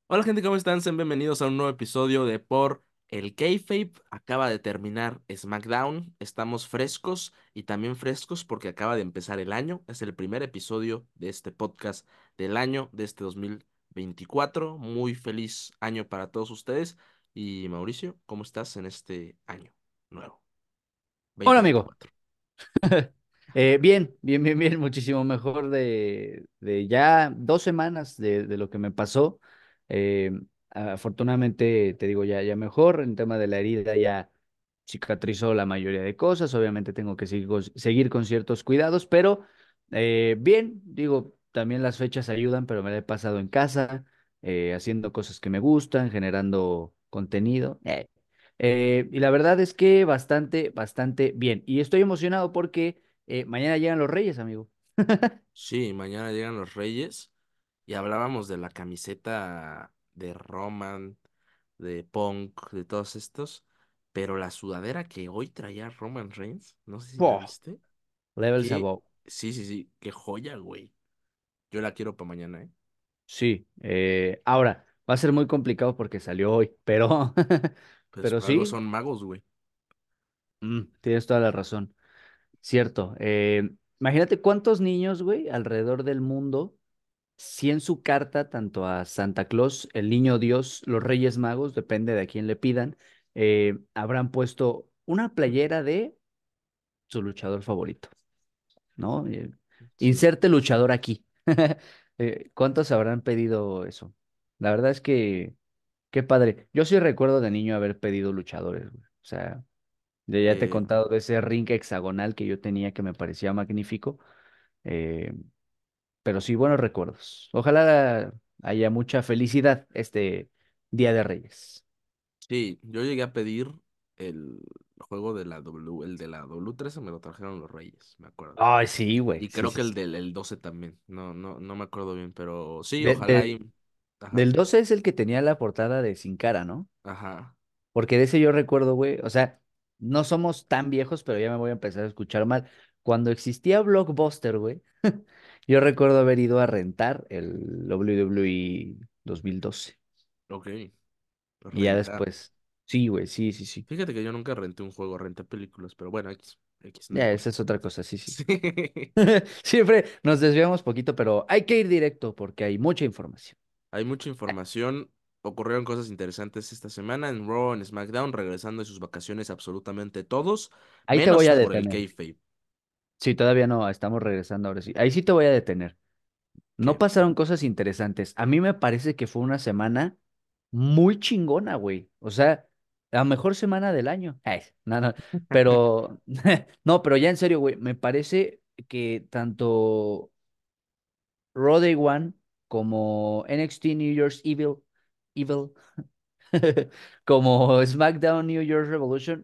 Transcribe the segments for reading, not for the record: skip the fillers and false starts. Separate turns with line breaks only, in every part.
Hola gente, ¿cómo están? Sean bienvenidos a un nuevo episodio de Por el Kayfabe. Acaba de terminar SmackDown, estamos frescos y también frescos porque acaba de empezar el año. Es el primer episodio de este podcast del año, de este 2024. Muy feliz año para todos ustedes. Y Mauricio, ¿cómo estás en este año nuevo,
Hola amigo.
2024?
Bien, muchísimo mejor de ya 2 semanas de lo que me pasó. Eh, Afortunadamente, te digo, ya mejor. En tema de la herida ya cicatrizó la mayoría de cosas. Obviamente tengo que seguir con ciertos cuidados, pero bien, digo, también las fechas ayudan, pero me la he pasado en casa, haciendo cosas que me gustan, generando contenido. Y la verdad es que bastante bien. Y estoy emocionado porque mañana llegan los Reyes, amigo.
Sí, mañana llegan los Reyes y hablábamos de la camiseta de Roman, de Punk, de todos estos, pero la sudadera que hoy traía Roman Reigns, no sé si la
¡Wow!
viste,
Levels
que
above.
sí, sí, sí, qué joya, güey. Yo la quiero para mañana, ¿eh?
Sí. Ahora, va a ser muy complicado porque salió hoy, pero,
Pues
pero
por algo
sí,
son magos, güey.
tienes toda la razón. Cierto. Imagínate cuántos niños, güey, alrededor del mundo, si en su carta, tanto a Santa Claus, el Niño Dios, los Reyes Magos, depende de a quién le pidan, habrán puesto una playera de su luchador favorito. ¿No?
Sí,
Inserte luchador aquí. ¿Cuántos habrán pedido eso? La verdad es que, qué padre. Yo sí recuerdo de niño haber pedido luchadores, güey. O sea, yo ya te he
eh,
contado de ese ring hexagonal que yo tenía que me parecía magnífico. eh, pero sí, buenos recuerdos. Ojalá haya mucha felicidad este Día de Reyes.
sí, yo llegué a pedir el juego de la W, el de la W13 me lo trajeron los Reyes, me acuerdo.
Ay, sí, güey.
Y
Sí,
creo
sí,
que el
sí.
del el 12 también. No me acuerdo bien, pero sí,
De-
ojalá
de-
y. Ajá,
Del 12 es el que tenía la portada de Sin Cara, ¿no?
ajá.
Porque de ese yo recuerdo, güey, o sea, no somos tan viejos, pero ya me voy a empezar a escuchar mal. Cuando existía Blockbuster, güey, yo recuerdo haber ido a rentar el WWE 2012.
Ok,
Y ya
rentar.
después, sí, güey, sí.
Fíjate que yo nunca renté un juego, renté películas, pero bueno, X, no
Ya, esa
importa.
es otra cosa, sí, sí.
Sí.
Siempre nos desviamos poquito, pero hay que ir directo porque hay mucha información.
Hay mucha información. Ocurrieron cosas interesantes esta semana en Raw, en SmackDown, regresando de sus vacaciones absolutamente todos,
Ahí te voy
menos
a
por el
detener.
kayfabe.
Sí, todavía no, estamos regresando ahora sí. Ahí sí te voy a detener. No
¿Qué?
pasaron cosas interesantes. A mí me parece que fue una semana muy chingona, güey. O sea, la mejor semana del año. Ay, no, no, pero, no, pero ya en serio, güey, me parece que tanto Raw Day One como NXT New Year's Evil, como SmackDown New Year's Revolution,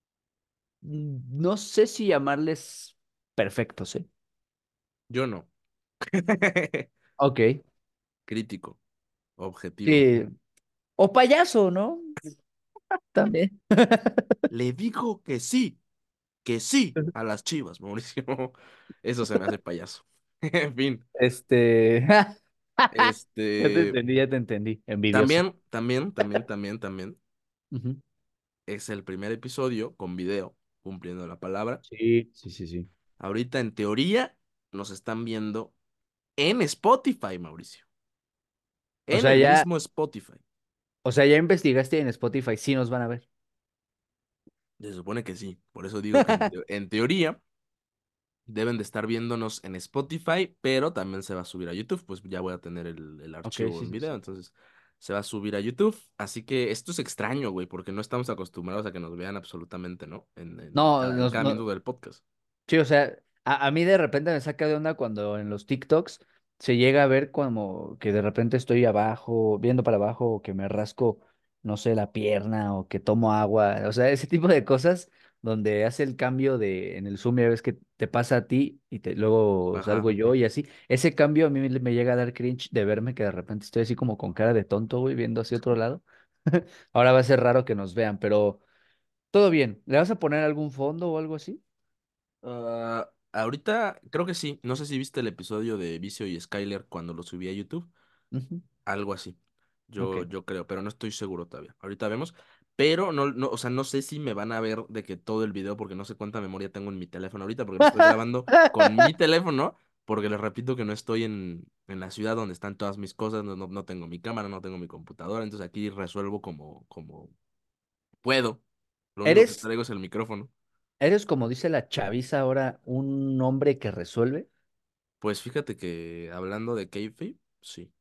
no sé si llamarles perfectos, ¿eh?
Yo no.
Ok,
Crítico, objetivo.
sí. O payaso, ¿no? También.
Le dijo que sí a las Chivas, Mauricio. Eso se me hace payaso. En fin,
Este,
este,
ya te entendí, envidioso.
también
Ujú.
es el primer episodio con video, cumpliendo la palabra.
Sí.
Ahorita, en teoría, nos están viendo en Spotify, Mauricio.
O
En
sea,
el
ya,
mismo Spotify.
o sea, ya investigaste en Spotify, sí nos van a ver.
Se supone que sí. Por eso digo que en teoría deben de estar viéndonos en Spotify, pero también se va a subir a YouTube. Pues ya voy a tener el
Ok,
archivo
sí,
en
sí,
video,
sí.
entonces se va a subir a YouTube. Así que esto es extraño, güey, porque no estamos acostumbrados a que nos vean absolutamente, ¿no?
No,
En cada minuto del podcast.
sí, o sea, a mí de repente me saca de onda cuando en los TikToks se llega a ver como que de repente estoy abajo, viendo para abajo, o que me rasco, no sé, la pierna, o que tomo agua, o sea, ese tipo de cosas donde hace el cambio en el Zoom, ya ves que te pasa a ti y luego salgo
Ajá.
yo y así. Ese cambio a mí me llega a dar cringe de verme que de repente estoy así como con cara de tonto, güey, viendo hacia otro lado. Ahora va a ser raro que nos vean, pero todo bien. ¿Le vas a poner algún fondo o algo así?
Ahorita creo que sí. No sé si viste el episodio de Vicio y Skyler cuando lo subí a YouTube.
Ujú.
Algo así.
Ok.
yo creo, pero no estoy seguro todavía. Ahorita vemos. Pero o sea, no sé si me van a ver de que todo el video, porque no sé cuánta memoria tengo en mi teléfono ahorita, porque lo estoy grabando con mi teléfono, porque les repito que no estoy en la ciudad donde están todas mis cosas, no tengo mi cámara, no tengo mi computadora, entonces aquí resuelvo como puedo. Lo único que
¿Eres,
traigo es el micrófono.
eres como dice la chaviza ahora, un hombre que resuelve?
Pues fíjate que hablando de kayfabe, sí.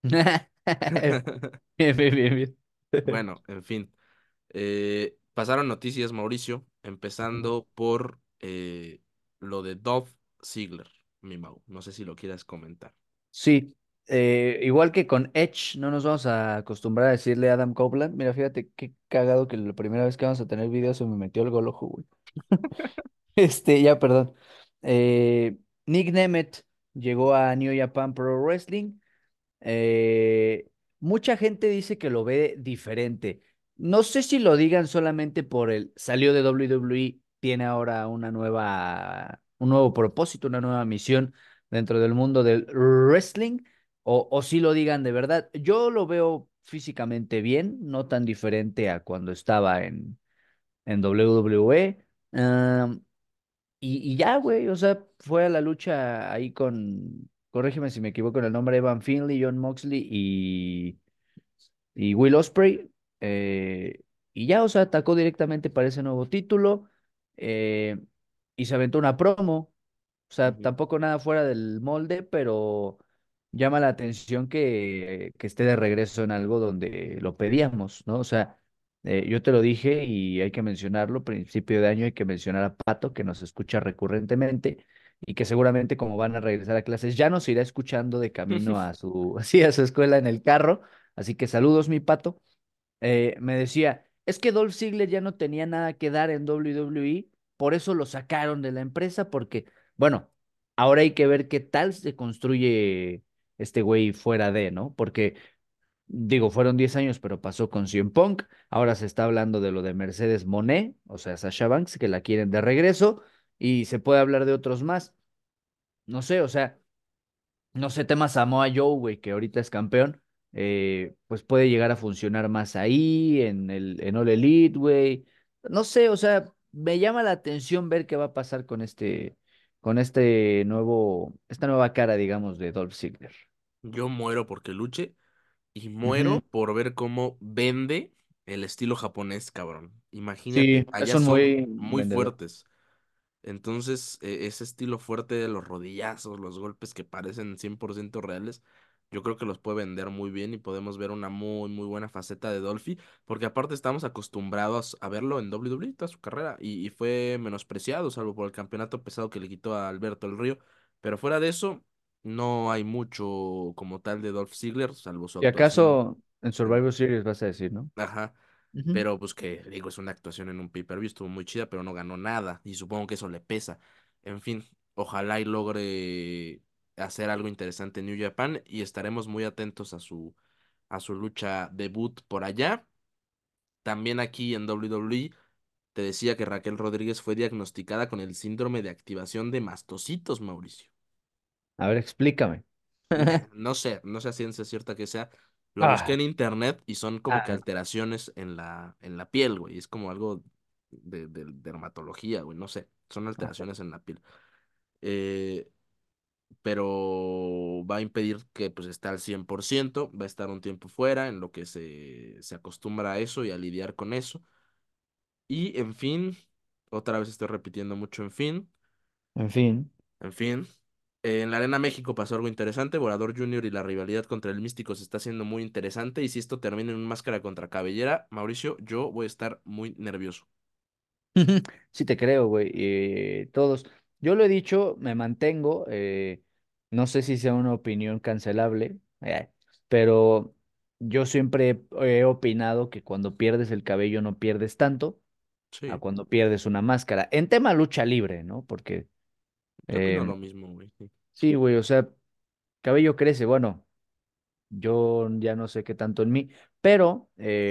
Bien, bien, bien, bien.
Bueno, en fin. Pasaron noticias, Mauricio, empezando por lo de Dolph Ziggler, mi Mau. No sé si lo quieras comentar.
Sí, igual que con Edge, no nos vamos a acostumbrar a decirle Adam Copeland. Mira, fíjate qué cagado que la primera vez que vamos a tener video se me metió el gol ojo, güey. Ya, perdón. Nick Nemeth llegó a New Japan Pro Wrestling. Eh, Mucha gente dice que lo ve diferente. No sé si lo digan solamente por el salió de WWE, tiene ahora un nuevo propósito, una nueva misión dentro del mundo del wrestling, o si lo digan de verdad. Yo lo veo físicamente bien, no tan diferente a cuando estaba en WWE. Y ya, güey, o sea, fue a la lucha ahí corrígeme si me equivoco en el nombre, Evan Finley, John Moxley y Will Ospreay. Y ya, o sea, atacó directamente para ese nuevo título eh, y se aventó una promo. O sea,
Ujú.
tampoco nada fuera del molde, pero llama la atención que esté de regreso en algo donde lo pedíamos, ¿no? O sea, yo te lo dije y hay que mencionarlo, principio de año hay que mencionar a Pato, que nos escucha recurrentemente y que seguramente como van a regresar a clases ya nos irá escuchando de camino a su, sí, a su escuela en el carro. Así que saludos, mi Pato. Me decía, es que Dolph Ziggler ya no tenía nada que dar en WWE, por eso lo sacaron de la empresa, porque, bueno, ahora hay que ver qué tal se construye este güey fuera de, ¿no? Porque, digo, fueron 10 años, pero pasó con CM Punk, ahora se está hablando de lo de Mercedes Moné, o sea, Sasha Banks, que la quieren de regreso, y se puede hablar de otros más. No sé, o sea, no sé, tema Samoa Joe, güey, que ahorita es campeón, pues puede llegar a funcionar más ahí, en All Elite, güey. No sé, o sea, me llama la atención ver qué va a pasar con esta nueva cara, digamos, de Dolph Ziggler.
Yo muero porque luche y
Ujú.
muero por ver cómo vende el estilo japonés, cabrón.
Sí,
Imagínate,
es
allá
un
son
muy
muy
vendedor.
fuertes. Entonces, ese estilo fuerte de los rodillazos, los golpes que parecen 100% reales, yo creo que los puede vender muy bien y podemos ver una muy buena faceta de Dolphy, porque aparte estamos acostumbrados a verlo en WWE toda su carrera y fue menospreciado, salvo por el campeonato pesado que le quitó a Alberto El Río, pero fuera de eso, no hay mucho como tal de Dolph Ziggler, salvo su
Y
actuación.
acaso en Survivor Series vas a decir, ¿no?
Ajá.
Ujú.
Pero pues que digo, es una actuación en un pay-per-view, estuvo muy chida, pero no ganó nada. Y supongo que eso le pesa. En fin, ojalá y logre hacer algo interesante en New Japan y estaremos muy atentos a su lucha debut por allá. También aquí en WWE te decía que Raquel Rodríguez fue diagnosticada con el síndrome de activación de mastocitos, Mauricio.
A ver, explícame.
No sé a ciencia cierta que sea. Lo busqué
Ah,
en internet y son como que
ah,
alteraciones en la piel, güey. Es como algo de dermatología, güey. No sé. Son
ok.
alteraciones en la piel. Eh, pero va a impedir que pues esté al 100%. Va a estar un tiempo fuera en lo que se acostumbra a eso y a lidiar con eso. Y en fin, otra vez estoy repitiendo mucho en fin.
En fin.
En fin, en la Arena México pasó algo interesante. Volador Junior y la rivalidad contra el Místico se está haciendo muy interesante. Y si esto termina en un máscara contra cabellera, Mauricio, yo voy a estar muy nervioso.
Sí te creo, güey. Todos. Yo lo he dicho, me mantengo. No sé si sea una opinión cancelable, pero yo siempre he opinado que cuando pierdes el cabello no pierdes tanto a
Sí,
cuando pierdes una máscara. En tema lucha libre, ¿no? Porque
yo opino lo
eh,
mismo, güey. Sí.
sí, güey, o sea, cabello crece. Bueno, yo ya no sé qué tanto en mí, pero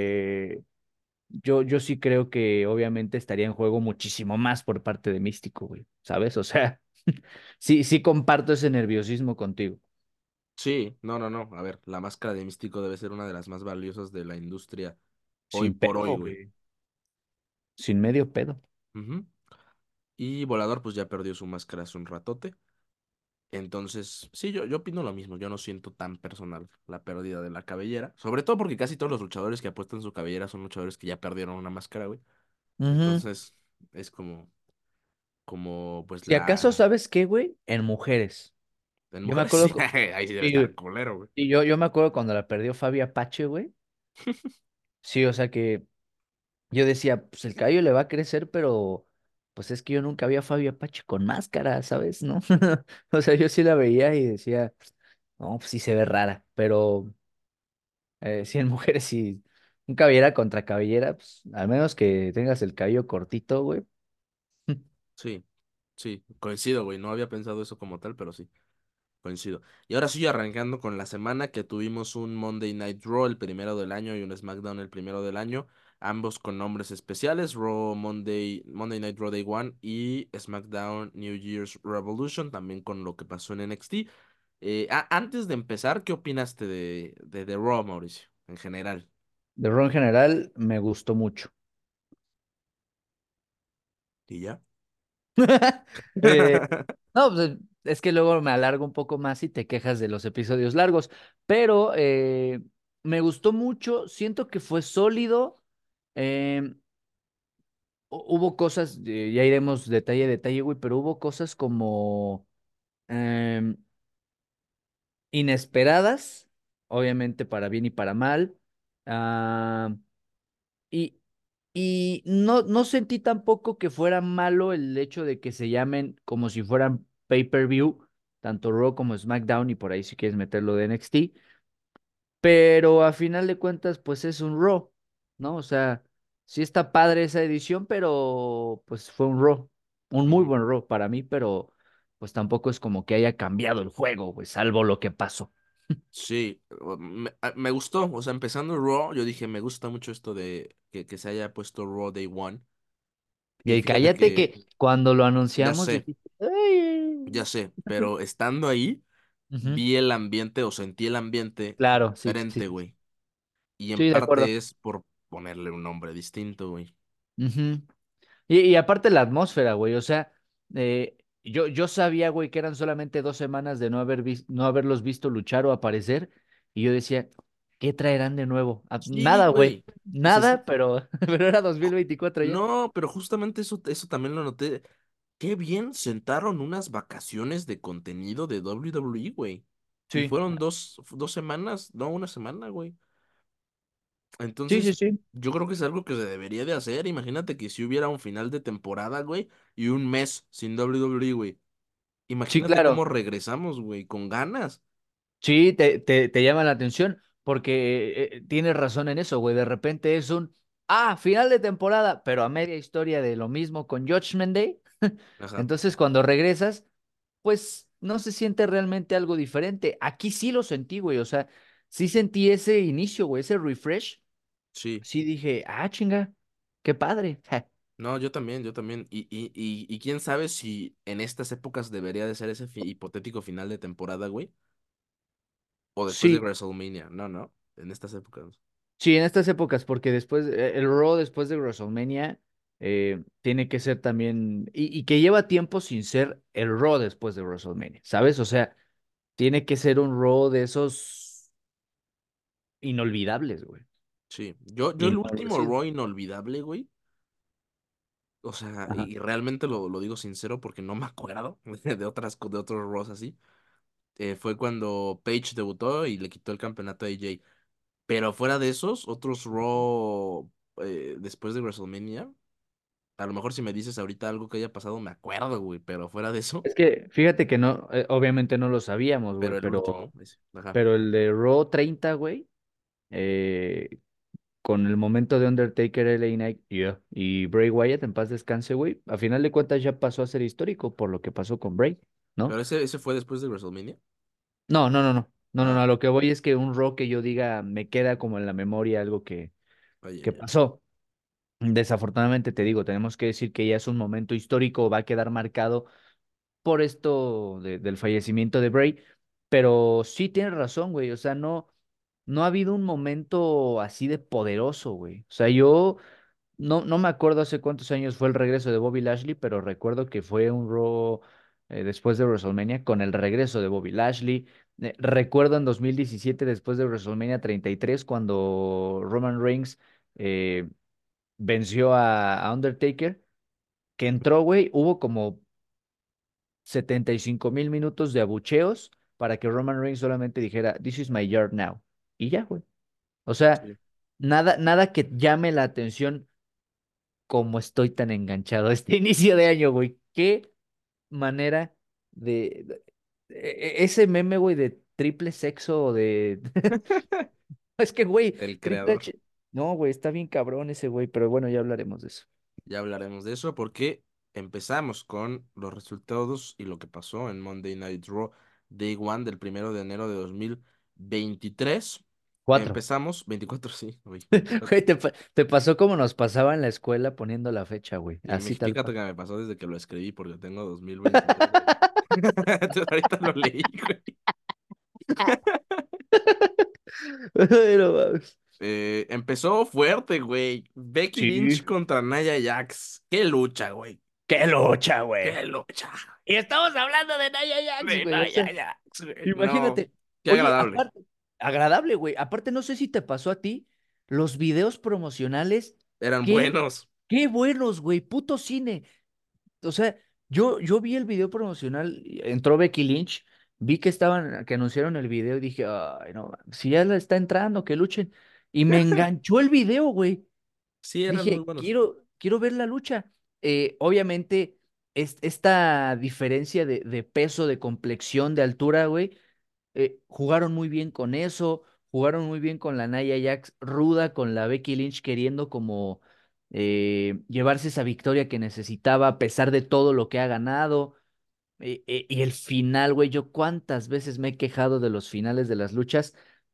yo sí creo que obviamente estaría en juego muchísimo más por parte de Místico, güey, ¿sabes? O sea, sí, sí comparto ese nerviosismo contigo.
Sí, no, no, no. A ver, la máscara de Místico debe ser una de las más valiosas de la industria hoy
Sin
por hoy,
pedo,
güey.
güey. Sin medio pedo.
Ujú. Y Volador, pues ya perdió su máscara hace un ratote. Entonces, sí, yo opino lo mismo. Yo no siento tan personal la pérdida de la cabellera. Sobre todo porque casi todos los luchadores que apuestan su cabellera son luchadores que ya perdieron una máscara, güey.
Ujú.
Entonces, es como, pues
Si acaso,
la.
¿sabes qué, güey? En mujeres.
En
Yo me
mujeres,
acuerdo,
sí, ahí sí debe
sí,
estar culero, güey.
y yo me acuerdo cuando la perdió Fabi Apache, güey. Sí, o sea que yo decía, pues el cabello le va a crecer, pero pues es que yo nunca vi a Fabi Apache con máscara, ¿sabes? ¿No? O sea, yo sí la veía y decía, no, pues sí se ve rara, pero sí en mujeres sí, un cabellera contra cabellera, pues al menos que tengas el cabello cortito, güey.
Sí, sí, coincido, güey. No había pensado eso como tal, pero sí. Coincido. Y ahora sí, arrancando con la semana que tuvimos un Monday Night Raw el primero del año y un SmackDown el primero del año, ambos con nombres especiales, Raw Monday Night Raw Day One y SmackDown New Year's Revolution, también con lo que pasó en NXT. Antes de empezar, ¿qué opinaste de Raw, Mauricio, en general?
De Ron general me gustó mucho.
¿Y ya?
Eh, no, pues es que luego me alargo un poco más y te quejas de los episodios largos, pero me gustó mucho, siento que fue sólido, eh, hubo cosas, ya iremos detalle a detalle, güey, pero hubo cosas como em, inesperadas, obviamente para bien y para mal, ah, y, y no sentí tampoco que fuera malo el hecho de que se llamen como si fueran pay-per-view, tanto Raw como SmackDown, y por ahí si quieres meterlo de NXT, pero a final de cuentas, pues es un Raw, ¿no? O sea, sí está padre esa edición, pero pues fue un Raw, un muy
Ujú.
buen Raw para mí, pero pues tampoco es como que haya cambiado el juego, pues salvo lo que pasó.
Sí, me gustó, o sea, empezando Raw, yo dije, me gusta mucho esto de que se haya puesto Raw Day One.
Y
Y
ahí
fíjate
cállate
que,
que cuando lo
ya
anunciamos
sé,
dijiste, "Ay".
ya sé, pero estando ahí,
Ujú.
vi el ambiente o sentí el ambiente
Claro, sí, sí,
diferente,
sí.
güey. Y en
Sí, de acuerdo.
parte es por ponerle un nombre distinto, güey.
Ujú. Y aparte la atmósfera, güey, o sea, yo sabía, güey, que eran solamente 2 semanas de no haberlos visto luchar o aparecer, y yo decía, ¿qué traerán de nuevo? Ah,
Sí,
nada, güey,
güey. Dices,
nada, pero, pero era 2024 ya.
no, pero justamente eso también lo noté. Qué bien sentaron unas vacaciones de contenido de WWE, güey. Y
Sí,
fueron dos semanas, no, una semana, güey.
sí, sí,
Entonces,
sí.
yo creo que es algo que se debería de hacer. Imagínate que si hubiera un final de temporada, güey, y un mes sin WWE, güey.
Sí,
Imagínate cómo
claro.
regresamos, güey, con ganas.
Sí, te llama la atención porque tienes razón en eso, güey. De repente es final de temporada, pero a media historia de lo mismo con Judgment Day.
Ajá,
Entonces, cuando regresas, pues no se siente realmente algo diferente. Aquí sí lo sentí, güey. O sea, sí sentí ese inicio, güey, ese refresh.
sí.
Sí dije, chinga, qué padre.
No, yo también, yo también. Y quién sabe si en estas épocas debería de ser ese hipotético final de temporada, güey. O después de
Sí,
WrestleMania. No, no. En estas épocas.
sí, en estas épocas, porque después, el Raw después de WrestleMania tiene que ser también, y que lleva tiempo sin ser el Raw después de WrestleMania, ¿sabes? O sea, tiene que ser un Raw de esos inolvidables, güey.
Sí. Yo
Y
el
no lo ha
último
sido.
Raw inolvidable, güey. O sea,
Ajá.
y realmente lo digo sincero porque no me acuerdo de otros Raws así. Fue cuando Paige debutó y le quitó el campeonato a AJ. Pero fuera de esos, otros Raw después de WrestleMania. A lo mejor si me dices ahorita algo que haya pasado, me acuerdo, güey. Pero fuera de eso,
Es que fíjate que no, obviamente no lo sabíamos, güey,
pero el último, ese. Ajá.
pero el de Raw 30, güey, eh, con el momento de Undertaker, LA Knight y Bray Wyatt, en paz descanse, güey, a final de cuentas ya pasó a ser histórico por lo que pasó con Bray, ¿no?
Pero ese fue después de WrestleMania.
No, no, no, no. No, no, no.
Ah,
A lo que voy es que un rock que yo diga me queda como en la memoria algo
ay,
que
ay, ay.
pasó. Desafortunadamente te digo, tenemos que decir que ya es un momento histórico, va a quedar marcado por esto del fallecimiento de Bray. Pero sí tienes razón, güey. O sea, no ha habido un momento así de poderoso, güey. O sea, yo no me acuerdo hace cuántos años fue el regreso de Bobby Lashley, pero recuerdo que fue un Raw después de WrestleMania con el regreso de Bobby Lashley. Recuerdo en 2017 después de WrestleMania 33 cuando Roman Reigns eh, venció a Undertaker, que entró, güey, hubo como 75,000 minutos de abucheos para que Roman Reigns solamente dijera, This is my yard now. Y ya, güey. O sea,
Sí.
nada que llame la atención como estoy tan enganchado a este inicio de año, güey. Qué manera ese meme, güey, de triple sexo o de... Es que, güey,
El
Triple
creador.
H... No, güey, está bien cabrón ese güey, pero bueno, ya hablaremos de eso.
Ya hablaremos de eso porque empezamos con los resultados y lo que pasó en Monday Night Raw Day One del 1 de enero de 2023.
Cuatro.
Empezamos, 24 sí, uy, 24.
Güey, te pasó como nos pasaba en la escuela poniendo la fecha, güey.
Y
Así tal
fíjate
cual.
que me pasó desde que lo escribí porque tengo 2023 ahí. Entonces ahorita lo leí, güey.
Pero, mames.
Empezó fuerte, güey. Becky Lynch
Sí.
contra Nia Jax. Qué lucha, güey.
¡Qué lucha, güey!
Qué lucha.
Y estamos hablando de Nia Jax,
De
güey. O
Nia
sea,
Jax, güey. No,
imagínate.
qué
Oye,
agradable.
aparte, agradable, güey. Aparte, no sé si te pasó a ti, los videos promocionales,
Eran
qué,
buenos.
qué buenos, güey. Puto cine. O sea, yo vi el video promocional, entró Becky Lynch, vi que anunciaron el video y dije, ay, no, si ya la está entrando, que luchen. Y me enganchó el video, güey.
Sí, eran muy
Dije,
buenos.
quiero ver la lucha. Obviamente, esta diferencia de peso, de complexión, de altura, güey, jugaron muy bien con eso, jugaron muy bien con la Nia Jax ruda, con la Becky Lynch queriendo como llevarse esa victoria que necesitaba a pesar de todo lo que ha ganado. Y el final, güey, yo cuántas veces me he quejado de los finales de las luchas.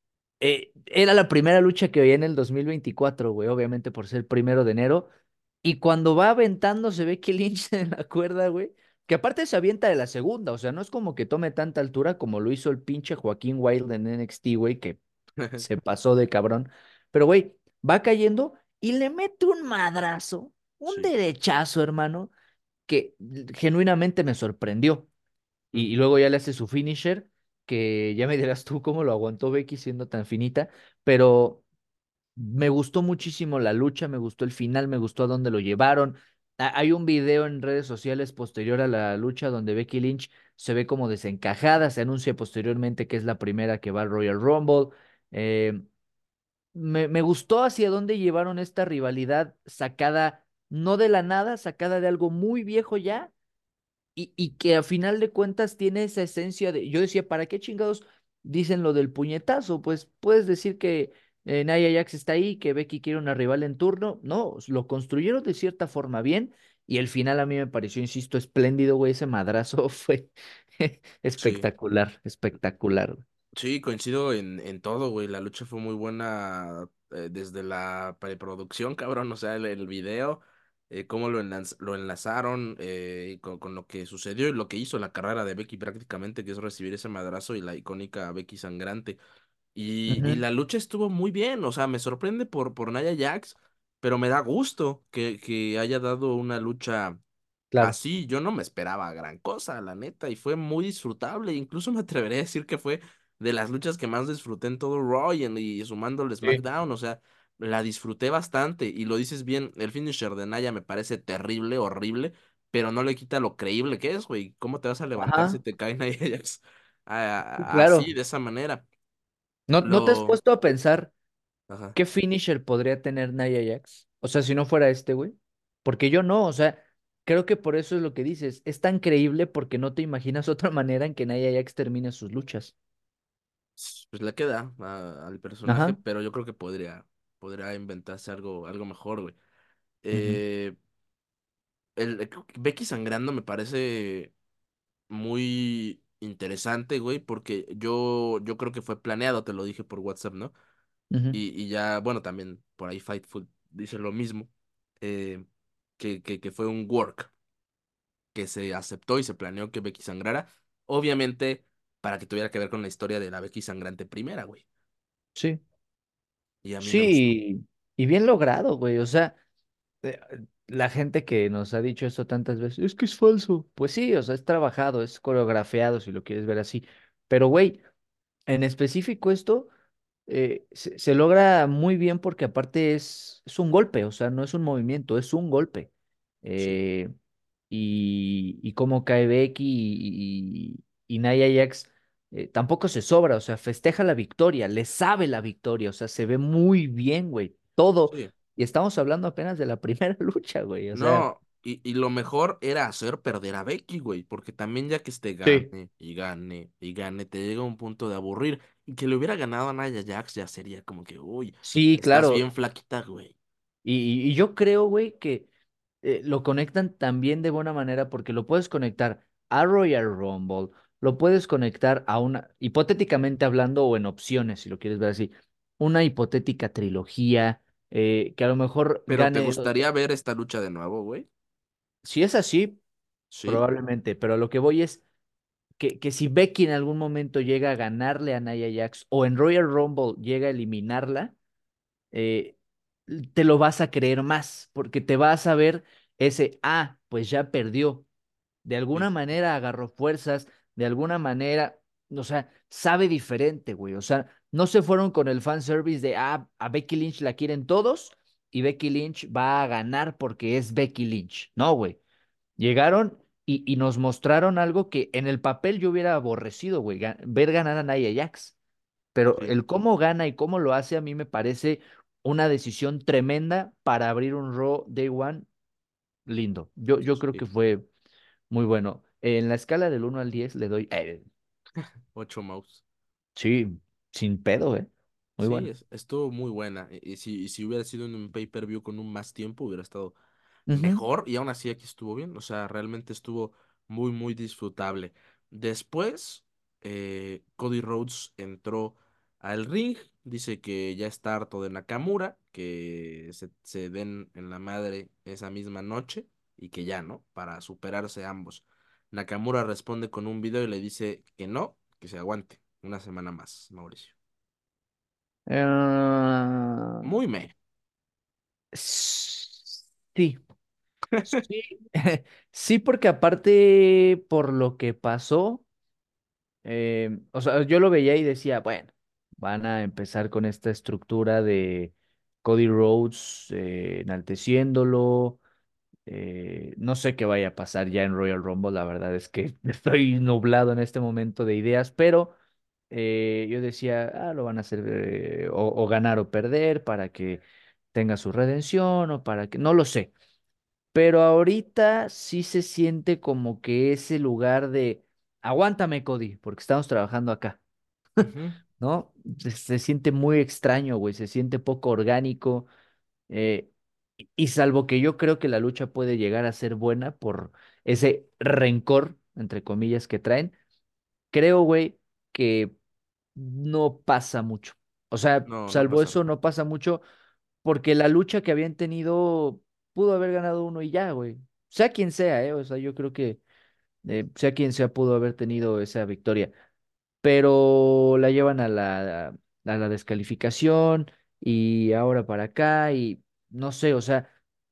Era la primera lucha que veía en el 2024, güey, obviamente por ser 1 de enero. Y cuando va aventando se ve que Lynch en la cuerda, güey, que aparte se avienta de la segunda, o sea, no es como que tome tanta altura como lo hizo el pinche Joaquín Wild en NXT, güey, que se pasó de cabrón. Pero, güey, va cayendo y le mete un madrazo, un
Sí.
derechazo, hermano, que genuinamente me sorprendió. Y
Ujú.
luego ya le hace su finisher, que ya me dirás tú cómo lo aguantó Becky siendo tan finita, pero me gustó muchísimo la lucha, me gustó el final, me gustó a dónde lo llevaron. Hay un video en redes sociales posterior a la lucha donde Becky Lynch se ve como desencajada, se anuncia posteriormente que es la primera que va al Royal Rumble. Eh, me gustó hacia dónde llevaron esta rivalidad sacada, no de la nada, sacada de algo muy viejo ya y que a final de cuentas tiene esa esencia de, yo decía, ¿para qué chingados dicen lo del puñetazo? Pues puedes decir que Nia Jax está ahí, que Becky quiere una rival en turno. No, lo construyeron de cierta forma bien y el final a mí me pareció, insisto, espléndido, güey, ese madrazo fue
Sí.
espectacular, espectacular.
Sí, coincido en todo, güey. La lucha fue muy buena desde la preproducción, cabrón. O sea, el video, cómo lo enlazaron con lo que sucedió y lo que hizo la carrera de Becky prácticamente, que es recibir ese madrazo y la icónica Becky sangrante. Y
Ujú,
la lucha estuvo muy bien. O sea, me sorprende por Nia Jax, pero me da gusto que haya dado una lucha
claro.
así. Yo no me esperaba gran cosa, la neta, y fue muy disfrutable. Incluso me atrevería a decir que fue de las luchas que más disfruté en todo Raw y sumándole
Sí.
SmackDown. O sea, la disfruté bastante. Y lo dices bien, el finisher de Nia me parece terrible, horrible, pero no le quita lo creíble que es, güey. ¿Cómo te vas a levantar si
Ajá,
te cae Nia Jax
sí,
así,
claro.
de esa manera?
¿No te has
Lo...
puesto a pensar?
Ajá.
¿Qué finisher podría tener Nia Jax? O sea, si no fuera este, güey. Porque yo no, o sea, creo que por eso es lo que dices. Es tan creíble porque no te imaginas otra manera en que Nia Jax termine sus luchas.
Pues le queda al personaje,
Ajá.
pero yo creo que podría inventarse algo mejor, güey.
Ujú,
Eh, Becky sangrando me parece muy interesante, güey, porque yo creo que fue planeado, te lo dije por WhatsApp, ¿no?
ujú,
Y ya, bueno, también por ahí Fightful dice lo mismo, eh, que fue un work, que se aceptó y se planeó que Becky sangrara. Obviamente para que tuviera que ver con la historia de la Becky sangrante primera, güey.
Sí.
Y a mí me gustó.
Sí, y bien logrado, güey. O sea, eh, la gente que nos ha dicho esto tantas veces, es que es falso. Pues sí, o sea, es trabajado, es coreografiado, si lo quieres ver así. Pero, güey, en específico esto se logra muy bien porque aparte es un golpe, o sea, no es un movimiento, es un golpe.
Sí,
Eh, y cómo cae Becky y Nia Jax tampoco se sobra, o sea, festeja la victoria, le sabe la victoria, o sea, se ve muy bien, güey, todo.
sí.
Y estamos hablando apenas de la primera lucha, güey, o sea,
No, y lo mejor era hacer perder a Becky, güey, porque también ya que esté
sí.
gane y gane y gane, te llega un punto de aburrir. Y que le hubiera ganado a Nia Jax ya sería como que, uy,
Sí,
estás
claro.
bien flaquita, güey.
Y yo creo, güey, que lo conectan también de buena manera porque lo puedes conectar a Royal Rumble, lo puedes conectar a una, hipotéticamente hablando o en opciones, si lo quieres ver así, una hipotética trilogía que a lo mejor
Pero ¿te
gane,
gustaría ver esta lucha de nuevo, güey?
si es así,
Sí,
probablemente, pero a lo que voy es que si Becky en algún momento llega a ganarle a Nia Jax o en Royal Rumble llega a eliminarla, eh, te lo vas a creer más, porque te vas a ver ese, pues ya perdió. De alguna
sí,
manera agarró fuerzas, de alguna manera, o sea, sabe diferente, güey. O sea, no se fueron con el fanservice de, a Becky Lynch la quieren todos y Becky Lynch va a ganar porque es Becky Lynch. No, güey. Llegaron y nos mostraron algo que en el papel yo hubiera aborrecido, güey, ver ganar a Nia Jax. Pero
sí,
el cómo gana y cómo lo hace a mí me parece una decisión tremenda para abrir un Raw Day One lindo. Yo creo que
sí.
fue muy bueno. En la escala del 1 al 10 le doy,
8 mouse.
sí, sin pedo, ¿eh? Muy
Sí,
bueno.
estuvo muy buena. Y si hubiera sido en un pay-per-view con un más tiempo, hubiera estado
Ujú.
mejor. Y aún así aquí estuvo bien. O sea, realmente estuvo muy, muy disfrutable. Después, Cody Rhodes entró al ring. Dice que ya está harto de Nakamura, que se den en la madre esa misma noche y que ya, ¿no? Para superarse ambos. Nakamura responde con un video y le dice que no, que se aguante una semana más, Mauricio.
Ah,
Muy me.
sí, sí, sí, porque aparte por lo que pasó. O sea, yo lo veía y decía, bueno, van a empezar con esta estructura de Cody Rhodes enalteciéndolo. No sé qué vaya a pasar ya en Royal Rumble, la verdad es que estoy nublado en este momento de ideas, pero yo decía, lo van a hacer o ganar o perder para que tenga su redención o para que, no lo sé. Pero ahorita sí se siente como que ese lugar de, aguántame, Cody, porque estamos trabajando acá,
Ujú.
¿no? Se siente muy extraño, güey, se siente poco orgánico. Y salvo que yo creo que la lucha puede llegar a ser buena por ese rencor, entre comillas, que traen, creo, güey, que no pasa mucho. O sea,
No, no
salvo
pasa.
eso, no pasa mucho porque la lucha que habían tenido pudo haber ganado uno y ya, güey. Sea quien sea, ¿eh? O sea, yo creo que sea quien sea pudo haber tenido esa victoria, pero la llevan a la descalificación y ahora para acá y no sé, o sea,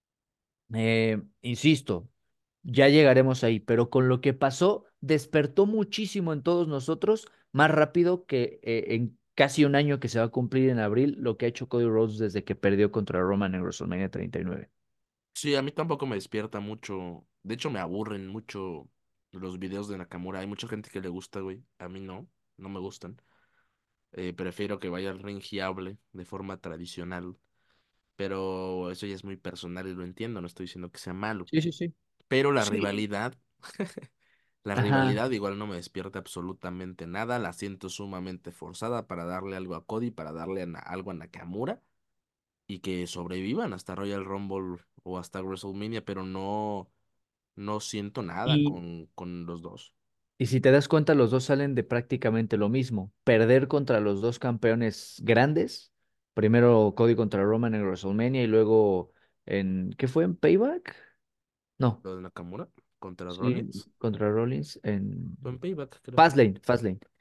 insisto, ya llegaremos ahí, pero con lo que pasó, despertó muchísimo en todos nosotros, más rápido que en casi un año que se va a cumplir en abril, lo que ha hecho Cody Rhodes desde que perdió contra Roman en WrestleMania 39.
Sí, a mí tampoco me despierta mucho. De hecho, me aburren mucho los videos de Nakamura. Hay mucha gente que le gusta, güey. A mí no, no me gustan. Prefiero que vaya al ring y hable de forma tradicional. Pero eso ya es muy personal y lo entiendo. No estoy diciendo que sea malo.
Sí, sí, sí.
Pero la
Sí.
rivalidad, la
Ajá.
rivalidad igual no me despierta absolutamente nada. La siento sumamente forzada para darle algo a Cody, para darle algo a Nakamura. Y que sobrevivan hasta Royal Rumble o hasta WrestleMania, pero no, no siento nada
Y,
con los dos.
y si te das cuenta, los dos salen de prácticamente lo mismo. Perder contra los dos campeones grandes. Primero Cody contra Roman en WrestleMania y luego ¿qué fue? ¿En Payback? No,
Lo de Nakamura contra
sí,
Rollins
contra Rollins en
fue en Payback, creo.
Fastlane, Fastlane.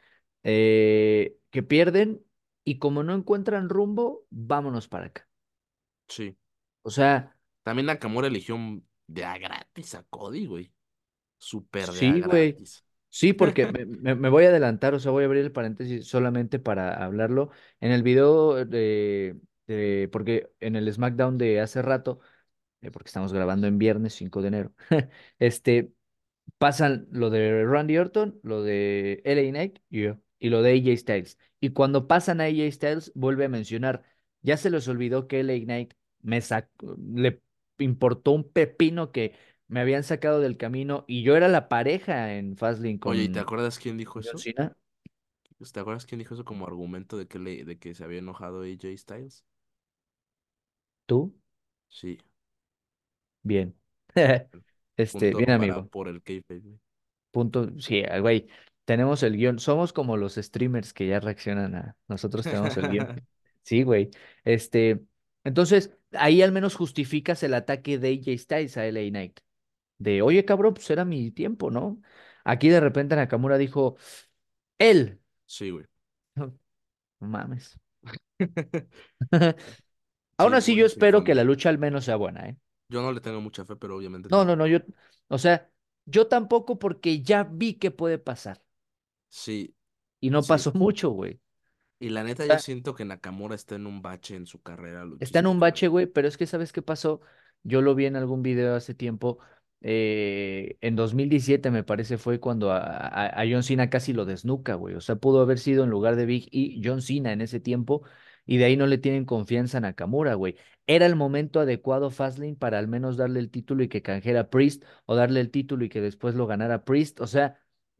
que pierden y como no encuentran rumbo, vámonos para acá.
Sí.
O sea,
También Nakamura eligió de a gratis a Cody, güey. Súper de a
sí, güey.
gratis.
Sí, porque me voy a adelantar, o sea, voy a abrir el paréntesis solamente para hablarlo. En el video porque en el SmackDown de hace rato, porque estamos grabando en viernes 5 de enero, este, pasan lo de Randy Orton, lo de LA Knight y lo de AJ Styles. Y cuando pasan a AJ Styles, vuelve a mencionar, ya se les olvidó que LA Knight le importó un pepino que me habían sacado del camino y yo era la pareja en Fastlane
Oye, ¿y te
con
acuerdas quién dijo
John
eso?
Cena.
¿Te acuerdas quién dijo eso como argumento de que se había enojado AJ Styles?
¿Tú?
Sí.
Bien.
Punto
Bien,
para
amigo.
por el kayfabe, güey.
Punto. Sí, güey. Tenemos el guión. Somos como los streamers que ya reaccionan a. Nosotros tenemos el guión. Sí, güey. Este. Entonces, ahí al menos justificas el ataque de AJ Styles a LA Knight. De, oye, cabrón, pues era mi tiempo, ¿no? Aquí de repente Nakamura dijo, él.
Sí, güey.
No mames. Aún
Sí,
así,
muy
yo espero que la
desinformado.
lucha al menos sea buena, ¿eh?
Yo no le tengo mucha fe, pero obviamente
No, no, no,
tampoco.
o sea, yo tampoco porque ya vi que puede pasar.
Sí,
Y no
sí.
pasó mucho, güey.
Y la neta, yo
Sea,
siento que Nakamura está en un bache en su carrera
está en un
luchística, güey.
bache, güey, pero es que ¿sabes qué pasó? Yo lo vi en algún video hace tiempo. En 2017 me parece fue cuando a John Cena casi lo desnuca, güey. O sea, pudo haber sido en lugar de Big E John Cena en ese tiempo y de ahí no le tienen confianza a Nakamura, güey. Era el momento adecuado Fastlane para al menos darle el título y que canjera Priest o darle el título y que después lo ganara Priest. O sea,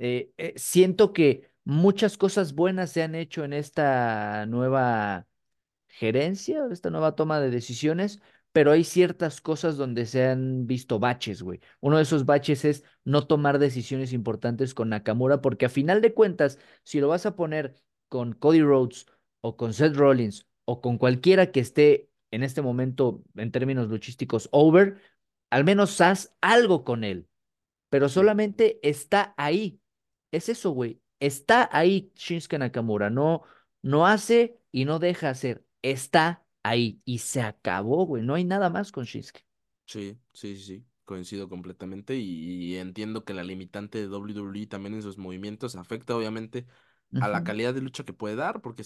siento que muchas cosas buenas se han hecho en esta nueva gerencia, esta nueva toma de decisiones, pero hay ciertas cosas donde se han visto baches, güey. Uno de esos baches es no tomar decisiones importantes con Nakamura, porque a final de cuentas, si lo vas a poner con Cody Rhodes o con Seth Rollins o con cualquiera que esté en este momento en términos luchísticos over, al menos haz algo con él, pero
Sí,
solamente está ahí. Es eso, güey. Está ahí Shinsuke Nakamura. No, no hace y no deja hacer. Está ahí y se acabó, güey. No hay nada más con Shinsuke.
sí, sí, sí, sí. Coincido completamente y entiendo que la limitante de WWE también en sus movimientos afecta obviamente a la
Ujú.
calidad de lucha que puede dar porque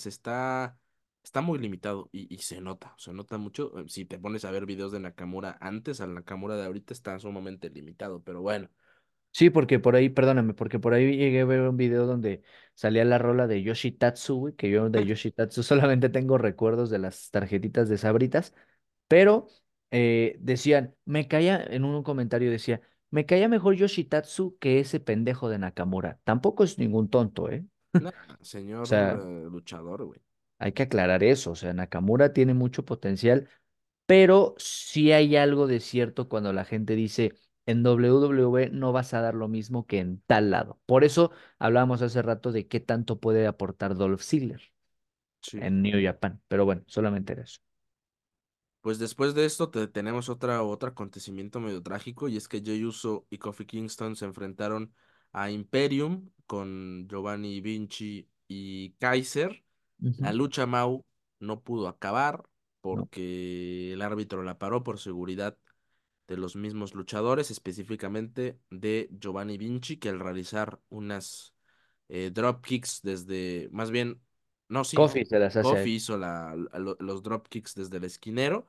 está muy limitado y se nota mucho. Si te pones a ver videos de Nakamura antes, al Nakamura de ahorita está sumamente limitado, pero bueno.
Sí, porque por ahí, perdóname, porque por ahí llegué a ver un video donde salía la rola de Yoshitatsu, güey, que yo de Yoshitatsu solamente tengo recuerdos de las tarjetitas de Sabritas, pero decían, me caía, en un comentario decía, me caía mejor Yoshitatsu que ese pendejo de Nakamura. Tampoco es ningún tonto, ¿eh?
Nah,
O
señor
sea,
luchador, güey.
hay que aclarar eso. O sea, Nakamura tiene mucho potencial, pero sí hay algo de cierto cuando la gente dice, en WWE no vas a dar lo mismo que en tal lado. Por eso hablábamos hace rato de qué tanto puede aportar Dolph Ziggler
Sí.
en New Japan. Pero bueno, solamente era eso.
Pues después de esto tenemos otro acontecimiento medio trágico y es que Jey Uso y Kofi Kingston se enfrentaron a Imperium con Giovanni Vinci y Kaiser. La
Ujú.
lucha Mau no pudo acabar
No.
porque el árbitro la paró por seguridad de los mismos luchadores, específicamente de Giovanni Vinci, que al realizar unas drop kicks desde, más bien, no, sí,
Kofi se las hace a
Kofi
él.
hizo los drop kicks desde el esquinero.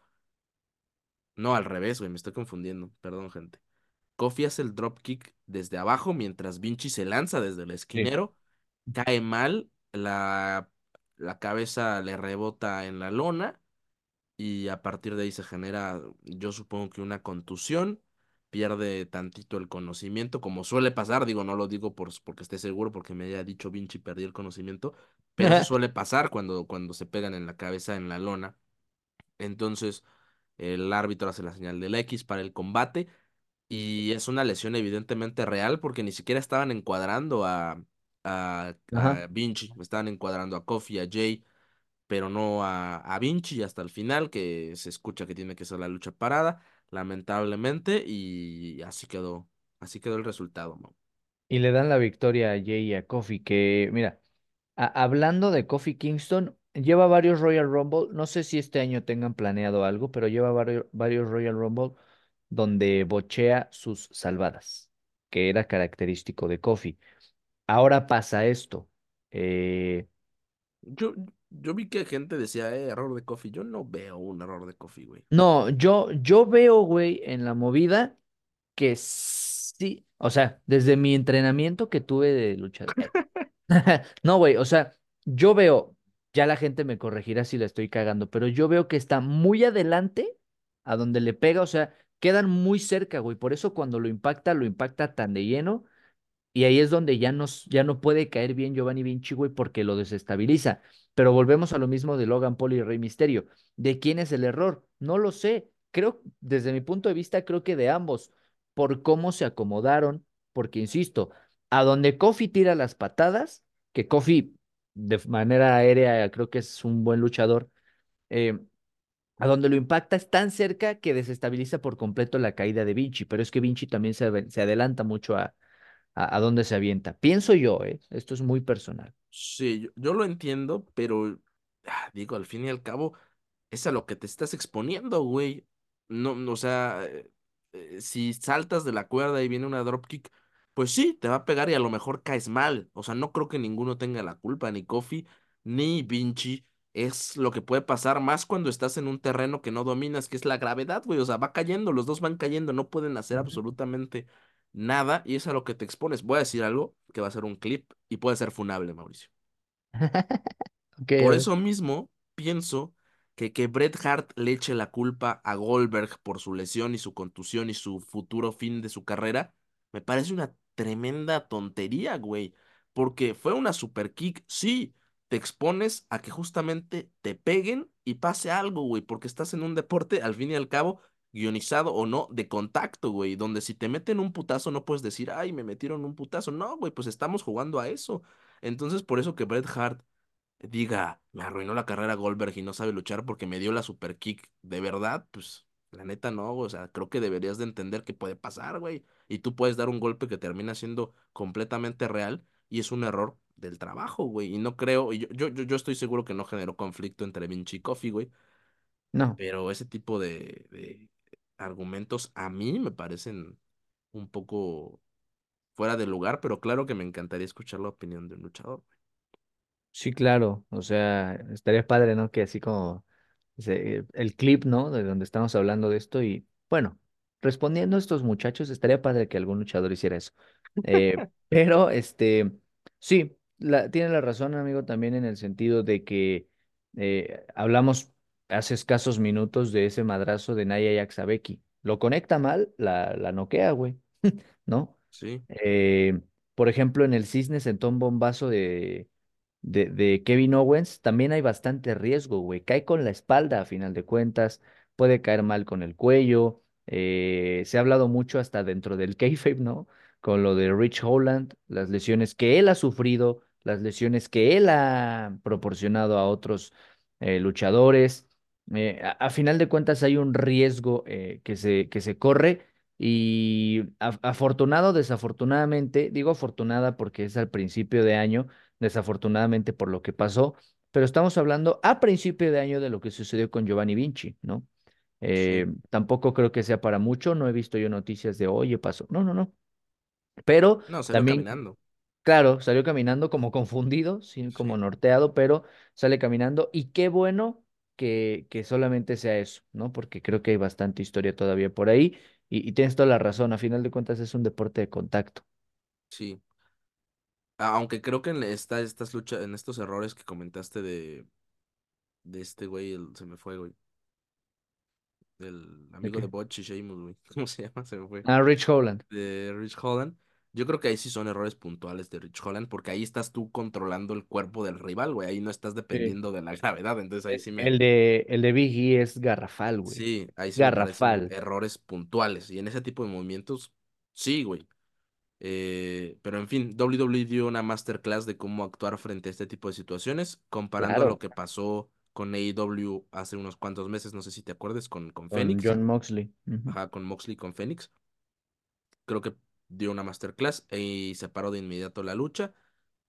No, al revés, güey, me estoy confundiendo. Perdón, gente. Kofi hace el drop kick desde abajo mientras Vinci se lanza desde el
Sí.
esquinero. Cae mal, la cabeza le rebota en la lona y a partir de ahí se genera, yo supongo que una contusión. Pierde tantito el conocimiento, como suele pasar. Digo, no lo digo porque esté seguro, porque me haya dicho Vinci perdí el conocimiento. Pero eso suele pasar cuando se pegan en la cabeza en la lona. Entonces, el árbitro hace la señal del X para el combate y es una lesión evidentemente real porque ni siquiera estaban encuadrando
Ajá.
a Vinci, estaban encuadrando a Kofi, a Jay, pero no a Vinci hasta el final que se escucha que tiene que ser la lucha parada, lamentablemente, y así quedó el resultado, ¿no?
Y le dan la victoria a Jay y a Kofi, que, mira. Hablando de Kofi Kingston, lleva varios Royal Rumble. No sé si este año tengan planeado algo, pero lleva varios Royal Rumble donde bochea sus salvadas, que era característico de Kofi. Ahora pasa esto. eh,
Yo, yo vi que gente decía, error de Coffee. Yo no veo un error de Coffee, güey.
no, yo veo, güey, en la movida que sí, o sea, desde mi entrenamiento que tuve de lucha. No, güey, o sea, yo veo, ya la gente me corregirá si la estoy cagando, pero yo veo que está muy adelante a donde le pega, o sea, quedan muy cerca, güey. Por eso cuando lo impacta tan de lleno. Y ahí es donde ya no puede caer bien Giovanni Vinci, güey, porque lo desestabiliza. Pero volvemos a lo mismo de Logan Paul y Rey Misterio. ¿De quién es el error? No lo sé. Creo, desde mi punto de vista, creo que de ambos, por cómo se acomodaron, porque insisto, a donde Kofi tira las patadas, que Kofi de manera aérea creo que es un buen luchador, eh, a donde lo impacta es tan cerca que desestabiliza por completo la caída de Vinci, pero es que Vinci también se adelanta mucho a dónde se avienta. Pienso yo, ¿eh? Esto es muy personal.
Sí, yo lo entiendo, pero digo, al fin y al cabo, es a lo que te estás exponiendo, güey. No, no, o sea, si saltas de la cuerda y viene una dropkick, pues sí, te va a pegar y a lo mejor caes mal. O sea, no creo que ninguno tenga la culpa, ni Kofi, ni Vinci. Es lo que puede pasar más cuando estás en un terreno que no dominas, que es la gravedad, güey. O sea, va cayendo, los dos van cayendo, no pueden hacer
Ujú.
absolutamente nada y es a lo que te expones. Voy a decir algo que va a ser un clip y puede ser funable, Mauricio.
Ok, a
Por
ver.
eso mismo pienso que Bret Hart le eche la culpa a Goldberg por su lesión y su contusión y su futuro fin de su carrera, me parece una tremenda tontería, güey. Porque fue una super kick, sí, te expones a que justamente te peguen y pase algo, güey, porque estás en un deporte, al fin y al cabo, guionizado o no, de contacto, güey, donde si te meten un putazo no puedes decir, ay, me metieron un putazo. No, güey, pues estamos jugando a eso. Entonces, por eso que Bret Hart diga, me arruinó la carrera Goldberg y no sabe luchar porque me dio la super kick de verdad, pues la neta no, güey, o sea, creo que deberías de entender que puede pasar, güey, y tú puedes dar un golpe que termina siendo completamente real y es un error del trabajo, güey, y no creo, y yo estoy seguro que no generó conflicto entre Vinci y Kofi, güey,
No,
pero ese tipo de argumentos a mí me parecen un poco fuera de lugar, pero claro que me encantaría escuchar la opinión de un luchador.
sí, claro. O sea, estaría padre, ¿no? Que así como el clip, ¿no? De donde estamos hablando de esto y, bueno, respondiendo a estos muchachos, estaría padre que algún luchador hiciera eso. Pero, sí, tiene la razón, amigo, también en el sentido de que hablamos hace escasos minutos de ese madrazo de Nia Jax. Lo conecta mal, la noquea, güey, ¿no?
Sí,
Eh, por ejemplo, en el Cisne sentó un bombazo de Kevin Owens, también hay bastante riesgo, güey. Cae con la espalda a final de cuentas, puede caer mal con el cuello. Se ha hablado mucho hasta dentro del kayfabe, ¿no? Con lo de Rich Holland, las lesiones que él ha sufrido, las lesiones que él ha proporcionado a otros luchadores. A final de cuentas hay un riesgo que se corre y afortunado, desafortunadamente, digo afortunada porque es al principio de año, desafortunadamente por lo que pasó, pero estamos hablando a principio de año de lo que sucedió con Giovanni Vinci, ¿no?
sí.
Tampoco creo que sea para mucho, no he visto yo noticias de, oye, pasó. No, no, no. Pero
No, salió
también,
caminando.
claro, salió caminando como confundido, sí, como
Sí,
norteado, pero sale caminando y qué bueno que solamente sea eso, ¿no? Porque creo que hay bastante historia todavía por ahí y tienes toda la razón, a final de cuentas es un deporte de contacto.
sí. Aunque creo que en estas luchas, en estos errores que comentaste de este güey, se me fue, güey. El
¿De
amigo de
qué?
Butch y Sheamus, güey. ¿Cómo se llama? Se me fue.
Ah, Rich Holland.
De Rich Holland. Yo creo que ahí sí son errores puntuales de Rich Holland, porque ahí estás tú controlando el cuerpo del rival, güey. Ahí no estás
Sí.
dependiendo de la gravedad. Entonces ahí sí
El de Big E es garrafal, güey.
sí, ahí sí me parecen
Garrafal.
errores puntuales. Y en ese tipo de movimientos, sí, güey. Pero en fin, WWE dio una masterclass de cómo actuar frente a este tipo de situaciones, comparando a lo
Claro,
que pasó con AEW hace unos cuantos meses, no sé si te acuerdas, con
con
Fénix,
John Moxley. Ujú.
ajá, con Moxley, con Fénix. Creo que dio una masterclass y se paró de inmediato la lucha.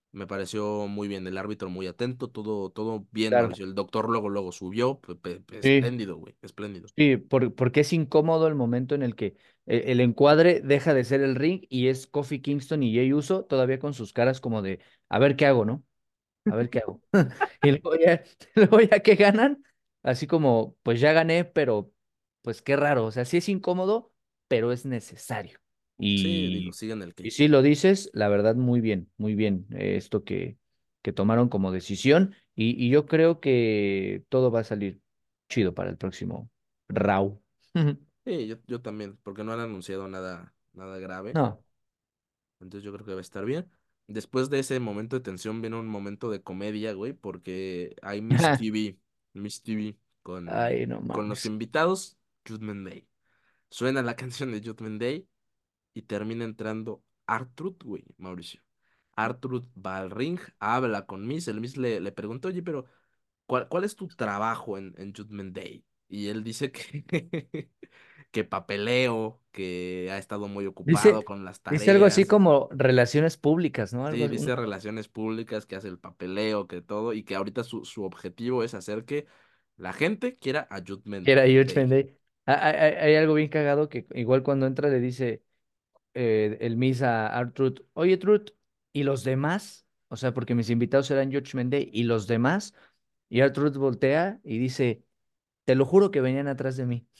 Me pareció muy bien, el árbitro muy atento, todo bien,
Claro.
Mauricio. El doctor luego subió,
Sí.
espléndido, güey, espléndido.
Sí, porque es incómodo el momento en el que el encuadre deja de ser el ring y es Kofi Kingston y Jey Uso todavía con sus caras como de, a ver qué hago, ¿no? A ver qué hago. Y luego ya, luego ya que ganan, así como, pues ya gané, pero pues qué raro. O sea, sí es incómodo, pero es necesario.
Sí, digo,
Y,
sigan el
y si
kayfabe.
lo dices, la verdad, muy bien, esto que tomaron como decisión. Y yo creo que todo va a salir chido para el próximo Raw.
Sí, yo también, porque no han anunciado nada grave.
No.
Entonces yo creo que va a estar bien. Después de ese momento de tensión viene un momento de comedia, güey, porque hay Miss TV
Ay, no
con los
mames.
invitados, Judgment Day. Suena la canción de Judgment Day y termina entrando R-Truth, güey, Mauricio. R-Truth va al ring, habla con Miss, el Miss le pregunta, oye, pero ¿cuál es tu trabajo en Judgment Day? Y él dice que, que papeleo, que ha estado muy ocupado
Dice,
con las
dice algo así
tareas.
como relaciones públicas, ¿no? Algo
Sí,
así.
dice relaciones públicas, que hace el papeleo, que todo, y que ahorita su objetivo es hacer que la gente quiera a
Que
Judgment
era Huge
Day.
Day. Hay algo bien cagado que igual cuando entra le dice el Miss a Truth, oye Truth, ¿y los demás? O sea, porque mis invitados eran Judgment Day, ¿y los demás? Y Truth voltea y dice, te lo juro que venían atrás de mí.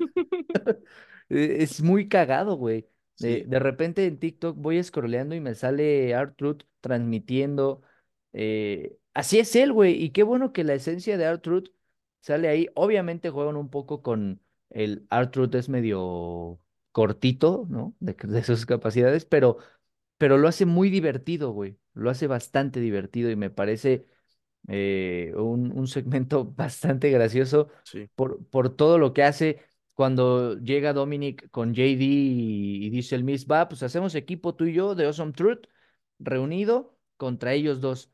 Es muy cagado, güey.
Sí,
De repente en TikTok voy scrolleando y me sale R-Truth transmitiendo. Así es él, güey. Y qué bueno que la esencia de R-Truth sale ahí. Obviamente juegan un poco con el R-Truth es medio cortito, ¿no? De sus capacidades, pero lo hace muy divertido, güey. Lo hace bastante divertido y me parece un segmento bastante gracioso
sí,
por todo lo que hace cuando llega Dominic con JD y dice el Miss, va, pues hacemos equipo tú y yo de Awesome Truth reunido contra ellos dos.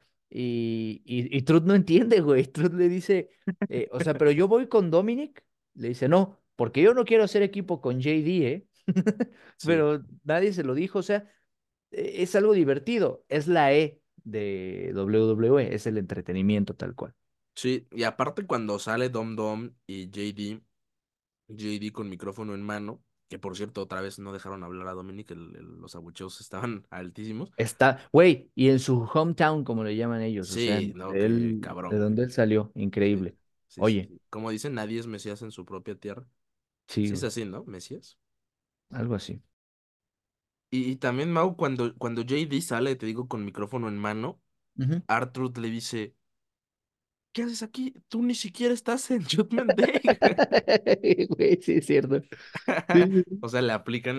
Y Truth no entiende, güey. Truth le dice, o sea, pero yo voy con Dominic. Le dice, no, porque yo no quiero hacer equipo con JD, ¿eh?
sí,
Pero nadie se lo dijo, o sea, es algo divertido. Es la E de WWE, es el entretenimiento tal cual.
sí. Y aparte cuando sale Dom Dom y JD con micrófono en mano, que por cierto otra vez no dejaron hablar a Dominic, los abucheos estaban altísimos.
Está, güey, y en su hometown, como le llaman ellos, o sea,
Sí, no, qué
de
cabrón, güey.
donde él salió,
Sí,
increíble. Oye,
sí. Como dicen, nadie es Mesías en su propia tierra.
sí,
Sí es
güey,
así, ¿no? Mesías.
algo así.
Y también, Mau, cuando JD sale, te digo, con micrófono en mano,
Ujú.
Arthur le dice, ¿qué haces aquí? Tú ni siquiera estás en Judgment Day.
Güey, sí, es cierto. Sí, sí, sí.
O sea,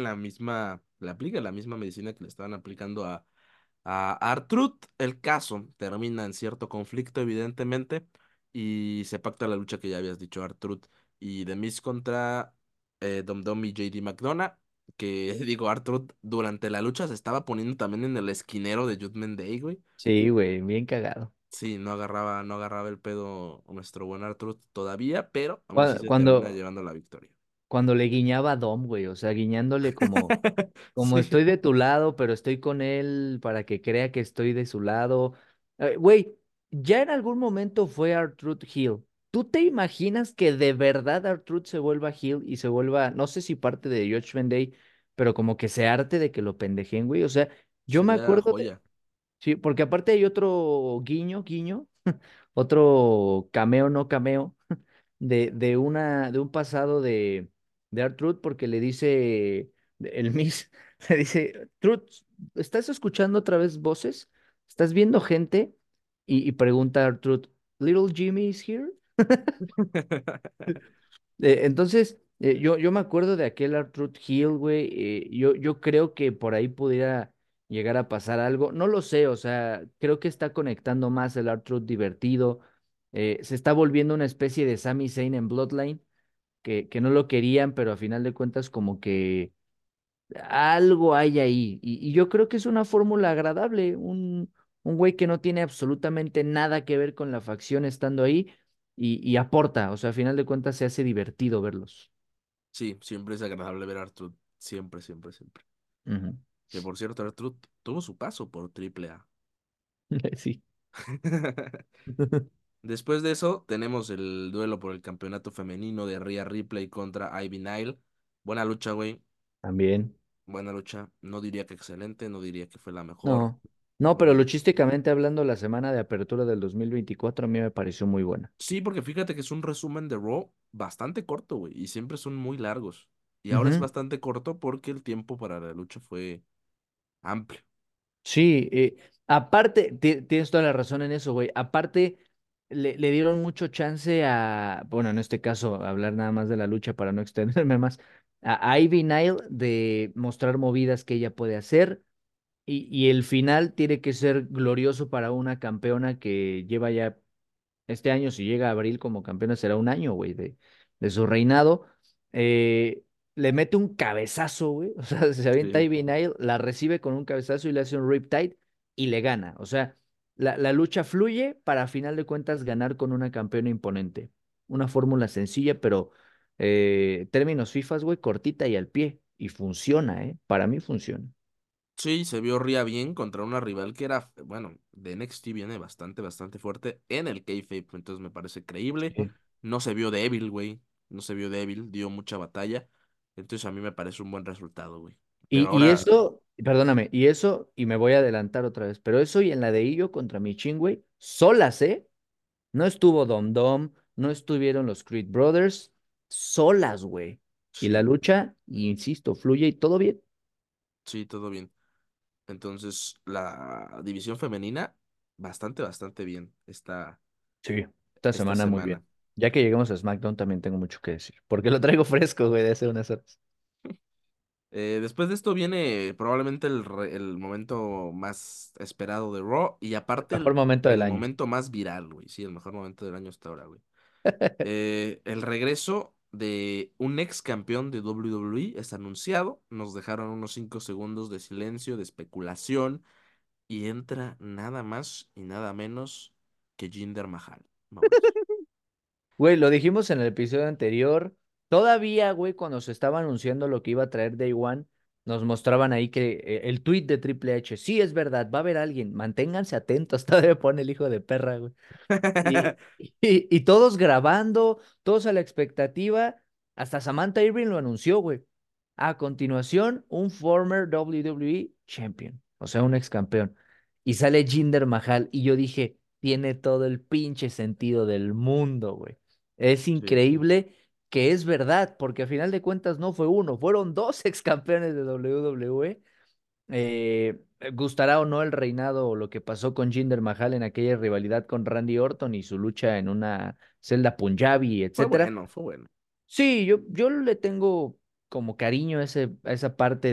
le aplica la misma medicina que le estaban aplicando a Artruth. El caso termina en cierto conflicto, evidentemente, y se pacta la lucha que ya habías dicho, Artruth y The Miz contra Dom Dom y JD McDonough. Que digo, Artruth durante la lucha se estaba poniendo también en el esquinero de Judgment Day, güey.
Sí, güey, bien cagado.
Sí, no agarraba el pedo nuestro buen Artruth todavía, pero aún así
Cuando,
se termina
cuando,
llevando la victoria.
cuando le guiñaba a Dom, güey, o sea, guiñándole como
Sí.
estoy de tu lado, pero estoy con él para que crea que estoy de su lado. Güey, ya en algún momento fue R-Truth heel. ¿Tú te imaginas que de verdad R-Truth se vuelva heel y se vuelva, no sé si parte de Judgment Day, pero como que se harte de que lo pendejen, güey? O sea, yo me
Sería
acuerdo de,
joya.
sí, porque aparte hay otro guiño, otro cameo, no cameo, de un pasado de R-Truth, porque le dice el Miss, le dice, Truth, ¿estás escuchando otra vez voces? ¿Estás viendo gente? Y pregunta a R-Truth, ¿Little Jimmy is here? Entonces, yo me acuerdo de aquel R-Truth Hill, güey. Yo creo que por ahí pudiera llegar a pasar algo. No lo sé, o sea, creo que está conectando más el R-Truth divertido. Se está volviendo una especie de Sami Zayn en Bloodline, que no lo querían, pero a final de cuentas como que algo hay ahí. Y yo creo que es una fórmula agradable. Un güey que no tiene absolutamente nada que ver con la facción estando ahí y aporta. O sea, a final de cuentas se hace divertido verlos.
Sí, siempre es agradable ver a Artruth. Siempre, siempre, siempre.
Ujú.
Que por cierto, Artruth tuvo su paso por Triple A.
Sí.
Después de eso, tenemos el duelo por el campeonato femenino de Rhea Ripley contra Ivy Nile. Buena lucha, güey.
También.
Buena lucha. No diría que excelente, no diría que fue la mejor.
No. No, pero
Eh,
luchísticamente hablando, la semana de apertura del 2024 a mí me pareció muy buena.
sí, porque fíjate que es un resumen de Raw bastante corto, güey, y siempre son muy largos. Y ahora es
Ujú.
bastante corto porque el tiempo para la lucha fue amplio.
Sí, aparte, tienes toda la razón en eso, güey. Aparte, le dieron mucho chance a, bueno, en este caso, hablar nada más de la lucha para no extenderme más, a Ivy Nile de mostrar movidas que ella puede hacer. Y el final tiene que ser glorioso para una campeona que lleva ya este año, si llega a abril como campeona, será un año, güey, de su reinado. Eh, Le mete un cabezazo, güey. O sea, se avienta
Sí.
Ivy Nile, la recibe con un cabezazo y le hace un riptide y le gana. O sea, la lucha fluye para, a final de cuentas, ganar con una campeona imponente. Una fórmula sencilla, pero términos FIFAs, güey, cortita y al pie. Y funciona, ¿eh? Para mí funciona.
Sí, se vio Rhea bien contra una rival que era, bueno, de NXT viene bastante, bastante fuerte en el kayfabe, entonces me parece creíble.
Sí.
No se vio débil, güey, no se vio débil, dio mucha batalla, entonces a mí me parece un buen resultado, güey. Pero
Y
ahora,
eso, perdóname, y eso, y me voy a adelantar otra vez, pero eso y en la de Illo contra Michin, güey, solas, ¿eh? No estuvo Dom Dom, no estuvieron los Creed Brothers, solas, güey. Y la
sí,
lucha, insisto, fluye y todo bien.
sí, todo bien. Entonces, la división femenina, bastante, bastante bien
Sí, esta
esta
semana muy
semana.
bien. Ya que lleguemos a SmackDown también tengo mucho que decir, porque lo traigo fresco, güey, de hace unas horas.
Después de esto viene probablemente el momento más esperado de Raw y aparte
Mejor momento del
el
año.
momento más viral, güey. Sí, el mejor momento del año hasta ahora, güey. El regreso de un ex campeón de WWE es anunciado. Nos dejaron unos 5 segundos de silencio, de especulación y entra nada más y nada menos que Jinder Mahal, Mauricio.
Güey, lo dijimos en el episodio anterior. Todavía, güey, cuando se estaba anunciando lo que iba a traer Day One, nos mostraban ahí que el tweet de Triple H, sí es verdad, va a haber alguien, manténganse atentos, todavía pone el hijo de perra, güey. Y todos grabando, todos a la expectativa, hasta Samantha Irving lo anunció, güey. A continuación, un former WWE champion, o sea, un ex campeón. Y sale Jinder Mahal, y yo dije, tiene todo el pinche sentido del mundo, güey. Es
Sí.
increíble que es verdad, porque a final de cuentas no fue uno, fueron dos ex campeones de WWE. Gustará o no el reinado o lo que pasó con Jinder Mahal en aquella rivalidad con Randy Orton y su lucha en una celda Punjabi,
Fue
etcétera.
bueno, fue bueno.
Sí, yo le tengo como cariño a esa parte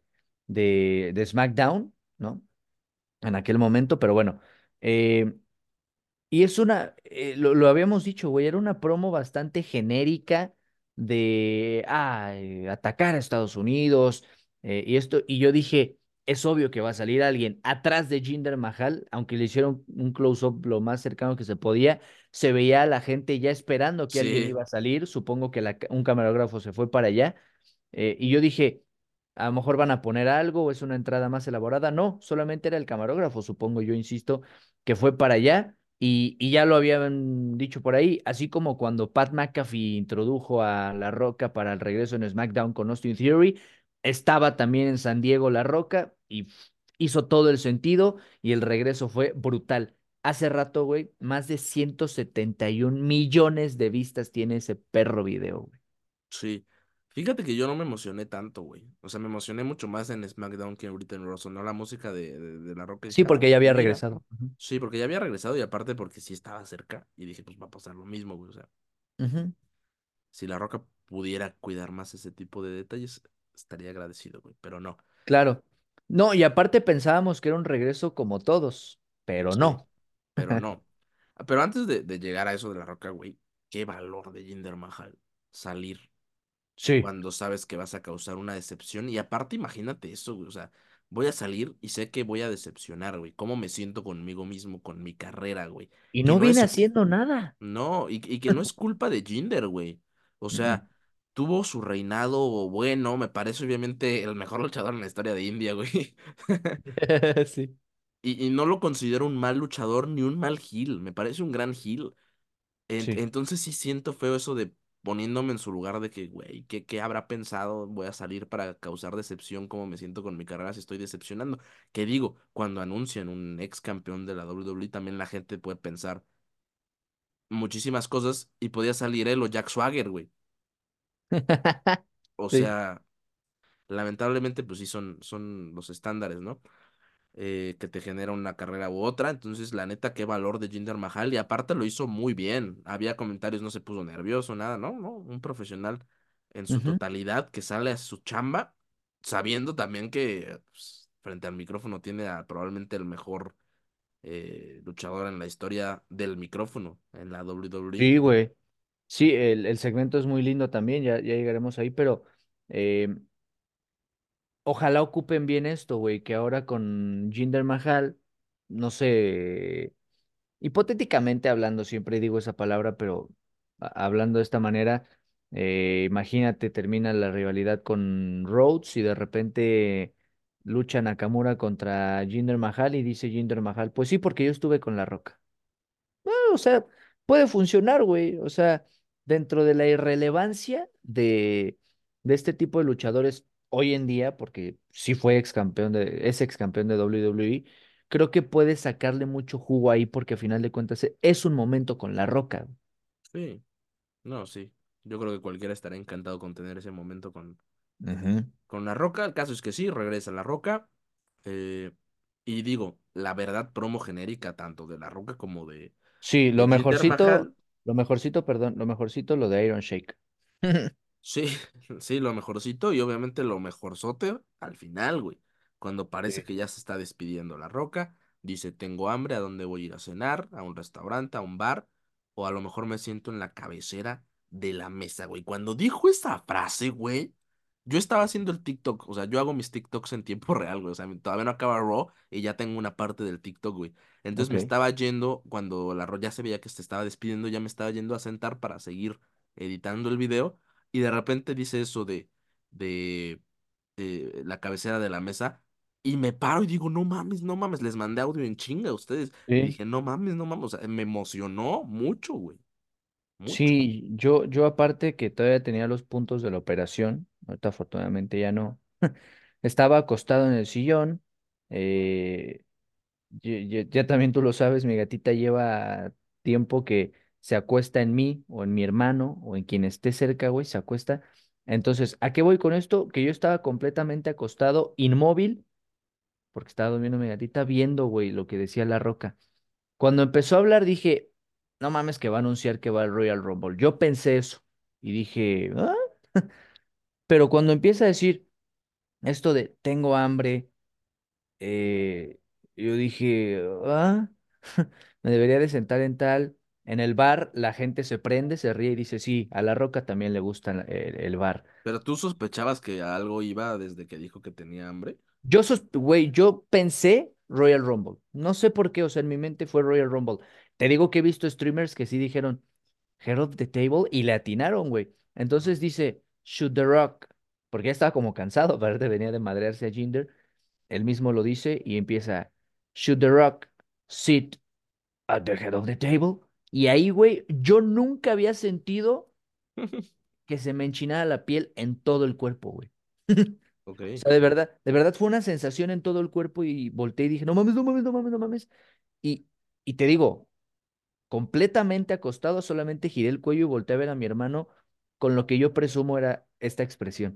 de SmackDown, ¿no? En aquel momento, pero bueno. eh, y es lo habíamos dicho, güey, era una promo bastante genérica de, atacar a Estados Unidos, y esto, y yo dije, es obvio que va a salir alguien atrás de Jinder Mahal, aunque le hicieron un close-up lo más cercano que se podía, se veía a la gente ya esperando que alguien
Sí,
iba a salir, supongo que un camarógrafo se fue para allá, y yo dije, a lo mejor van a poner algo o es una entrada más elaborada. No, solamente era el camarógrafo, supongo yo, insisto, que fue para allá y ya lo habían dicho por ahí, así como cuando Pat McAfee introdujo a La Roca para el regreso en SmackDown con Austin Theory, estaba también en San Diego La Roca y hizo todo el sentido y el regreso fue brutal. Hace rato, güey, más de 171 millones de vistas tiene ese perro video, güey.
sí. Fíjate que yo no me emocioné tanto, güey. O sea, me emocioné mucho más en SmackDown que ahorita en Raw. Sonó la música de La Roca y
Sí,
dije, ah,
porque ya
pues
había
mira.
regresado. Ujú.
Sí, porque ya había regresado y aparte porque sí estaba cerca. Y dije, pues va a pasar lo mismo, güey. O sea,
Ujú.
si La Roca pudiera cuidar más ese tipo de detalles, estaría agradecido, güey. Pero no.
Claro. No, y aparte pensábamos que era un regreso como todos, pero
Sí,
no.
pero no. Pero antes de llegar a eso de La Roca, güey, qué valor de Jinder Mahal salir
Sí.
cuando sabes que vas a causar una decepción. Y aparte, imagínate eso, güey. O sea, voy a salir y sé que voy a decepcionar, güey. ¿Cómo me siento conmigo mismo, con mi carrera, güey?
Y
Y
no
no
viene
es,
haciendo nada.
no, y que no es culpa de Jinder, güey. O
Mm,
sea, tuvo su reinado bueno, me parece obviamente el mejor luchador en la historia de India, güey.
mm. Sí.
y no lo considero un mal luchador ni un mal heel, me parece un gran heel.
Sí.
Entonces sí siento feo eso de poniéndome en su lugar de que, güey, ¿qué habrá pensado? Voy a salir para causar decepción, como me siento con mi carrera si estoy decepcionando. Que digo, cuando anuncian un ex campeón de la WWE, también la gente puede pensar muchísimas cosas y podía salir él o Jack Swagger, güey. O
Sí.
sea, lamentablemente, pues sí son los estándares, ¿no? Que te genera una carrera u otra. Entonces, la neta, qué valor de Jinder Mahal. Y aparte lo hizo muy bien. Había comentarios, no se puso nervioso, nada, ¿no? No, un profesional en su
Ujú.
totalidad que sale a su chamba, sabiendo también que pues, frente al micrófono tiene a probablemente el mejor luchador en la historia del micrófono en la WWE.
Sí, güey. Sí, el segmento es muy lindo también, ya llegaremos ahí, pero eh, ojalá ocupen bien esto, güey, que ahora con Jinder Mahal, no sé, hipotéticamente hablando, siempre digo esa palabra, pero hablando de esta manera, imagínate, termina la rivalidad con Rhodes y de repente lucha Nakamura contra Jinder Mahal y dice Jinder Mahal, pues sí, porque yo estuve con La Roca. O sea, puede funcionar, güey. O sea, dentro de la irrelevancia de este tipo de luchadores hoy en día, porque sí fue es ex campeón de WWE, creo que puede sacarle mucho jugo ahí porque a final de cuentas es un momento con La Roca.
Sí, no, sí. Yo creo que cualquiera estará encantado con tener ese momento
Ujú.
con La Roca. El caso es que sí, regresa La Roca. eh, y digo, la verdad, promo genérica tanto de La Roca como
Sí,
de Jinder Mahal.
perdón, lo mejorcito, lo de Iron Shake.
Sí, sí, lo mejorcito y obviamente lo mejorzote al final, güey. Cuando
Sí.
parece que ya se está despidiendo La Roca, dice, tengo hambre, ¿a dónde voy a ir a cenar? ¿A un restaurante, a un bar? O a lo mejor me siento en la cabecera de la mesa, güey. Cuando dijo esa frase, güey, yo estaba haciendo el TikTok, o sea, yo hago mis TikToks en tiempo real, güey. O sea, todavía no acaba Raw y ya tengo una parte del TikTok, güey. Entonces
Ok.
me estaba yendo, cuando La Roca ya se veía que se estaba despidiendo, ya me estaba yendo a sentar para seguir editando el video. Y de repente dice eso de la cabecera de la mesa. Y me paro y digo, no mames, no mames. Les mandé audio en chinga a ustedes. Y
Sí.
dije, no mames, no mames. O sea, me emocionó mucho, güey. Mucho.
Sí, yo aparte que todavía tenía los puntos de la operación, ahorita afortunadamente ya no, estaba acostado en el sillón, eh, ya también tú lo sabes, mi gatita lleva tiempo que se acuesta en mí o en mi hermano o en quien esté cerca, güey, se acuesta. Entonces, ¿a qué voy con esto? Que yo estaba completamente acostado, inmóvil, porque estaba durmiendo mi gatita, viendo, güey, lo que decía La Roca. Cuando empezó a hablar dije, no mames que va a anunciar que va al Royal Rumble. Yo pensé eso y dije, "Ah". Pero cuando empieza a decir esto de tengo hambre, yo dije, ah, me debería de sentar en tal. En el bar la gente se prende, se ríe y dice, sí, a La Roca también le gusta el bar.
Pero tú sospechabas que a algo iba desde que dijo que tenía hambre.
Güey, yo pensé Royal Rumble. No sé por qué, o sea, en mi mente fue Royal Rumble. Te digo que he visto streamers que sí dijeron Head of the Table y le atinaron, güey. Entonces dice Shoot the Rock, porque ya estaba como cansado, aparte venía de madrearse a Jinder. Él mismo lo dice y empieza Shoot the Rock, sit at the head of the table. Y ahí, güey, yo nunca había sentido que se me enchinara la piel en todo el cuerpo, güey.
Ok.
O sea, de verdad fue una sensación en todo el cuerpo y volteé y dije, no mames, no mames, no mames, no mames. Y, y te digo, completamente acostado, solamente giré el cuello y volteé a ver a mi hermano con lo que yo presumo era esta expresión.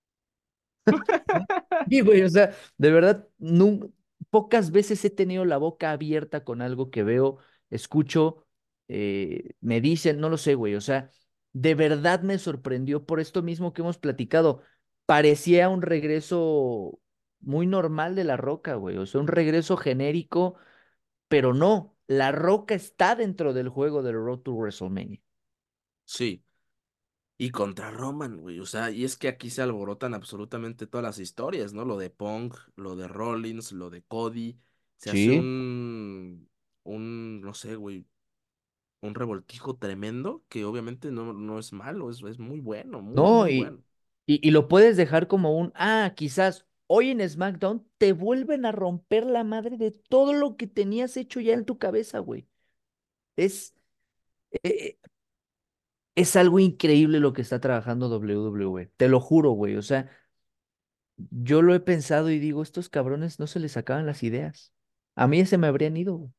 Sí, güey, o sea, de verdad, pocas veces he tenido la boca abierta con algo que veo, escucho, me dicen, no lo sé, güey, o sea, de verdad me sorprendió por esto mismo que hemos platicado. Parecía un regreso muy normal de La Roca, güey, o sea, un regreso genérico, pero no, La Roca está dentro del juego del Road to WrestleMania.
Sí. Y contra Roman, güey. O sea, y es que aquí se alborotan absolutamente todas las historias, ¿no? Lo de Punk, lo de Rollins, lo de Cody. Se hace
Sí.
no sé, güey, un revoltijo tremendo que obviamente no es malo, es muy bueno, muy,
No,
muy bueno.
y lo puedes dejar como un, quizás. hoy en SmackDown te vuelven a romper la madre de todo lo que tenías hecho ya en tu cabeza, güey. Es, eh, es algo increíble lo que está trabajando WWE. Te lo juro, güey. O sea, yo lo he pensado y digo, estos cabrones no se les acaban las ideas. A mí se me habrían ido, güey.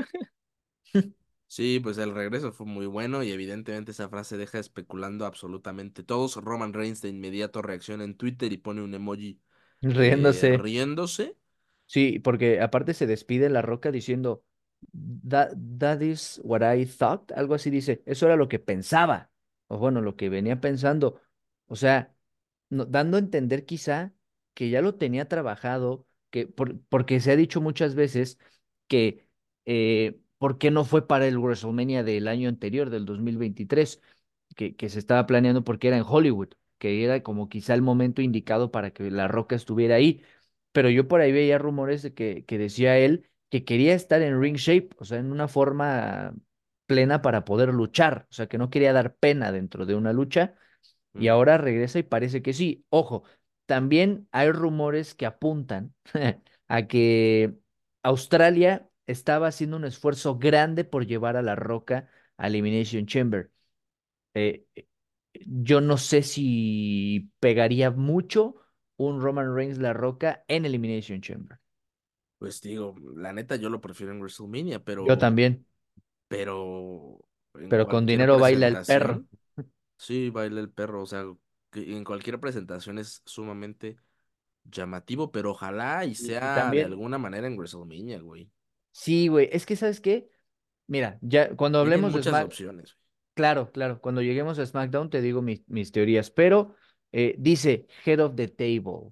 Sí, pues el regreso fue muy bueno y evidentemente esa frase deja especulando absolutamente todos. Roman Reigns de inmediato reacciona en Twitter y pone un emoji
Riéndose.
riéndose.
Sí, porque aparte se despide La Roca diciendo, that is what I thought, algo así dice, eso era lo que pensaba, o bueno, lo que venía pensando, o sea, dando a entender quizá que ya lo tenía trabajado, porque se ha dicho muchas veces que, ¿por qué no fue para el WrestleMania del año anterior, del 2023, que se estaba planeando porque era en Hollywood, que era como quizá el momento indicado para que La Roca estuviera ahí? Pero yo por ahí veía rumores de que decía él que quería estar en ring shape, o sea, en una forma plena para poder luchar, o sea, que no quería dar pena dentro de una lucha y
Ujú.
ahora regresa y parece que sí. Ojo, también hay rumores que apuntan a que Australia estaba haciendo un esfuerzo grande por llevar a La Roca a Elimination Chamber. Eh, yo no sé si pegaría mucho un Roman Reigns La Roca en Elimination Chamber.
Pues digo, la neta yo lo prefiero en WrestleMania,
Yo también,
pero en
pero con
cualquier
dinero baila el perro.
presentación, sí, baila el perro, o sea, que en cualquier presentación es sumamente llamativo, pero ojalá y
Y
sea de
también,
alguna manera en WrestleMania, güey.
sí, güey, es que ¿sabes qué? Mira, ya cuando
Tienen
hablemos de
muchas
Smack,
opciones, güey.
claro, claro, cuando lleguemos a SmackDown te digo mis teorías, pero dice Head of the Table.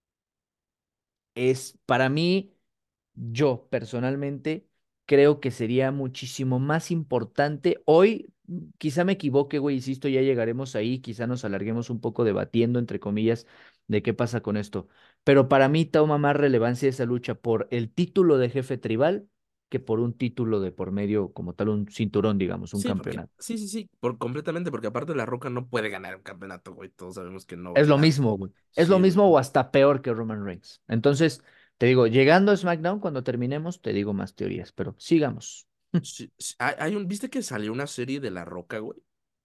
Es para mí, yo personalmente creo que sería muchísimo más importante. Hoy, quizá me equivoque, güey, insisto, ya llegaremos ahí, quizá nos alarguemos un poco debatiendo, entre comillas, de qué pasa con esto. Pero para mí toma más relevancia esa lucha por el título de jefe tribal que por un título de por medio, como tal, un cinturón, digamos, un
Sí, porque,
campeonato.
sí, sí, sí, por completamente, porque aparte La Roca no puede ganar un campeonato, güey. Todos sabemos que no va a
Es lo
estar.
mismo, güey. Es lo
Sí, güey.
mismo o hasta peor que Roman Reigns. Entonces, te digo, llegando a SmackDown, cuando terminemos, te digo más teorías, pero sigamos.
Sí, sí, hay un, ¿viste que salió una serie de La Roca, güey?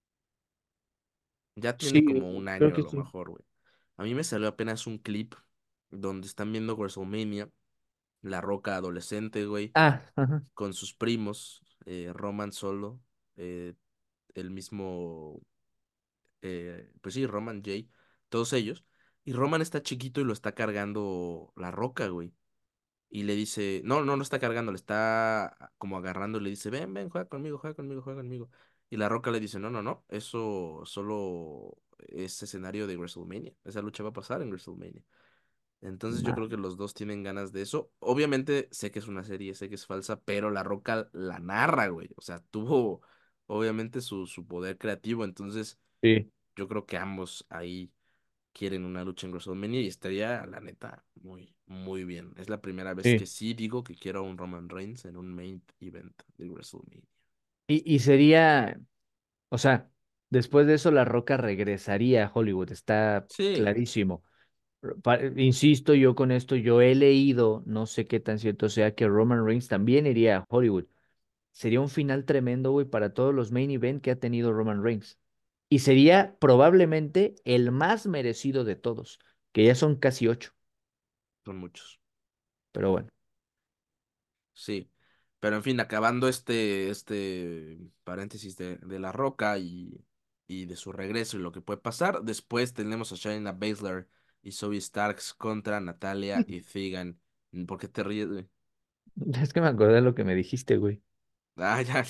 Ya tiene
Sí,
como un
creo
año a
que
lo
sí.
mejor, güey. A mí me salió apenas un clip donde están viendo WrestleMania, La Roca adolescente, güey,
Ah, ajá.
con sus primos, Roman solo, eh, el mismo, pues sí, Roman, Jay, todos ellos. Y Roman está chiquito y lo está cargando La Roca, güey. Y le dice, no, no, no está cargando, le está como agarrando y le dice, ven, ven, juega conmigo, juega conmigo, juega conmigo. Y La Roca le dice, no, no, no, eso solo es escenario de WrestleMania. Esa lucha va a pasar en WrestleMania. Entonces yo
Ma-
creo que los dos tienen ganas de eso. Obviamente sé que es una serie, sé que es falsa, pero La Roca la narra, güey. O sea, tuvo obviamente su poder creativo. Entonces
Sí,
yo creo que ambos ahí quieren una lucha en WrestleMania y estaría, la neta, muy, muy bien. Es la primera vez que
sí.
sí digo que quiero a un Roman Reigns en un main event de WrestleMania.
Y sería, o sea, después de eso La Roca regresaría a Hollywood, está
Sí,
clarísimo. Insisto yo con esto, yo he leído, no sé qué tan cierto sea, que Roman Reigns también iría a Hollywood. Sería un final tremendo, güey, para todos los main event que ha tenido Roman Reigns. Y sería probablemente el más merecido de todos, que ya son casi 8.
son muchos.
Pero bueno,
Sí. Pero en fin, acabando este paréntesis de La Roca y de su regreso y lo que puede pasar, después tenemos a Shayna Baszler y Zoe Starks contra Natalia y Tegan. ¿Por qué te ríes, güey?
es que me acordé de lo que me dijiste, güey.
Ah, ya.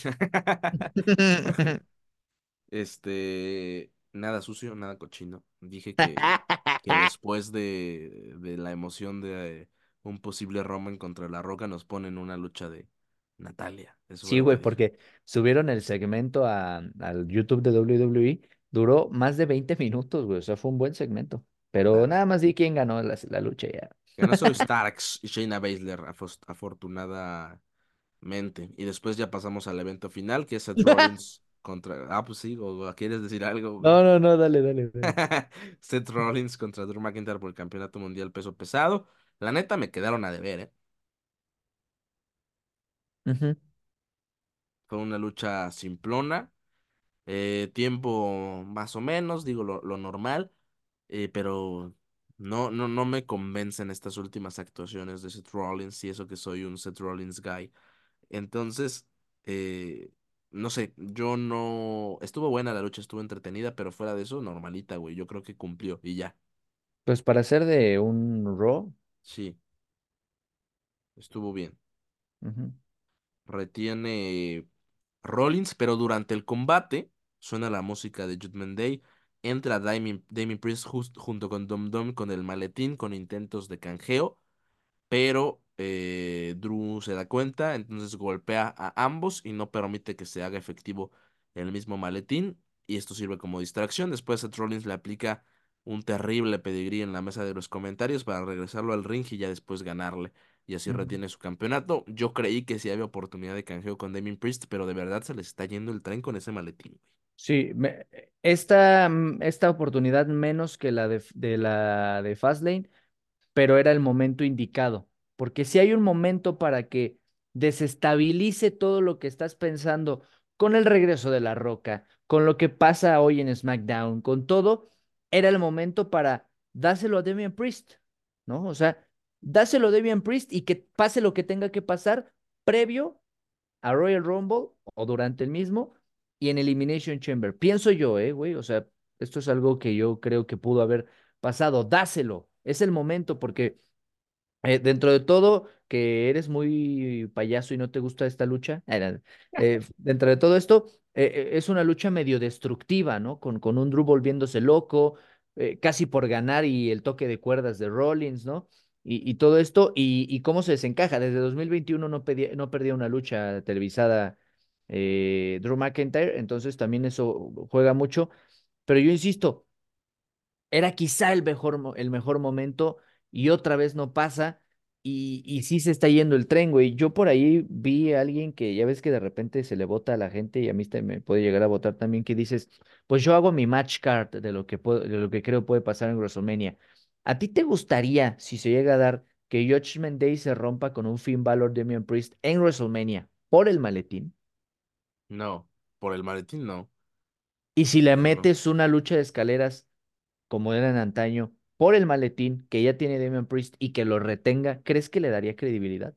Nada sucio, nada cochino. Dije que después de la emoción de un posible Roman contra La Roca nos ponen una lucha de Natalia. Eso fue
Sí,
lo que
güey,
dije.
porque subieron el segmento al YouTube de WWE, duró más de 20 minutos, güey, o sea, fue un buen segmento. Pero
Nada.
nada más di quién ganó la lucha ya.
Ganó Zoe Starks y Shayna Baszler, afortunadamente. Y después ya pasamos al evento final, que es Seth Rollins. Pues sí, o quieres decir algo, güey.
No, no, no, dale, dale, dale.
Seth Rollins contra Drew McIntyre por el campeonato mundial peso pesado. La neta me quedaron a deber, ¿eh?
Ujú.
Fue una lucha simplona. Tiempo más o menos, digo lo normal, pero no me convencen estas últimas actuaciones de Seth Rollins y eso que soy un Seth Rollins guy. Entonces, eh, no sé, yo no... Estuvo buena la lucha, estuvo entretenida, pero fuera de eso, normalita, güey. Yo creo que cumplió y ya.
Pues para ser de un Raw,
Sí, estuvo bien.
ujú,
Retiene Rollins, pero durante el combate suena la música de Judgment Day. Entra Damien Priest junto con Dom Dom con el maletín con intentos de canjeo, pero Drew se da cuenta, entonces golpea a ambos y no permite que se haga efectivo el mismo maletín, y esto sirve como distracción. Después Seth Rollins le aplica un terrible pedigrí en la mesa de los comentarios para regresarlo al ring y ya después ganarle, y así
ujú.
retiene su campeonato. Yo creí que sí había oportunidad de canjeo con Damien Priest, pero de verdad se les está yendo el tren con ese maletín, güey.
Sí, esta oportunidad menos que la de Fastlane, pero era el momento indicado, porque si hay un momento para que desestabilice todo lo que estás pensando con el regreso de La Roca, con lo que pasa hoy en SmackDown, con todo, era el momento para dárselo a Damian Priest, ¿no? O sea, dáselo a Damian Priest y que pase lo que tenga que pasar previo a Royal Rumble o durante el mismo y en Elimination Chamber. Pienso yo, güey, o sea, esto es algo que yo creo que pudo haber pasado. Dáselo, es el momento porque dentro de todo que eres muy payaso y no te gusta esta lucha, dentro de todo esto es una lucha medio destructiva, ¿no? Con un Drew volviéndose loco, casi por ganar y el toque de cuerdas de Rollins, ¿no? Y todo esto, y cómo se desencaja. Desde 2021 no perdía una lucha televisada Drew McIntyre, entonces también eso juega mucho. Pero yo insisto, era quizá el mejor momento y otra vez no pasa y sí se está yendo el tren, güey. Yo por ahí vi a alguien que ya ves que de repente se le vota a la gente y a mí me puede llegar a votar también que dices, pues yo hago mi match card de lo que creo puede pasar en WrestleMania. ¿A ti te gustaría, si se llega a dar, que Judgment Day se rompa con un Finn Balor Damian Priest en WrestleMania por el maletín?
No, por el maletín no.
Y si le
No,
metes una lucha de escaleras como era en antaño, por el maletín que ya tiene Damian Priest y que lo retenga, ¿crees que le daría credibilidad?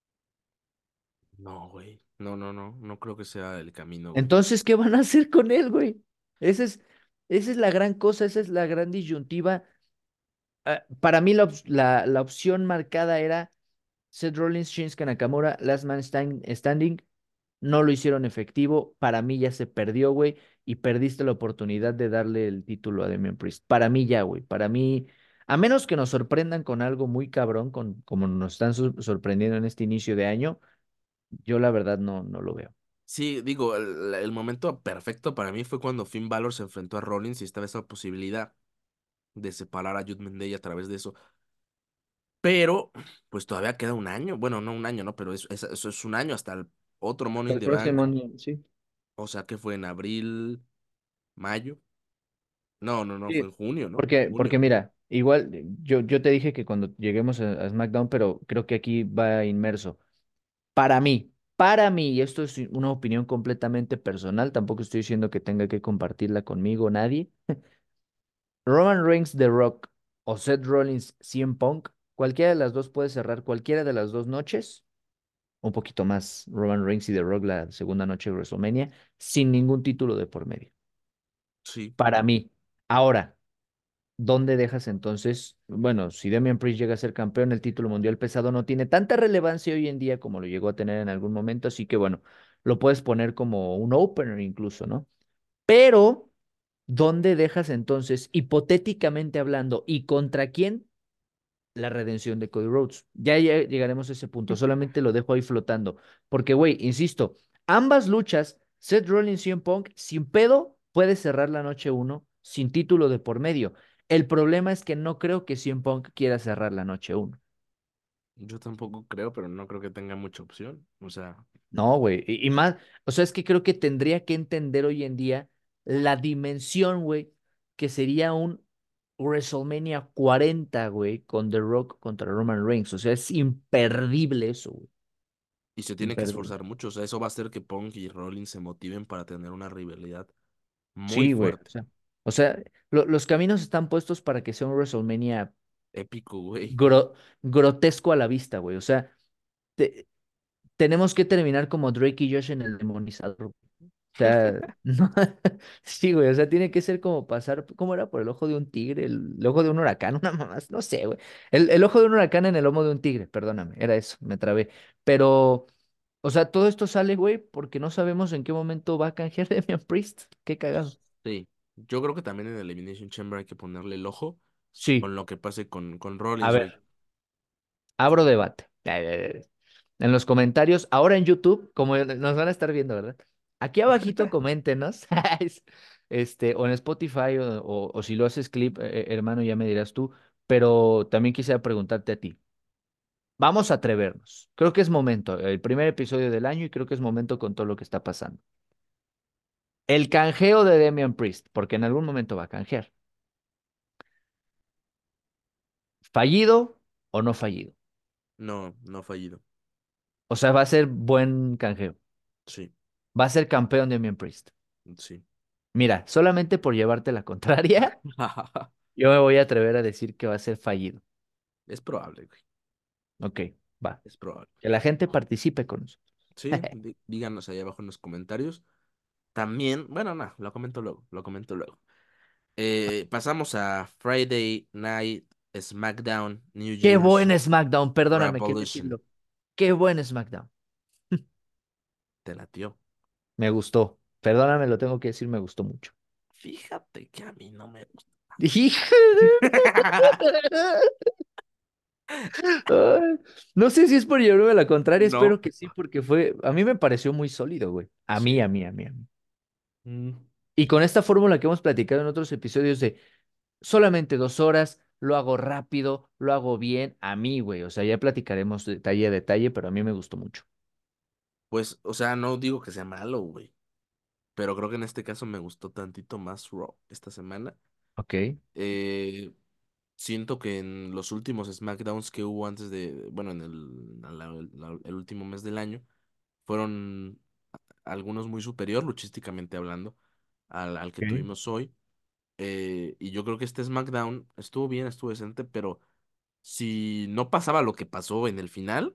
no, güey. No creo que sea el camino, güey.
Entonces, ¿qué van a hacer con él, güey? Esa es, esa es la gran cosa, esa es la gran disyuntiva. Para mí la opción marcada era Seth Rollins, Shinsuke Nakamura, Last Man Standing. No lo hicieron efectivo. Para mí ya se perdió, güey. Y perdiste la oportunidad de darle el título a Damian Priest. Para mí ya, güey. Para mí, a menos que nos sorprendan con algo muy cabrón, como nos están sorprendiendo en este inicio de año, yo la verdad no lo veo.
Sí, digo, el momento perfecto para mí fue cuando Finn Balor se enfrentó a Rollins y estaba esa posibilidad de separar a Judgment Day a través de eso. Pero, pues todavía queda un año. Bueno, no un año, ¿no? Pero eso es un año hasta el otro Money
Hasta
in
el
the
próximo
Bank.
año, sí.
O sea que fue en abril, mayo. No, fue
Sí,
en junio, ¿no?
porque
Junio.
mira, igual yo te dije que cuando lleguemos a SmackDown, pero creo que aquí va inmerso. Para mí, y esto es una opinión completamente personal, tampoco estoy diciendo que tenga que compartirla conmigo nadie. Roman Reigns, The Rock o Seth Rollins, CM Punk, cualquiera de las dos puede cerrar cualquiera de las dos noches, un poquito más Roman Reigns y The Rock la segunda noche de WrestleMania, sin ningún título de por medio.
Sí.
Para mí. Ahora, ¿dónde dejas entonces? Bueno, si Damian Priest llega a ser campeón, el título mundial pesado no tiene tanta relevancia hoy en día como lo llegó a tener en algún momento, así que bueno, lo puedes poner como un opener incluso, ¿no? Pero, ¿dónde dejas entonces, hipotéticamente hablando, y contra quién? La redención de Cody Rhodes. Ya llegaremos a ese punto, solamente lo dejo ahí flotando, porque, güey, insisto, ambas luchas, Seth Rollins y CM Punk, sin pedo, puede cerrar la noche uno sin título de por medio. El problema es que no creo que CM Punk quiera cerrar la noche uno.
Yo tampoco creo, pero no creo que tenga mucha opción. O sea.
No, güey. Y más, o sea, es que creo que tendría que entender hoy en día la dimensión, güey, que sería un WrestleMania 40, güey, con The Rock contra Roman Reigns. O sea, es imperdible eso, güey.
Y se tiene que
Imperdible.
esforzar mucho. O sea, eso va a hacer que Punk y Rollins se motiven para tener una rivalidad muy
Sí, güey.
fuerte.
O sea, los caminos están puestos para que sea un WrestleMania
Épico, güey.
gro- grotesco a la vista, güey. O sea, te- tenemos que terminar como Drake y Josh en el demonizador. O sea, no, sí, güey, o sea, tiene que ser como pasar, ¿cómo era? Por el ojo de un tigre, el ojo de un huracán, una mamás, no sé, güey. El ojo de un huracán en el lomo de un tigre, perdóname, era eso, me trabé. Pero, o sea, todo esto sale, güey, porque no sabemos en qué momento va a canjear Damian Priest. Qué cagado.
Sí. Yo creo que también en el Elimination Chamber hay que ponerle el ojo
Sí,
con lo que pase con
a
Rollins, güey.
ver, abro debate. En los comentarios, ahora en YouTube, como nos van a estar viendo, ¿verdad? Aquí abajito coméntenos, o en Spotify, o si lo haces clip, hermano, ya me dirás tú, pero también quisiera preguntarte a ti. Vamos a atrevernos. Creo que es momento, el primer episodio del año y creo que es momento con todo lo que está pasando. El canjeo de Damian Priest, porque en algún momento va a canjear. ¿Fallido o no fallido?
No, no ha fallido.
O sea, va a ser buen canjeo.
Sí,
Va a ser campeón Damian Priest.
sí.
Mira, solamente por llevarte la contraria, yo me voy a atrever a decir que va a ser fallido.
Es probable, güey.
Ok, va.
Es probable.
Que la gente participe con nosotros.
Sí, díganos ahí abajo en los comentarios. También, bueno, no, lo comento luego, lo comento luego. Pasamos a Friday Night SmackDown New
Qué
Year's
buen SmackDown, perdóname que
Revolution.
decirlo. Qué buen SmackDown.
Te latió.
Me gustó. Perdóname, lo tengo que decir, me gustó mucho.
Fíjate que a mí no me gusta.
Hijo de- Ay, no sé si es por llevarme la contraria,
No.
espero que sí, porque fue, a mí me pareció muy sólido, güey. A mí,
Sí.
a mí, a mí, a mí. Y con esta fórmula que hemos platicado en otros episodios de solamente 2 horas, lo hago rápido, lo hago bien, a mí, güey. O sea, ya platicaremos detalle a detalle, pero a mí me gustó mucho.
Pues, o sea, no digo que sea malo, güey. Pero creo que en este caso me gustó tantito más Raw esta semana.
Ok,
Eh, Siento que en los últimos SmackDowns que hubo antes de, bueno, en el último mes del año, fueron algunos muy superior, luchísticamente hablando, al que
ok.
tuvimos hoy. Y yo creo que este SmackDown estuvo bien, estuvo decente, pero si no pasaba lo que pasó en el final,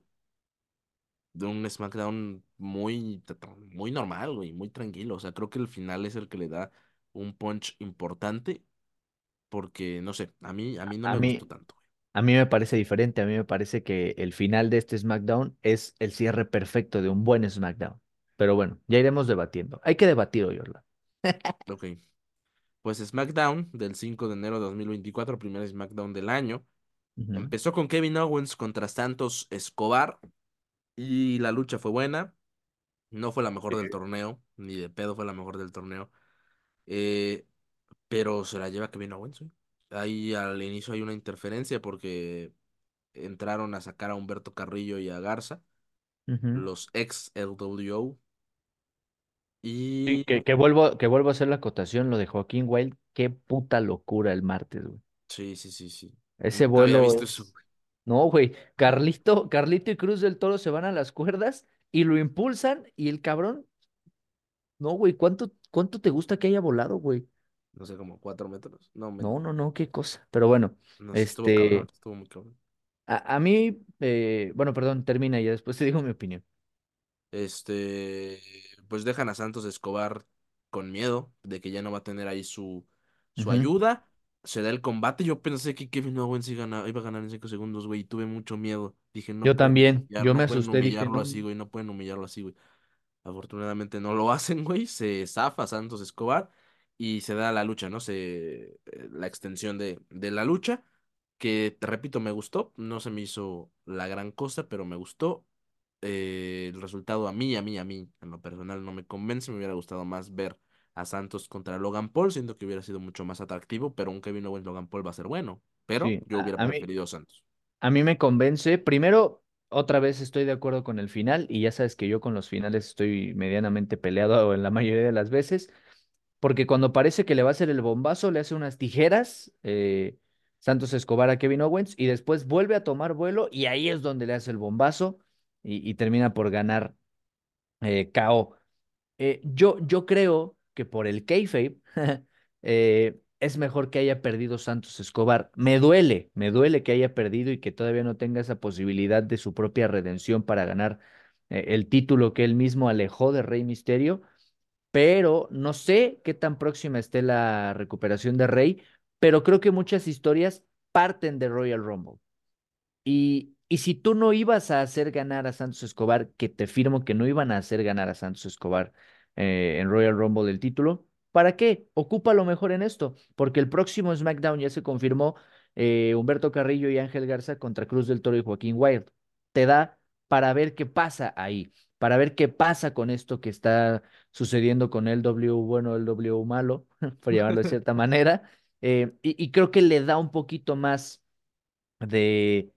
de un SmackDown muy normal, güey, muy tranquilo. O sea, creo que el final es el que le da un punch importante, porque, no sé, a mí no
A
me gustó
mí,
tanto, güey.
a mí me parece diferente. A mí me parece que el final de este SmackDown es el cierre perfecto de un buen SmackDown. Pero bueno, ya iremos debatiendo. Hay que debatir hoy, Orla.
Ok, pues SmackDown del 5 de enero de 2024, primer SmackDown del año.
Ujú.
Empezó con Kevin Owens contra Santos Escobar y la lucha fue buena. No fue la mejor del torneo, ni de pedo fue la mejor del torneo. Eh, pero se la lleva Kevin Owens, güey. Ahí al inicio hay una interferencia porque entraron a sacar a Humberto Carrillo y a Garza,
Ujú.
los ex LWO.
Sí,
Y
que vuelvo a hacer la acotación, lo de Joaquín Wild, qué puta locura el martes, güey.
sí, sí, sí, sí.
Ese
Nunca había
vuelo
visto eso,
es.
güey.
No, güey. Carlito y Cruz del Toro se van a las cuerdas y lo impulsan y el cabrón. No, güey. ¿Cuánto te gusta que haya volado, güey?
No sé, como 4 metros. No,
No,
menos.
no, no, qué cosa. Pero bueno,
No sé, estuvo cabrón,
este.
estuvo muy cabrón.
A mí, bueno, perdón, termina y ya después te digo mi opinión.
Pues dejan a Santos Escobar con miedo de que ya no va a tener ahí su
Ujú.
ayuda. Se da el combate. Yo pensé que Kevin Owens iba a ganar en 5 segundos, güey, y tuve mucho miedo. Dije,
Yo también, yo me
no pueden
asusté, dije,
humillarlo
no.
así, güey, no pueden humillarlo así, güey. Afortunadamente no lo hacen, güey. Se zafa Santos Escobar y se da la lucha, ¿no? La extensión de la lucha, que te repito, me gustó. No se me hizo la gran cosa, pero me gustó. El resultado a mí, en lo personal no me convence. Me hubiera gustado más ver a Santos contra Logan Paul, siento que hubiera sido mucho más atractivo, pero un Kevin Owens Logan Paul va a ser bueno. Pero
Sí,
yo hubiera
a mí,
preferido a Santos.
a mí me convence. Primero, otra vez estoy de acuerdo con el final y ya sabes que yo con los finales estoy medianamente peleado en la mayoría de las veces, porque cuando parece que le va a hacer el bombazo, le hace unas tijeras Santos Escobar a Kevin Owens y después vuelve a tomar vuelo y ahí es donde le hace el bombazo y termina por ganar KO. Yo creo que por el kayfabe es mejor que haya perdido Santos Escobar. Me duele que haya perdido y que todavía no tenga esa posibilidad de su propia redención para ganar el título que él mismo alejó de Rey Misterio, pero no sé qué tan próxima esté la recuperación de Rey, pero creo que muchas historias parten de Royal Rumble. Y si tú no ibas a hacer ganar a Santos Escobar, que te firmo que no iban a hacer ganar a Santos Escobar en Royal Rumble el título, ¿para qué? Ocúpalo mejor en esto, porque el próximo SmackDown ya se confirmó Humberto Carrillo y Ángel Garza contra Cruz del Toro y Joaquín Wild. Te da para ver qué pasa ahí, para ver qué pasa con esto que está sucediendo con el W bueno, el W malo, por llamarlo de cierta manera, y creo que le da un poquito más de,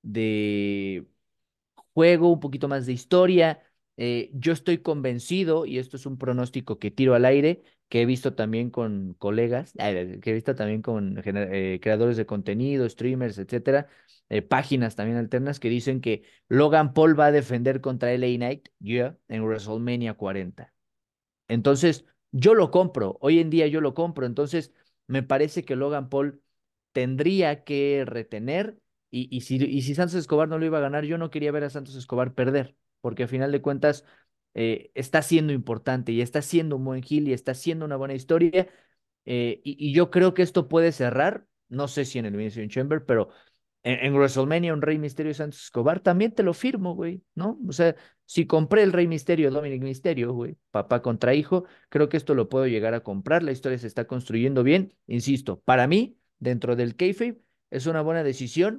de juego, un poquito más de historia. Yo estoy convencido, y esto es un pronóstico que tiro al aire, que he visto también con colegas, que he visto también con creadores de contenido, streamers, etcétera, páginas también alternas que dicen que Logan Paul va a defender contra LA Knight, yeah, en WrestleMania 40. Entonces, yo lo compro, hoy en día yo lo compro, entonces me parece que Logan Paul tendría que retener y si Santos Escobar no lo iba a ganar, yo no quería ver a Santos Escobar perder, porque a final de cuentas está siendo importante y está siendo un buen heel y está siendo una buena historia y yo creo que esto puede cerrar, no sé si en el Elimination Chamber, pero en WrestleMania un Rey Misterio y Santos Escobar, también te lo firmo, güey, ¿no? O sea, si compré el Rey Misterio, Dominic Misterio, güey, papá contra hijo, creo que esto lo puedo llegar a comprar, la historia se está construyendo bien, insisto, para mí, dentro del kayfabe, es una buena decisión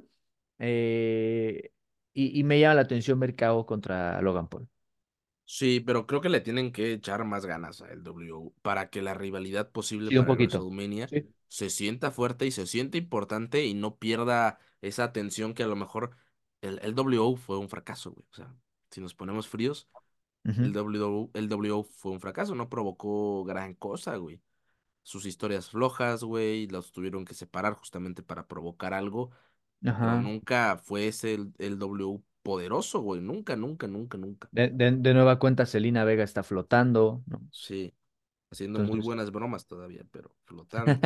eh, y me llama la atención ver KO contra Logan Paul.
Sí, pero creo que le tienen que echar más ganas a el W para que la rivalidad posible
Sí, un
para el
poquito.
WrestleMania
Sí.
se sienta fuerte y se sienta importante y no pierda esa atención que a lo mejor el W fue un fracaso, güey. O sea, si nos ponemos fríos,
Ujú.
el W fue un fracaso, no provocó gran cosa, güey. Sus historias flojas, güey, los tuvieron que separar justamente para provocar algo, pero
Ajá.
nunca fue ese el W poderoso, güey. Nunca, nunca, nunca, nunca.
De nueva cuenta, Selena Vega está flotando, ¿no?
Sí. Haciendo muy
Entonces,
buenas bromas todavía, pero flotando.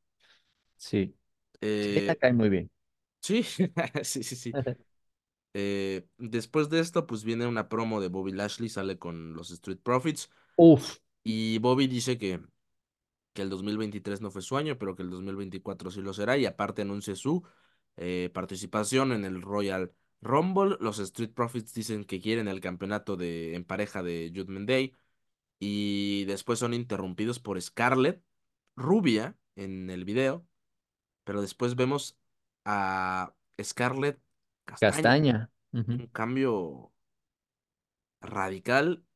sí, Selena
Eh,
cae muy bien.
sí, sí, sí, sí. Después de esto, pues viene una promo de Bobby Lashley, sale con los Street Profits
Uf,
y Bobby dice que el 2023 no fue su año, pero que el 2024 sí lo será y aparte anuncia su participación en el Royal Rumble. Los Street Profits dicen que quieren el campeonato en pareja de Judgment Day y después son interrumpidos por Scarlett, rubia, en el video. Pero después vemos a Scarlett Castaña.
Castaña. Ujú.
Un cambio radical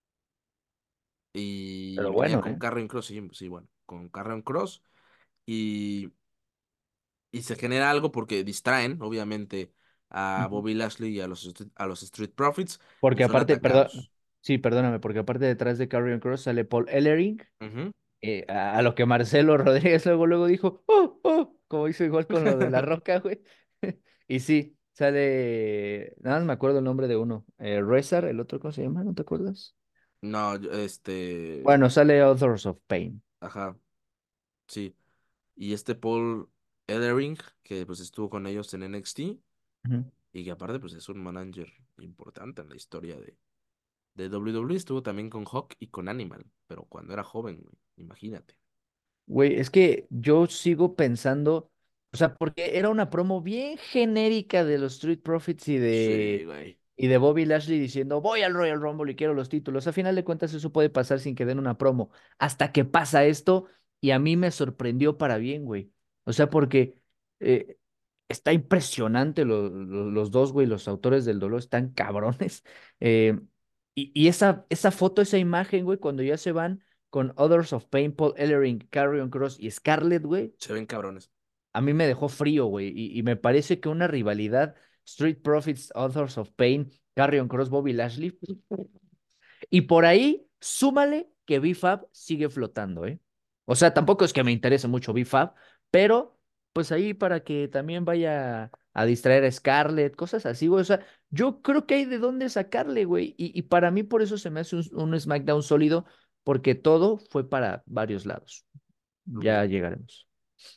y
Pero
venía
bueno,
con
¿eh?
Karrion Cross, sí, sí, bueno, con Karrion Cross y, y se genera algo porque distraen, obviamente, a
Ujú.
Bobby Lashley y a los Street Profits y
Porque
son
aparte, perdón,
atacados.
sí, perdóname, porque aparte detrás de Karrion Cross sale Paul Ellering,
Ujú.
a lo que Marcelo Rodríguez luego dijo, oh, oh, como hizo igual con lo de La Roca, güey. Y sí, sale, nada más me acuerdo el nombre de uno, Rezar, el otro, ¿cómo se llama? ¿No te acuerdas?
No,
Bueno, sale Authors of Pain.
ajá, sí. Y este Paul Ellering, que pues estuvo con ellos en NXT.
Ujú.
Y que aparte, pues es un manager importante en la historia de WWE. Estuvo también con Hawk y con Animal, pero cuando era joven, güey, imagínate.
Güey, es que yo sigo pensando, o sea, porque era una promo bien genérica de los Street Profits
Sí, güey.
y de Bobby Lashley diciendo, voy al Royal Rumble y quiero los títulos. A final de cuentas, eso puede pasar sin que den una promo. Hasta que pasa esto, y a mí me sorprendió para bien, güey. O sea, porque eh, está impresionante los dos, güey, los autores del dolor están cabrones. Eh, y esa foto, esa imagen, güey, cuando ya se van con Others of Pain, Paul Ellering, Karrion Cross y Scarlett, güey,
Se ven cabrones.
a mí me dejó frío, güey, y me parece que una rivalidad. Street Profits, Authors of Pain, Carrion Cross, Bobby Lashley. Y por ahí, súmale que B-Fab sigue flotando, ¿eh? O sea, tampoco es que me interese mucho B-Fab, pero pues ahí para que también vaya a distraer a Scarlett, cosas así, güey. O sea, yo creo que hay de dónde sacarle, güey. Y para mí por eso se me hace un SmackDown sólido, porque todo fue para varios lados.
Ok.
Ya llegaremos.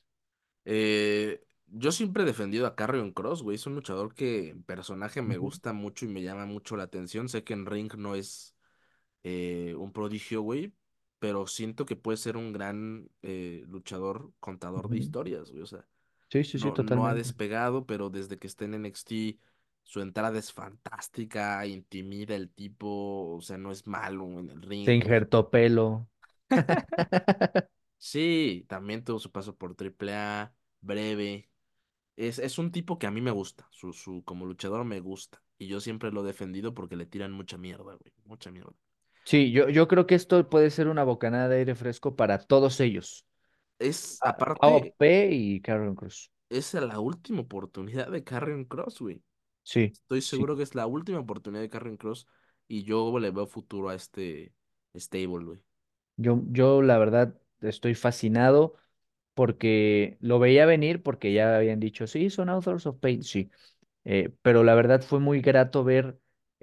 Yo siempre he defendido a Karrion Cross, güey. Es un luchador que en personaje me
Ujú,
gusta mucho y me llama mucho la atención. Sé que en ring no es un prodigio, güey, pero siento que puede ser un gran luchador, contador de
ujú.
historias, güey. O sea,
Sí, sí, sí,
no ha
totalmente.
despegado, pero desde que está en NXT, su entrada es fantástica, intimida el tipo, o sea, no es malo en el
Se
ring.
injertó pelo.
Sí, también tuvo su paso por AAA, breve. Es un tipo que a mí me gusta, como luchador me gusta. Y yo siempre lo he defendido porque le tiran mucha mierda, güey. Mucha mierda.
Sí, yo creo que esto puede ser una bocanada de aire fresco para todos ellos.
Aparte,
AOP y Carrion Cross.
es la última oportunidad de Karrion Cross, güey.
Sí,
Estoy
sí.
seguro que es la última oportunidad de Karrion Cross y yo le veo futuro a este stable, güey.
Yo la verdad estoy fascinado porque lo veía venir porque ya habían dicho, sí, son Authors of Pain, sí. Pero la verdad fue muy grato ver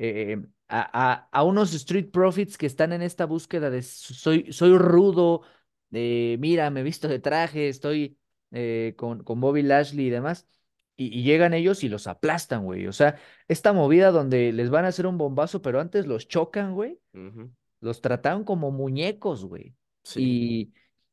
a unos Street Profits que están en esta búsqueda de soy rudo, mira, me he visto de traje, estoy con Bobby Lashley y demás, y llegan ellos y los aplastan, güey. O sea, esta movida donde les van a hacer un bombazo, pero antes los chocan, güey,
Ujú.
los trataron como muñecos, güey.
Sí.
Y,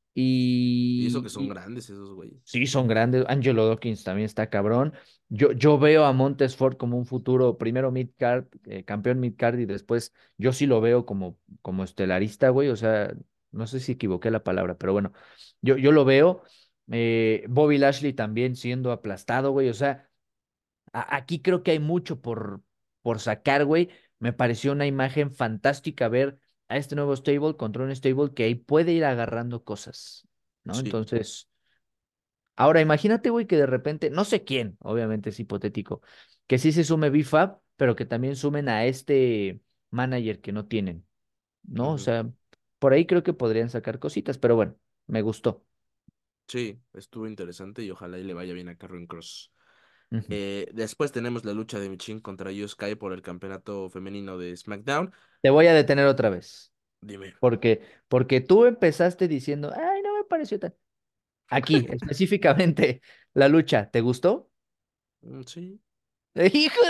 Y eso que son
y
grandes esos güeyes.
sí, son grandes. Angelo Dawkins también está cabrón. Yo veo a Montes Ford como un futuro, primero mid-card, campeón mid-card y después yo sí lo veo como estelarista, güey. O sea, no sé si equivoqué la palabra, pero bueno, yo lo veo. Bobby Lashley también siendo aplastado, güey. O sea, aquí creo que hay mucho por sacar, güey. Me pareció una imagen fantástica ver a este nuevo stable contra un stable que ahí puede ir agarrando cosas, ¿no?
Sí.
Entonces. Ahora, imagínate, güey, que de repente, no sé quién, obviamente es hipotético, que sí se sume BFAP, pero que también sumen a este manager que no tienen, ¿no? O
Ujú.
sea, por ahí creo que podrían sacar cositas, pero bueno, me gustó.
Sí, estuvo interesante y ojalá y le vaya bien a Karrion Cross.
Ujú.
Después tenemos la lucha de Michin contra Io Sky por el campeonato femenino de SmackDown.
Te voy a detener otra vez,
Dime.
porque tú empezaste diciendo, ay, no me pareció tan. Aquí, específicamente, la lucha, ¿te gustó?
Sí.
Hijo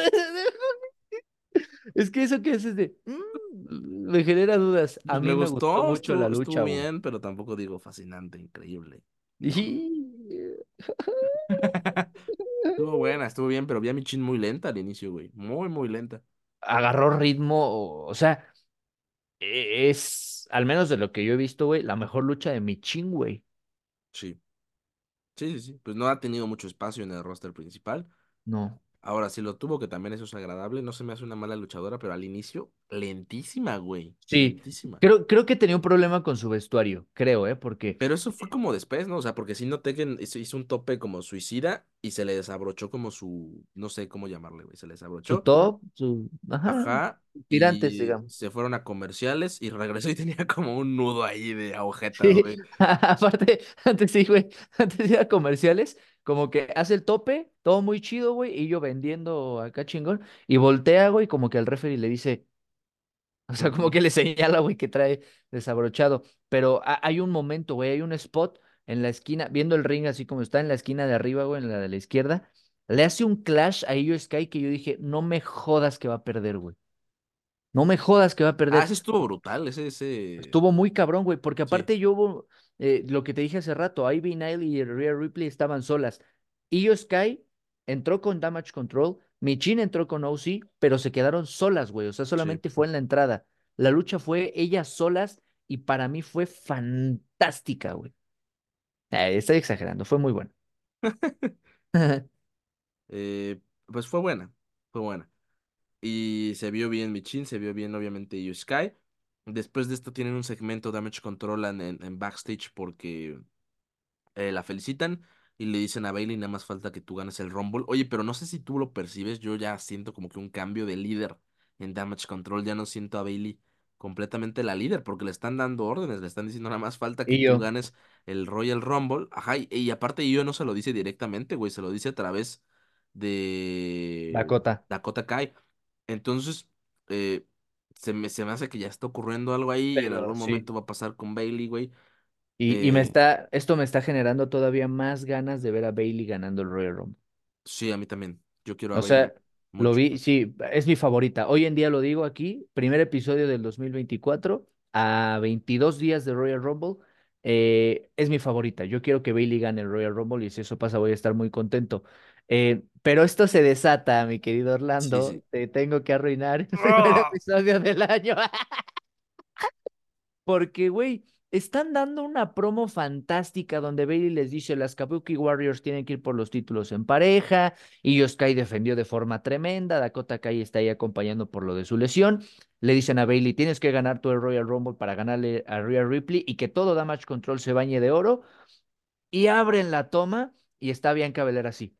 es que eso que haces de, me genera dudas. A
Pues me
mí me gustó
gustó,
mucho la
estuvo
lucha, güey.
bien, pero tampoco digo fascinante, increíble. No, no.
Y-
Estuvo buena, estuvo bien, pero vi a Michin muy lenta al inicio, güey. Muy, muy lenta.
Agarró ritmo, o sea, es, al menos de lo que yo he visto, güey, la mejor lucha de Michin, güey.
Sí. Sí, sí, sí. Pues no ha tenido mucho espacio en el roster principal.
No.
Ahora, si lo tuvo, que también eso es agradable, no se me hace una mala luchadora, pero al inicio, lentísima, güey.
Sí,
Lentísima.
creo que tenía un problema con su vestuario, creo, porque
Pero eso fue como después, ¿no? O sea, porque sí noté que hizo un tope como suicida y se le desabrochó como su, no sé cómo llamarle, güey, se le
su
desabrochó.
top, ajá,
Ajá.
tirantes,
Y
digamos.
se fueron a comerciales y regresó y tenía como un nudo ahí de agujetas,
Sí,
güey.
aparte, antes sí, güey, antes de ir a comerciales, como que hace el tope, todo muy chido, güey, y yo vendiendo acá chingón, y voltea, güey, como que al referee le dice, o sea, como
Ujú,
que le señala, güey, que trae desabrochado. Pero hay un momento, güey, hay un spot en la esquina, viendo el ring así como está en la esquina de arriba, güey, en la de la izquierda. Le hace un clash a Io Sky que yo dije, no me jodas que va a perder, güey. No me jodas que va a
Ah,
perder.
ese estuvo brutal, ese.
Estuvo muy cabrón, güey, porque
Sí,
aparte lo que te dije hace rato, Ivy Nile y Rhea Ripley estaban solas. Io Sky entró con Damage Control, Michin entró con OC, pero se quedaron solas, güey, o sea,
sí.
solamente fue en la entrada. La lucha fue ellas solas y para mí fue fantástica, güey. Estoy exagerando, fue muy bueno.
Pues fue buena, fue buena. Y se vio bien Michin, se vio bien obviamente Io Sky. Después de esto tienen un segmento Damage Control en backstage porque la felicitan y le dicen a Bailey, nada más falta que tú ganes el Rumble. Oye, pero no sé si tú lo percibes, yo ya siento como que un cambio de líder en Damage Control, ya no siento a Bailey completamente la líder, porque le están dando órdenes, le están diciendo nada más falta que
Y
tú
yo,
ganes el Royal Rumble. Ajá, y aparte yo no se lo dice directamente, güey, se lo dice a través de
Dakota.
Dakota Kai. Entonces, eh, se me hace que ya está ocurriendo algo ahí y en
Pero
algún
sí.
momento va a pasar con Bailey, güey.
Y
Eh,
esto me está generando todavía más ganas de ver a Bailey ganando el Royal Rumble.
sí, a mí también. Yo quiero a
O
Bailey
sea, lo
mucho.
vi, sí, es mi favorita. Hoy en día lo digo aquí, primer episodio del 2024 a 22 días de Royal Rumble, es mi favorita. Yo quiero que Bailey gane el Royal Rumble y si eso pasa voy a estar muy contento. Pero esto se desata, mi querido
Sí,
Orlando.
sí.
Te tengo que arruinar el primer
¡Ah!
episodio del año. Porque, güey, están dando una promo fantástica donde Bailey les dice las Kabuki Warriors tienen que ir por los títulos en pareja, y Io Sky defendió de forma tremenda, Dakota Kai está ahí acompañando por lo de su lesión, le dicen a Bailey tienes que ganar tú el Royal Rumble para ganarle a Rhea Ripley y que todo Damage Control se bañe de oro, y abren la toma y está Bianca Belair así.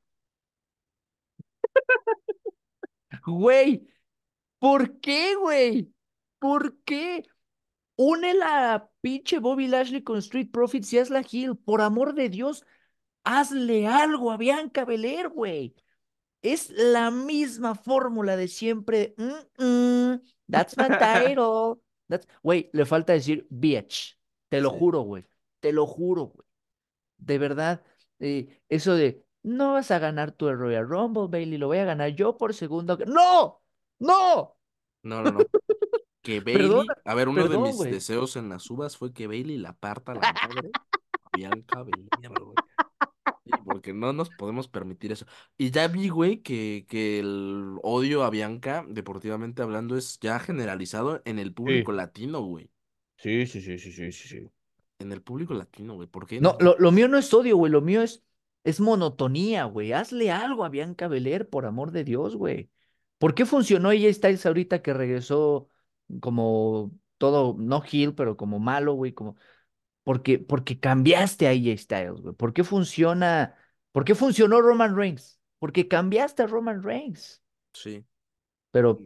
Güey, ¿por qué, güey? ¿Por qué? Une la pinche Bobby Lashley con Street Profits y hazla heel. Por amor de Dios, hazle algo a Bianca Belair, güey. Es la misma fórmula de siempre. That's my title. Güey, le falta decir bitch. Te lo
Sí.
juro, güey. Te lo juro, güey. De verdad, eso de no vas a ganar tú el Royal Rumble, Bailey, lo voy a ganar yo por segundo. ¡No! ¡No!
No, no, no. Que
Perdona,
Bailey, a ver, uno de
perdón,
mis
güey.
deseos en las uvas fue que Bailey la parta la madre a Bianca Belair, güey. Sí, porque no nos podemos permitir eso. Y ya vi, güey, que el odio a Bianca, deportivamente hablando, es ya generalizado en el público
Sí.
latino, güey.
Sí, sí, sí, sí, sí, sí, sí.
En el público latino, güey. ¿Por qué? No
No,
entiendo.
lo mío no es odio, güey, lo mío es monotonía, güey. Hazle algo a Bianca Belair, por amor de Dios, güey. ¿Por qué funcionó ella Styles ahorita que regresó como todo, no heel, pero como malo, güey? Porque cambiaste a AJ Styles, güey. ¿Por qué funcionó Roman Reigns? Porque cambiaste a Roman Reigns.
Sí.
Pero,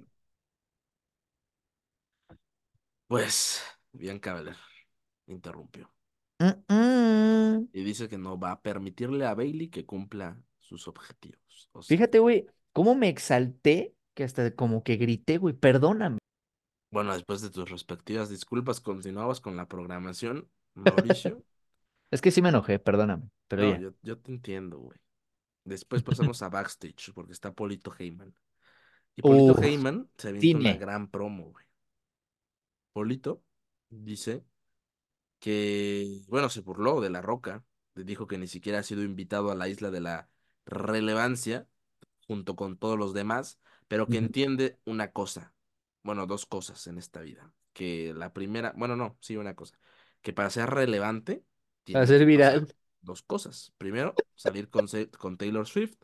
Pues, Bianca Belair interrumpió.
mm.
Y dice que no va a permitirle a Bailey que cumpla sus objetivos. O sea,
Fíjate, güey, cómo me exalté que hasta como que grité, güey, perdóname.
bueno, después de tus respectivas disculpas, continuabas con la programación, Mauricio.
Es que sí me enojé, perdóname, pero
No,
ya.
yo te entiendo, güey. Después pasamos a backstage, porque está Polito Heyman. Y Polito
Uf,
Heyman se avienta una
cine.
gran promo, güey. Polito dice que, bueno, se burló de La Roca. Le dijo que ni siquiera ha sido invitado a la isla de la relevancia, junto con todos los demás, pero que
Ujú.
entiende una cosa, bueno, dos cosas en esta vida. Que la primera, bueno, no, sí, una cosa. Que para ser relevante
Va a
tienes
ser
que
viral.
pasar dos cosas. Primero, salir con Taylor Swift.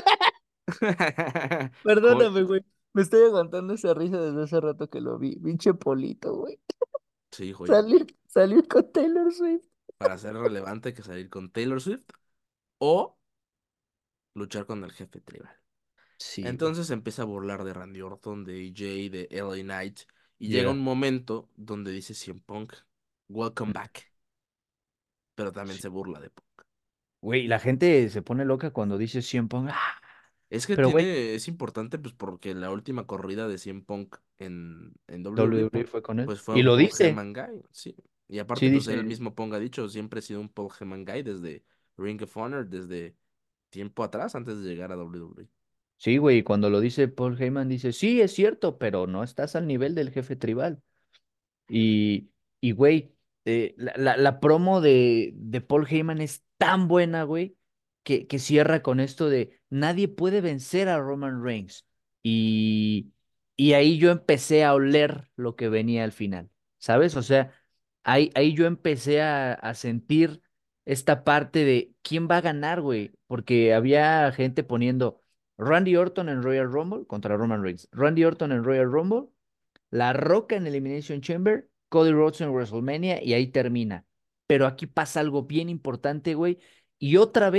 Joy-
Perdóname, güey. Me estoy aguantando esa risa desde hace rato que lo vi. Pinche Polito, güey.
Sí, joya.
Salir con Taylor Swift.
Para ser relevante hay que salir con Taylor Swift o luchar con el jefe tribal.
Sí, güey.
Entonces se empieza a burlar de Randy Orton, de AJ, de LA Knight, y llega
Yeah.
un momento donde dice CM Punk, Welcome
Mm,
back, pero también
sí.
se burla de Punk.
Güey, la gente se pone loca cuando dice 100 Pong.
Es que
Pero, güey,
es importante pues porque la última corrida de CM Punk en WWE
WWE fue con él.
pues fue
Y
un
lo
Paul
dice.
Heyman Guy, sí. Y
Sí,
aparte pues él
dice.
mismo Punk ha dicho, siempre he sido un Paul Heyman Guy desde Ring of Honor, desde tiempo atrás, antes de llegar a WWE.
Sí, güey, y cuando lo dice Paul Heyman, dice, sí, es cierto, pero no estás al nivel del jefe tribal. Y, y güey, la promo de Paul Heyman es tan buena, güey, que cierra con esto de nadie puede vencer a Roman Reigns. Y, y ahí yo empecé a oler lo que venía al final, ¿sabes? O sea, ahí yo empecé a sentir esta parte de quién va a ganar, güey, porque había gente poniendo Randy Orton en Royal Rumble contra Roman Reigns, Randy Orton en Royal Rumble, la Roca en Elimination Chamber, Cody Rhodes en WrestleMania y ahí termina. Pero aquí pasa algo bien importante, güey. Y otra vez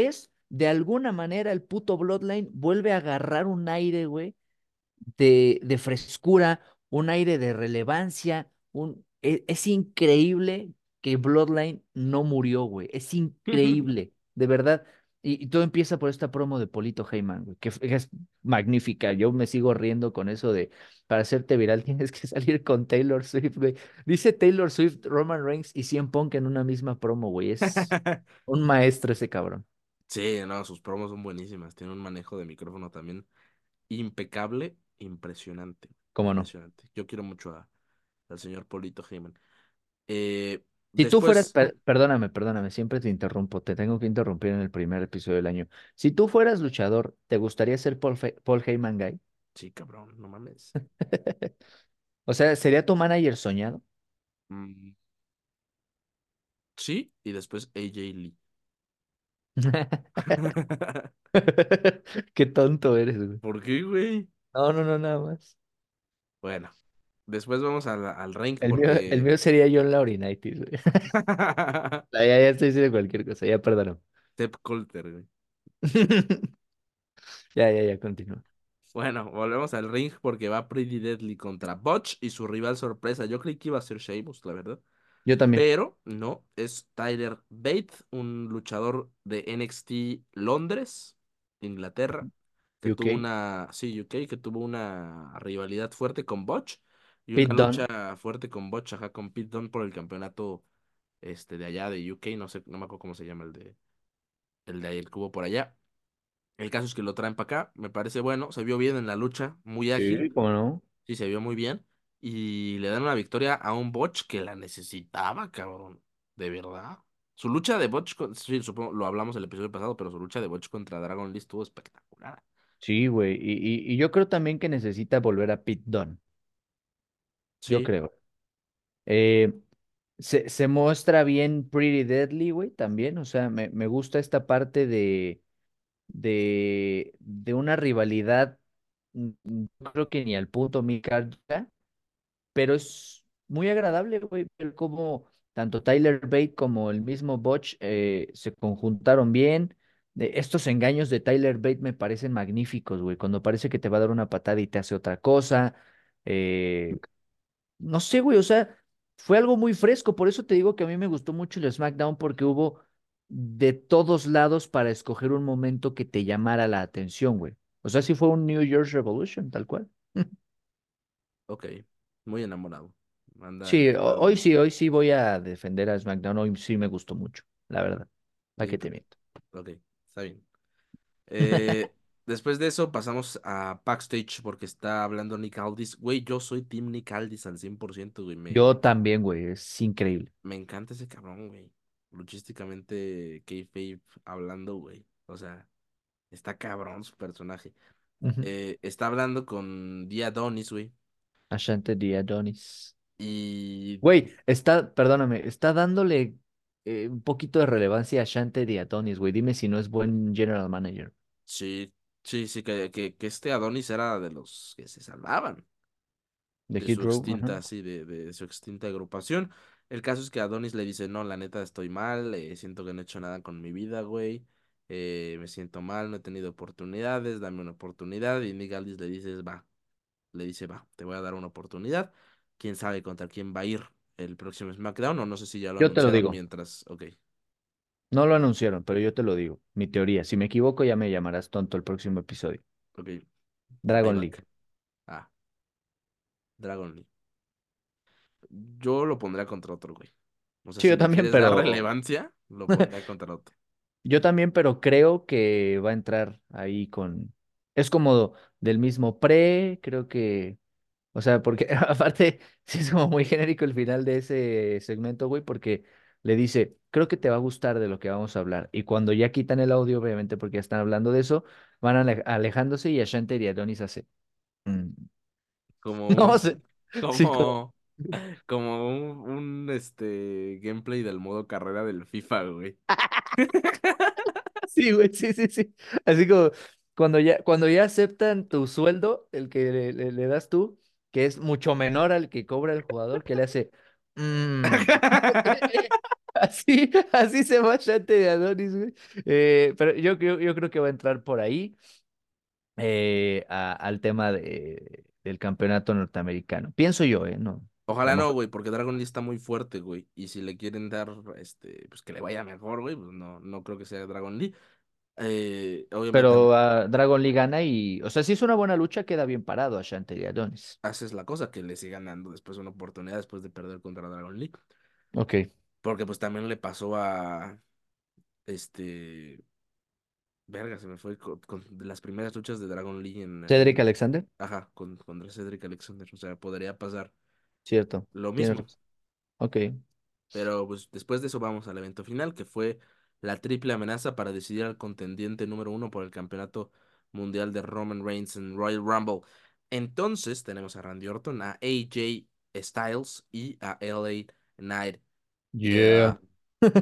de alguna manera el puto Bloodline vuelve a agarrar un aire, güey, de frescura, un aire de relevancia, es increíble que Bloodline no murió, güey. Es increíble, de verdad. Y todo empieza por esta promo de Polito Heyman, güey, que es magnífica. Yo me sigo riendo con eso de, para hacerte viral tienes que salir con Taylor Swift, güey. Dice Taylor Swift, Roman Reigns y CM Punk en una misma promo, güey. Es un maestro ese cabrón.
Sí, no, sus promos son buenísimas. Tiene un manejo de micrófono también impecable, impresionante,
¿Cómo no?
impresionante. Yo quiero mucho al señor Polito Heyman. Eh,
Si tú fueras,
después,
perdóname, siempre te interrumpo, te tengo que interrumpir en el primer episodio del año. Si tú fueras luchador, ¿te gustaría ser Paul Heyman Guy?
sí, cabrón, no mames.
O sea, ¿sería tu manager soñado?
Mm, sí, y después AJ Lee.
Qué tonto eres, güey.
¿Por qué, güey?
No, no, no, nada más.
Bueno, después vamos al ring
El
porque
mío sería John Laurinaitis, güey. Ya estoy diciendo cualquier cosa, ya perdóname.
Step Colter, güey.
Ya, continúa.
Bueno, volvemos al ring porque va Pretty Deadly contra Butch y su rival sorpresa. Yo creí que iba a ser Sheamus, la verdad.
Yo también.
Pero no, es Tyler Bate, un luchador de NXT Londres, Inglaterra, que tuvo
UK.
una, sí, UK, que tuvo una rivalidad fuerte con Butch y una
Pete Dunne.
lucha fuerte con Butch, ajá, con Pete Dunne por el campeonato de allá de UK, no sé, no me acuerdo cómo se llama el de ahí, el que hubo por allá. El caso es que lo traen para acá, me parece bueno, se vio bien en la lucha, muy ágil,
Sí, ¿cómo no?
sí, se vio muy bien. Y le dan una victoria a un Botch que la necesitaba, cabrón. De verdad. Su lucha de Botch, sí, supongo, lo hablamos el episodio pasado, pero su lucha de Botch contra Dragon Lee estuvo espectacular.
Sí, güey. Y yo creo también que necesita volver a Pete Dunne. Yo
Sí,
creo. Eh, se muestra bien Pretty Deadly, güey, también. O sea, me gusta esta parte de una rivalidad. No creo que ni al punto mi carga, pero es muy agradable, güey, ver cómo tanto Tyler Bate como el mismo Butch se conjuntaron bien. Estos engaños de Tyler Bate me parecen magníficos, güey, cuando parece que te va a dar una patada y te hace otra cosa. eh, no sé, güey, o sea, fue algo muy fresco, por eso te digo que a mí me gustó mucho el SmackDown porque hubo de todos lados para escoger un momento que te llamara la atención, güey. O sea, sí fue un New Year's Revolution, tal cual.
ok. Muy enamorado. Anda
Sí,
enamorado
hoy
el...
sí, hoy sí voy a defender a SmackDown, hoy sí me gustó mucho, la verdad. ¿Para
Sí,
qué te miento?
ok, está bien. Eh, después de eso pasamos a backstage porque está hablando Nick Aldis. Güey, yo soy Team Nick Aldis al 100%, güey.
Yo también, güey, es increíble.
Me encanta ese cabrón, güey. Luchísticamente, kayfabe hablando, güey. O sea, está cabrón su personaje.
Ujú.
Está hablando con Dia Adonis, güey.
Ashante the Adonis.
Y
Güey, perdóname, está dándole un poquito de relevancia a Ashante the Adonis, güey. Dime si no es buen general manager.
sí, sí, que este Adonis era de los que se salvaban
De
de
Hit
su
Row, ajá.
extinta, sí, de su extinta agrupación. El caso es que Adonis le dice, no, la neta estoy mal, siento que no he hecho nada con mi vida, güey. Me siento mal, no he tenido oportunidades, dame una oportunidad. Y Nick Aldis le dice, va, te voy a dar una oportunidad. Quién sabe contra quién va a ir el próximo SmackDown, o no sé si ya lo
Yo te lo
anunciaron
digo.
mientras. Ok,
No lo anunciaron, pero yo te lo digo. Mi teoría. Si me equivoco, ya me llamarás tonto el próximo episodio.
ok, ahí
Dragon
va.
League.
Ah, Dragon Lee. Yo lo pondría contra otro, güey. O sea,
Sí,
si
yo
le
también,
quieres dar
pero
relevancia, lo pondría contra otro.
yo también, pero creo que va a entrar ahí con. Es como del mismo creo que. O sea, porque aparte, sí es como muy genérico el final de ese segmento, güey, porque le dice, creo que te va a gustar de lo que vamos a hablar. Y cuando ya quitan el audio, obviamente, porque ya están hablando de eso, van alejándose y Ashanti y Adonis hace. "Mm".
Como
No
un,
sé. Sí, como.
como, como un gameplay del modo carrera del FIFA, güey.
Sí, güey, sí. Así como cuando ya aceptan tu sueldo, el que le das tú, que es mucho menor al que cobra el jugador, que le hace. "Mm". Así se va Shante de Adonis, güey. Pero yo creo que va a entrar por ahí al tema del campeonato norteamericano. Pienso yo, ¿eh? No, a lo
Ojalá no,
mejor.
güey, porque Dragon Lee está muy fuerte, güey. Y si le quieren dar, pues que le vaya mejor, güey, pues no, no creo que sea Dragon Lee. Obviamente
Pero Dragon Lee gana y, o sea, si es una buena lucha, queda bien parado a Shante y Adonis.
haces la cosa que le siga ganando después una oportunidad después de perder contra Dragon Lee.
Ok.
Porque pues también le pasó a, este, verga, se me fue con las primeras luchas de Dragon Lee
Cedric Alexander,
ajá, contra Cedric Alexander. O sea, podría pasar
cierto,
lo
tienes
mismo.
razón. Ok.
Pero pues después de eso vamos al evento final, que fue la triple amenaza para decidir al contendiente número uno por el campeonato mundial de Roman Reigns en Royal Rumble. Entonces tenemos a Randy Orton, a AJ Styles y a LA Knight.
Yeah.
Yeah.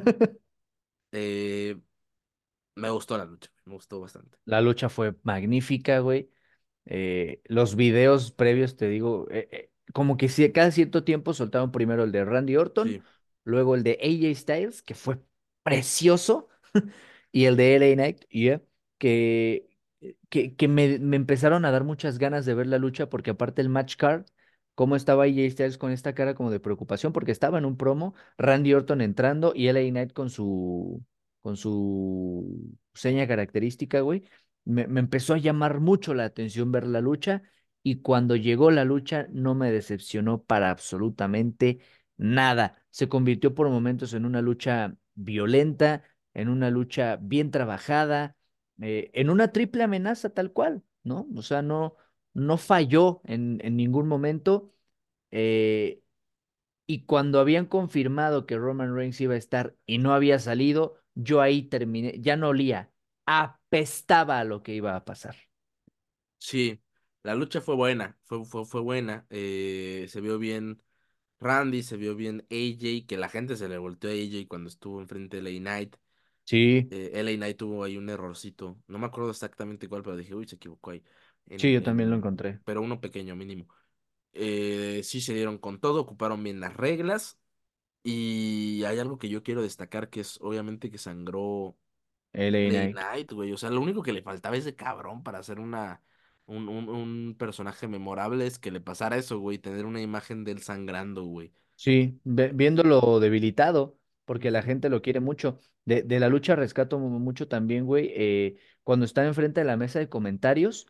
Eh, Me gustó la lucha, me gustó bastante.
La lucha fue magnífica, güey. Los videos previos, te digo, como que cada cierto tiempo soltaron primero el de Randy Orton,
Sí,
luego el de AJ Styles, que fue precioso, y el de LA Knight, yeah, que, que me empezaron a dar muchas ganas de ver la lucha, porque aparte el match card, cómo estaba AJ Styles con esta cara como de preocupación, porque estaba en un promo, Randy Orton entrando y LA Knight con su seña característica, güey. Me empezó a llamar mucho la atención ver la lucha y cuando llegó la lucha no me decepcionó para absolutamente nada. Se convirtió por momentos en una lucha violenta, en una lucha bien trabajada, en una triple amenaza tal cual, ¿no? O sea, no falló en ningún momento. eh, y cuando habían confirmado que Roman Reigns iba a estar y no había salido, yo ahí terminé, ya no olía, apestaba a lo que iba a pasar.
sí, la lucha fue buena, fue buena. Se vio bien Randy, se vio bien AJ, que la gente se le volteó a AJ cuando estuvo enfrente de LA Knight.
Sí,
LA Knight tuvo ahí un errorcito. No me acuerdo exactamente cuál, pero dije, uy, se equivocó ahí.
sí, yo también lo encontré.
Pero uno pequeño, mínimo. Sí se dieron con todo, ocuparon bien las reglas. Y hay algo que yo quiero destacar, que es obviamente que sangró
LA
LA
Knight.
Knight, güey. O sea, lo único que le faltaba a ese cabrón para hacer un personaje memorable es que le pasara eso, güey. Tener una imagen de él sangrando, güey.
Sí, viéndolo debilitado, porque la
Ujú.
gente lo quiere mucho. De la lucha rescato mucho también, güey, cuando están enfrente de la mesa de comentarios.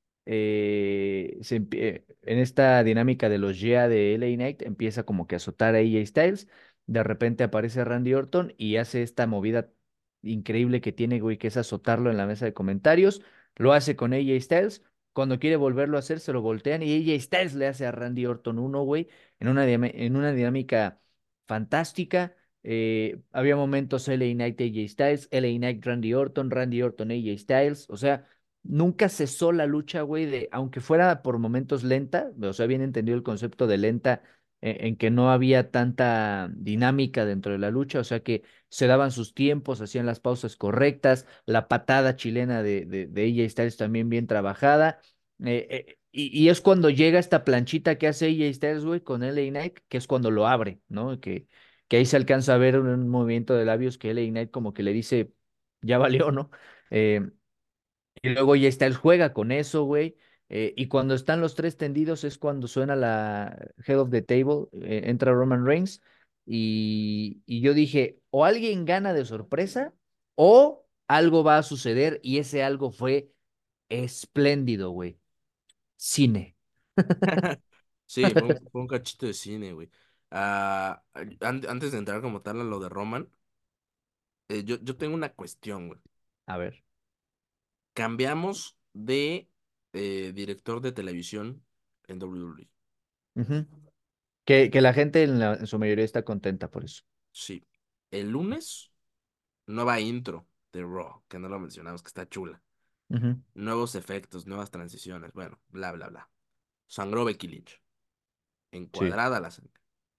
En esta dinámica de los Yeah de LA Knight empieza como que a azotar a AJ Styles, de repente aparece Randy Orton y hace esta movida increíble que tiene, güey, que es azotarlo en la mesa de comentarios, lo hace con AJ Styles, cuando quiere volverlo a hacer se lo voltean y AJ Styles le hace a Randy Orton uno, güey, en una dinámica fantástica. Había momentos LA Knight, AJ Styles, LA Knight, Randy Orton, AJ Styles, o sea, nunca cesó la lucha, güey, de, aunque fuera por momentos lenta, o sea, bien entendido el concepto de lenta, en que no había tanta dinámica dentro de la lucha, o sea que se daban sus tiempos, hacían las pausas correctas, la patada chilena de AJ Styles también bien trabajada, y es cuando llega esta planchita que hace AJ Styles, güey, con LA Knight, que es cuando lo abre, ¿no? Que ahí se alcanza a ver un movimiento de labios que LA Knight como que le dice, ya valió, ¿no? Y luego ya está el juega con eso, güey. Y cuando están los tres tendidos es cuando suena la Head of the Table, entra Roman Reigns. Y yo dije, o alguien gana de sorpresa o algo va a suceder. Y ese algo fue espléndido, güey. Cine.
Sí, fue un cachito de cine, güey. Antes de entrar como tal a lo de Roman, yo tengo una cuestión, güey.
A ver.
Cambiamos de director de televisión en WWE.
Ujú. Que la gente en su mayoría está contenta por eso.
Sí. El lunes, nueva intro de Raw, que no lo mencionamos, que está chula.
Ujú.
Nuevos efectos, nuevas transiciones, bueno, bla, bla, bla. Sangró Becky Lynch.
Sí.
Encuadrada la sangre.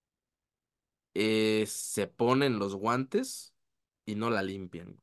Se ponen los guantes y no la limpian.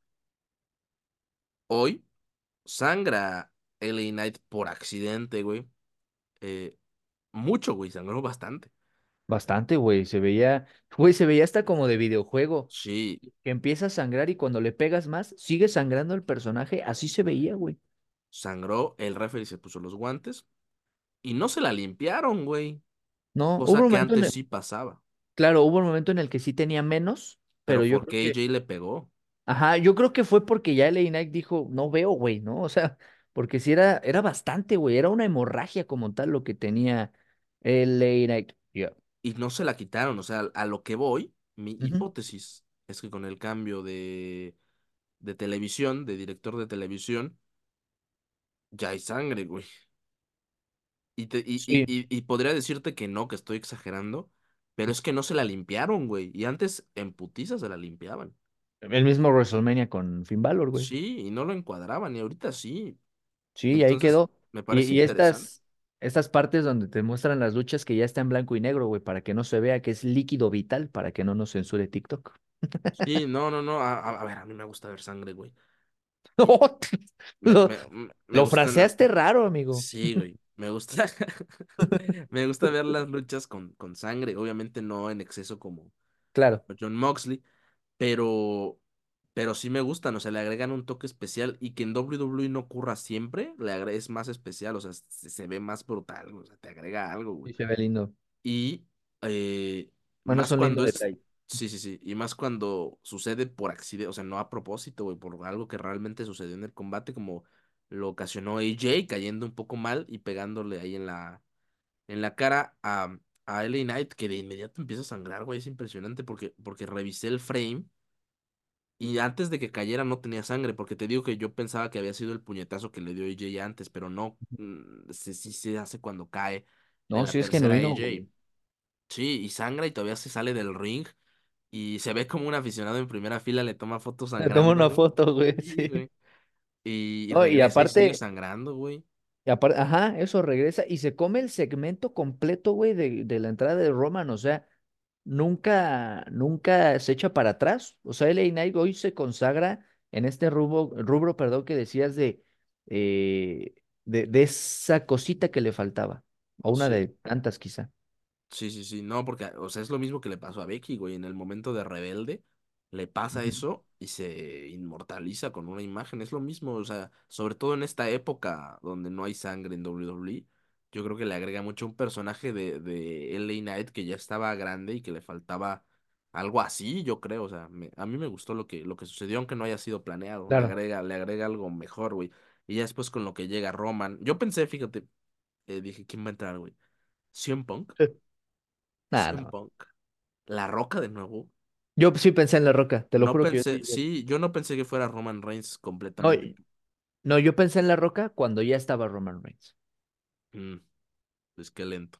Hoy sangra LA Knight por accidente, güey. Eh, Mucho, güey, sangró bastante.
Bastante, güey, se veía hasta como de videojuego,
Sí,
que empieza a sangrar y cuando le pegas más, sigue sangrando el personaje, así se veía, güey.
sangró, el referee se puso los guantes y no se la limpiaron, güey.
No, hubo
Cosa
un
que
momento
antes sí pasaba.
claro, hubo un momento en el que sí tenía menos, pero
Pero
yo creo
porque
que,
AJ le pegó.
ajá, yo creo que fue porque ya LA Knight dijo, no veo, güey, ¿no? O sea, porque sí era bastante, güey, era una hemorragia como tal lo que tenía LA Knight. Ya.
Y no se la quitaron. O sea, a lo que voy, mi
Ujú.
hipótesis es que con el cambio de televisión, de director de televisión, ya hay sangre, güey.
Sí,
Y podría decirte que no, que estoy exagerando, pero es que no se la limpiaron, güey. Y antes en putiza se la limpiaban.
el mismo WrestleMania con Finn Balor, güey.
Sí, y no lo encuadraban, y ahorita sí.
Sí, y ahí
Entonces,
quedó.
me
Y,
parece
y
interesante.
estas partes donde te muestran las luchas que ya está en blanco y negro, güey, para que no se vea que es líquido vital, para que no nos censure TikTok.
Sí, no, no, no. A ver, a mí me gusta ver sangre, güey. Y
No,
me,
lo,
me, me
lo
gusta.
fraseaste raro, amigo.
Sí, güey. Me gusta. Me gusta ver las luchas con sangre. Obviamente no en exceso
Claro.
como John Moxley. Pero. Pero sí me gustan. O sea, le agregan un toque especial. Y que en WWE no ocurra siempre. Es más especial. O sea, se ve más brutal. O sea, te agrega algo,
Sí,
güey.
se ve lindo.
Y
Bueno, es
más
un lindo
cuando es,
detalle.
sí, sí, sí, y más cuando sucede por accidente, o sea, no a propósito, güey, por algo que realmente sucedió en el combate, como lo ocasionó AJ cayendo un poco mal y pegándole ahí en la cara a LA Knight, que de inmediato empieza a sangrar, güey, es impresionante porque revisé el frame. Y antes de que cayera no tenía sangre, porque te digo que yo pensaba que había sido el puñetazo que le dio AJ antes, pero no, sí, sí se hace cuando cae de
No,
la
sí es
tercera
genuino,
AJ.
güey.
Sí, y sangra y todavía se sale del ring y se ve como un aficionado en primera fila le toma fotos
Le tomo
sangrando,
una
güey.
foto, güey,
Sí,
sí.
güey. Y
No,
regresa y sigue sangrando, güey.
ajá, eso regresa y se come el segmento completo, güey, de la entrada de Roman, o sea, nunca se echa para atrás. O sea, LA Knight hoy se consagra en este rubro, perdón, que decías eh, de esa cosita que le faltaba, o una
Sí.
de tantas quizá.
Sí, sí, sí, no, porque, o sea, es lo mismo que le pasó a Becky, güey, en el momento de Rebelde, le pasa
Ujú.
eso y se inmortaliza con una imagen, es lo mismo, o sea, sobre todo en esta época donde no hay sangre en WWE, yo creo que le agrega mucho un personaje de LA Knight que ya estaba grande y que le faltaba algo así, yo creo, o sea, a mí me gustó lo que sucedió, aunque no haya sido planeado,
Claro.
le agrega algo mejor, güey, y ya después con lo que llega Roman, yo pensé, fíjate, dije, ¿quién va a entrar, güey? ¿CM Punk?
Nada,
CM
no.
Punk. La Roca de nuevo.
Yo sí pensé en La Roca, te lo
No
juro que yo
pensé,
sí.
sí, yo no pensé que fuera Roman Reigns
No,
completamente.
no, yo pensé en La Roca cuando ya estaba Roman Reigns.
Mm, pues qué lento.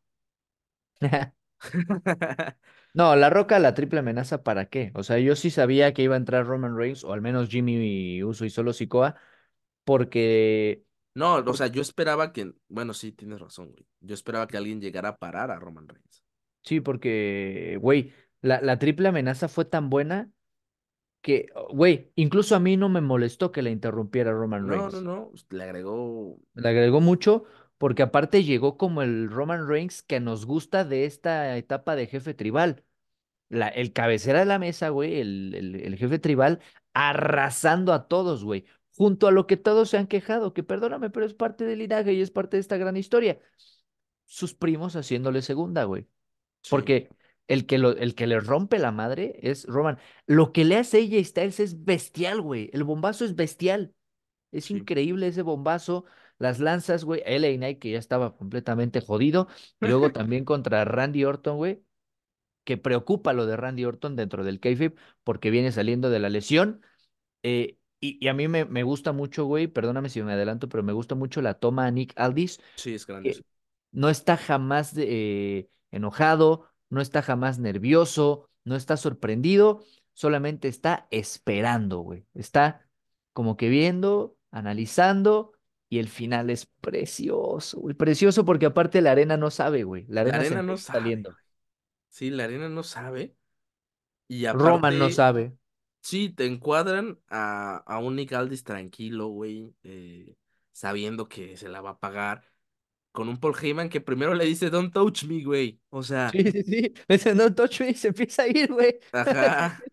No, La Roca, la triple amenaza, ¿para qué? O sea, yo sí sabía que iba a entrar Roman Reigns, o al menos Jimmy Uso y Solo Sikoa, porque,
No, o sea,
porque
yo esperaba que, bueno, sí, tienes razón, güey. Yo esperaba que alguien llegara a parar a Roman Reigns.
sí, porque, güey, la triple amenaza fue tan buena que, güey, incluso a mí no me molestó que la interrumpiera Roman
No, no,
Reigns.
no, le agregó,
Le agregó mucho porque aparte llegó como el Roman Reigns que nos gusta de esta etapa de jefe tribal. El cabecera de la mesa, güey, el jefe tribal, arrasando a todos, güey, junto a lo que todos se han quejado, que perdóname, pero es parte del linaje y es parte de esta gran historia. Sus primos haciéndole segunda, güey,
sí,
porque el que le rompe la madre es Roman. Lo que le hace AJ Styles es bestial, güey. El bombazo es bestial. Es
sí.
increíble ese bombazo. Las lanzas, güey. LA Knight, que ya estaba completamente jodido. Y luego también contra Randy Orton, güey, que preocupa lo de Randy Orton dentro del kayfabe porque viene saliendo de la lesión. Y a mí me gusta mucho, güey, perdóname si me adelanto, pero me gusta mucho la toma a Nick Aldis,
Sí, es grande eso.
que no está jamás enojado, no está jamás nervioso, no está sorprendido, solamente está esperando, güey. Está como que viendo, analizando. Y el final es precioso, güey. Precioso porque aparte la arena no sabe, güey. La
La
arena se
arena no
empieza
sabe,
saliendo.
güey. Sí, la arena no sabe. Y
Roman no
aparte,
sabe.
sí, te encuadran a un Nick Aldis tranquilo, güey, sabiendo que se la va a pagar. con un Paul Heyman que primero le dice Don't touch me, güey. O sea,
Sí, sí, sí. Me dice, no touch me, y se empieza a ir, güey.
ajá.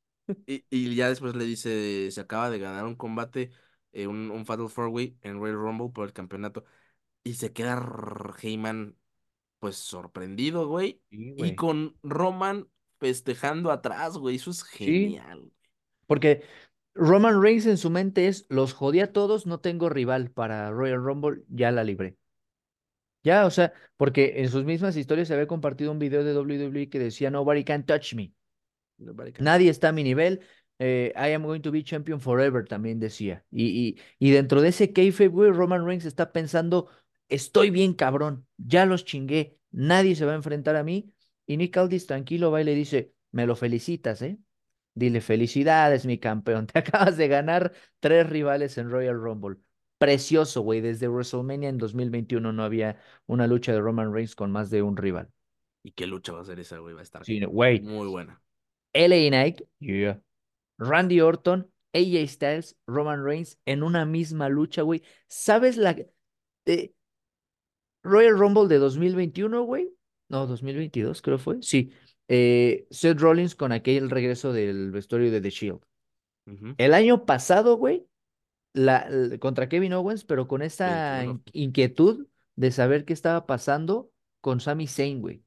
Y ya después le dice, se acaba de ganar un combate, un Fatal 4-Way en Royal Rumble por el campeonato. Y se queda Heyman, pues sorprendido, güey.
Sí,
Y
güey.
con Roman festejando atrás, güey. Eso es
Sí,
genial.
porque Roman Reigns en su mente es, los jodí a todos, no tengo rival para Royal Rumble, ya la libré. Ya, o sea, porque en sus mismas historias se había compartido un video de WWE que decía, Nobody can touch me.
Nobody can
Nadie
touch
está a mi nivel. I am going to be champion forever, también decía. Y dentro de ese kayfabe, güey, Roman Reigns está pensando, estoy bien cabrón, ya los chingué, nadie se va a enfrentar a mí. Y Nick Aldis tranquilo va y le dice, me lo felicitas, ¿eh? Dile, felicidades, mi campeón, te acabas de ganar tres rivales en Royal Rumble. Precioso, güey, desde WrestleMania en 2021 no había una lucha de Roman Reigns con más de un rival.
¿Y qué lucha va a ser esa, güey? Va a estar
Sí, güey,
muy buena.
LA Knight, yeah. Randy Orton, AJ Styles, Roman Reigns en una misma lucha, güey. ¿Sabes la eh, Royal Rumble de 2021, güey? No, 2022 creo fue. Sí. Seth Rollins con aquel regreso del vestuario de The Shield.
Ujú.
El año pasado, güey, contra Kevin Owens, pero con
Sí, qué
esa
bueno.
inquietud de saber qué estaba pasando con Sami Zayn, güey.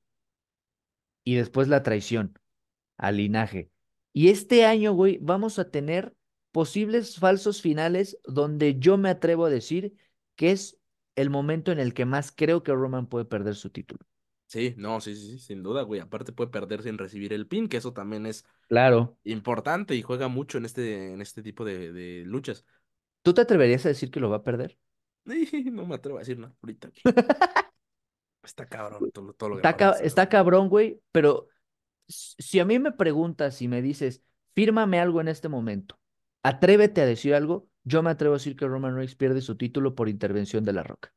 Y después la traición al linaje. Y este año, güey, vamos a tener posibles falsos finales donde yo me atrevo a decir que es el momento en el que más creo que Roman puede perder su título.
Sí, no, sí, sí, sí, sin duda, güey. Aparte puede perder sin recibir el pin, que eso también es
Claro.
importante y juega mucho en este tipo de luchas.
¿Tú te atreverías a decir que lo va a perder?
No me atrevo a decir nada ahorita. Está cabrón todo lo que
Está,
puede pasar,
está
güey.
cabrón, güey, pero si a mí me preguntas y me dices, fírmame algo en este momento, atrévete a decir algo, yo me atrevo a decir que Roman Reigns pierde su título por intervención de La Roca.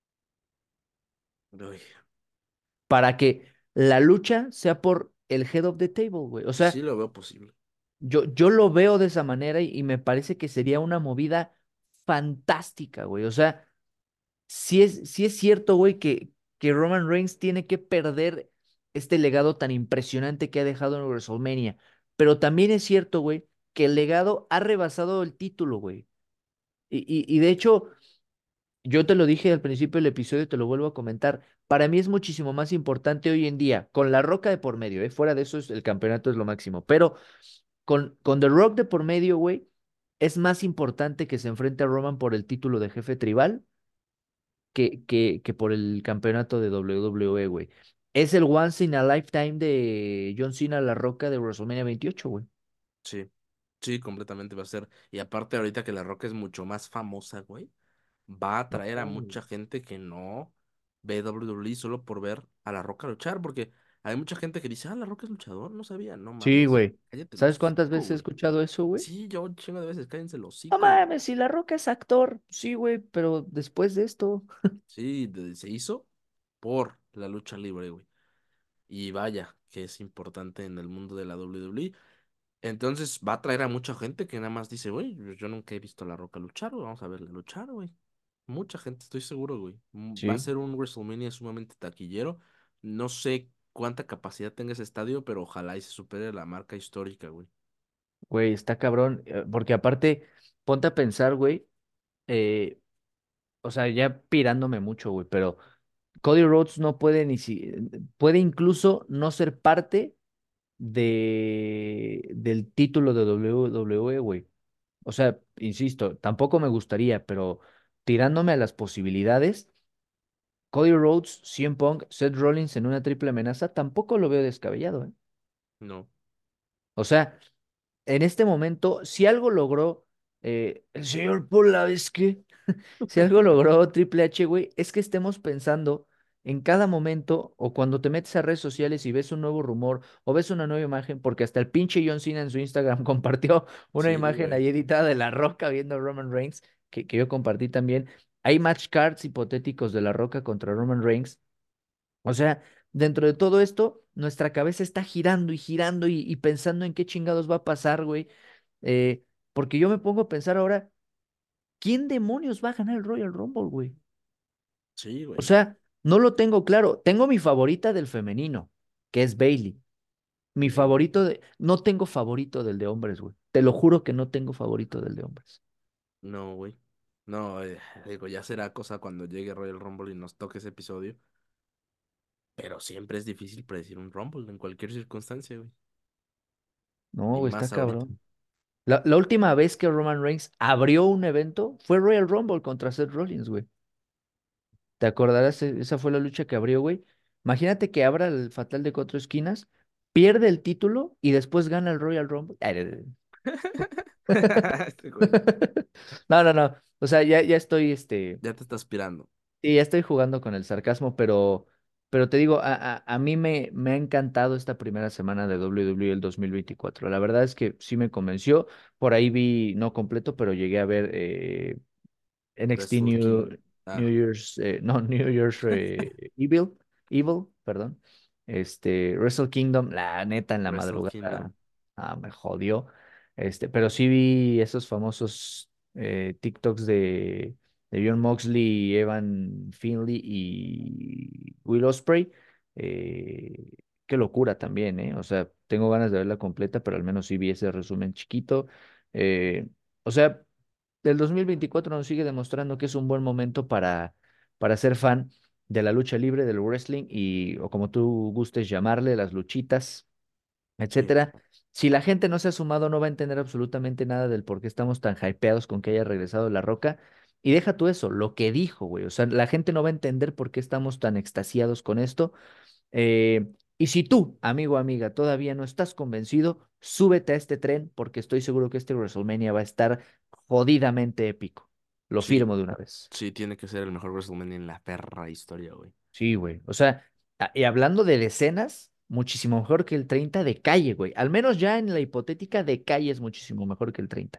Uy,
Para que la lucha sea por el head of the table, güey. O
sí
sea,
lo veo posible.
yo lo veo de esa manera y me parece que sería una movida fantástica, güey. O sea, sí es cierto, güey, que Roman Reigns tiene que perder este legado tan impresionante que ha dejado en WrestleMania. Pero también es cierto, güey, que el legado ha rebasado el título, güey. Y de hecho, yo te lo dije al principio del episodio y te lo vuelvo a comentar. Para mí es muchísimo más importante hoy en día, con La Roca de por medio, ¿eh? Fuera de eso, el campeonato es lo máximo. Pero con The Rock de por medio, güey, es más importante que se enfrente a Roman por el título de jefe tribal que por el campeonato de WWE, güey. Es el once in a lifetime de John Cena La Roca de WrestleMania 28, güey.
Sí, sí, completamente va a ser. Y aparte ahorita que La Roca es mucho más famosa, güey, va a
No,
atraer a mucha gente que no ve WWE solo por ver a La Roca luchar, porque hay mucha gente que dice, La Roca es luchador, no sabía, no
sí,
mames,
güey.
cállate el
¿Sabes cuántas
hocico,
veces he
güey.
escuchado eso, güey?
Sí, yo un chingo de veces, cállense el
No
hocico, güey.
mames, si La Roca es actor. Sí, güey, pero después de esto.
Sí, se hizo por la lucha libre, güey. Y vaya, que es importante en el mundo de la WWE. Entonces va a traer a mucha gente que nada más dice, güey, yo nunca he visto a La Roca luchar, güey, vamos a verla luchar, güey. Mucha gente, estoy seguro, güey. Va a
Sí.
ser un WrestleMania sumamente taquillero. No sé cuánta capacidad tenga ese estadio, pero ojalá y se supere la marca histórica, güey.
Güey, está cabrón, porque aparte, ponte a pensar, güey, eh, o sea, ya pirándome mucho, güey, pero Cody Rhodes no puede puede incluso no ser parte del título de WWE, güey. O sea, insisto, tampoco me gustaría, pero tirándome a las posibilidades, Cody Rhodes, CM Punk, Seth Rollins en una triple amenaza, tampoco lo veo descabellado, ¿eh?
No,
O sea, en este momento, si algo logró el señor Polansky, si algo logró Triple H, güey, es que estemos pensando en cada momento o cuando te metes a redes sociales y ves un nuevo rumor o ves una nueva imagen, porque hasta el pinche John Cena en su Instagram compartió una
sí,
imagen
güey.
ahí editada de La Roca viendo a Roman Reigns, que yo compartí también. Hay match cards hipotéticos de La Roca contra Roman Reigns. O sea, dentro de todo esto, nuestra cabeza está girando y girando y pensando en qué chingados va a pasar, güey. Porque yo me pongo a pensar ahora, ¿quién demonios va a ganar el Royal Rumble, güey?
Sí,
O
güey.
sea, no lo tengo claro. Tengo mi favorita del femenino, que es Bailey. Mi
Ok.
favorito de... No tengo favorito del de hombres, güey. Te lo juro que no tengo favorito del de hombres.
No, güey. No, digo, ya será cosa cuando llegue Royal Rumble y nos toque ese episodio. Pero siempre es difícil predecir un Rumble en cualquier circunstancia, güey.
No,
Y
güey, está
más ahorita.
cabrón. La última vez que Roman Reigns abrió un evento fue Royal Rumble contra Seth Rollins, güey. ¿Te acordarás? Esa fue la lucha que abrió, güey. Imagínate que abra el Fatal de Cuatro Esquinas, pierde el título y después gana el Royal Rumble.
Este güey.
No, no, no. O sea, ya estoy,
Ya te está aspirando.
sí, ya estoy jugando con el sarcasmo, pero te digo, a mí me ha encantado esta primera semana de WWE el 2024. La verdad es que sí me convenció. Por ahí vi, no completo, pero llegué a ver NXT
Wrestle King.
New
Ah,
Year's, no, New Year's Evil, perdón. Wrestle Kingdom, la neta en la
Wrestle Kingdom.
madrugada, me jodió. Pero sí vi esos famosos TikToks de Jon Moxley, Evan Finley y Will Ospreay. Eh, qué locura también, ¿eh? O sea, tengo ganas de verla completa, pero al menos sí vi ese resumen chiquito. Eh, o sea, del 2024 nos sigue demostrando que es un buen momento para ser fan de la lucha libre, del wrestling y, o como tú gustes llamarle, las luchitas,
Sí.
etcétera. Si la gente no se ha sumado, no va a entender absolutamente nada del por qué estamos tan hypeados con que haya regresado La Roca. Y deja tú eso, lo que dijo, güey. O sea, la gente no va a entender por qué estamos tan extasiados con esto. Y si tú, amigo o amiga, todavía no estás convencido, súbete a este tren porque estoy seguro que este WrestleMania va a estar jodidamente épico. Lo
Sí.
firmo de una vez.
Sí, tiene que ser el mejor WrestleMania en la perra historia, güey.
Sí, güey. O sea, y hablando de decenas, muchísimo mejor que el 30 de calle, güey. Al menos ya en la hipotética de calle es muchísimo mejor que el 30.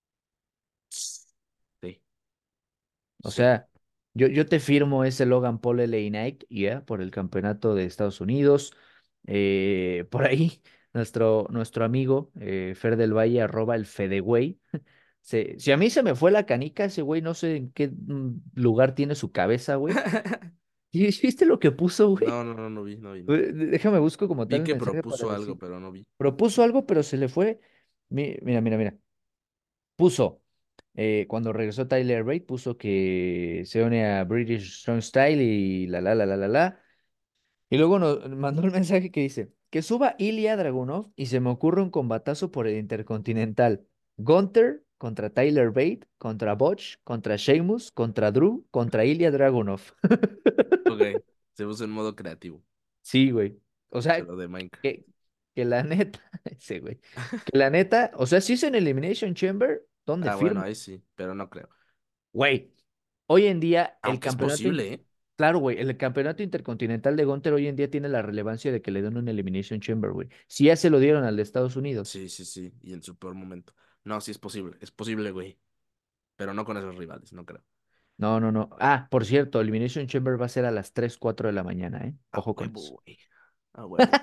Sí,
O
sí.
sea, yo te firmo ese Logan Paul LA Knight, ya, por el campeonato de Estados Unidos. Por ahí, nuestro amigo Fer del Valle, arroba el Fedegüey. Si a mí se me fue la canica, ese güey, no sé en qué lugar tiene su cabeza, güey. ¿Y viste lo que puso, güey?
No, no, no, no vi, no vi, no vi.
Déjame busco como
Vi
tal el
que
mensaje para
propuso algo,
decir.
pero no vi.
Propuso algo, pero se le fue. Mira, mira, mira. Puso, cuando regresó Tyler Bate, puso que se une a British Strong Style y la. Y luego nos mandó un mensaje que dice, que suba Ilya Dragunov y se me ocurre un combatazo por el Intercontinental. Gunther contra Tyler Bate, contra Botch, contra Sheamus, contra Drew, contra Ilya Dragunov.
Ok, se puso en modo creativo,
Sí, güey. O sea,
pero de Minecraft.
que, que la neta, sí, güey. Que la neta, o sea, si es en Elimination Chamber, ¿dónde
Ah, bueno,
firmo?
ahí sí, pero no creo.
Güey, hoy en día el
Aunque es
campeonato,
posible, ¿eh?
claro, güey, el campeonato intercontinental de Gunter hoy en día tiene la relevancia de que le den un Elimination Chamber, güey. Si ya se lo dieron al de Estados Unidos.
Sí, sí, sí, y en su peor momento. No, sí es posible, güey, pero no con esos rivales, no creo.
No, no, no. Ah, por cierto, Elimination Chamber va a ser a las 3, 4 de la mañana, ¿eh?
A
Ojo con eso.
huevo, güey, a huevo.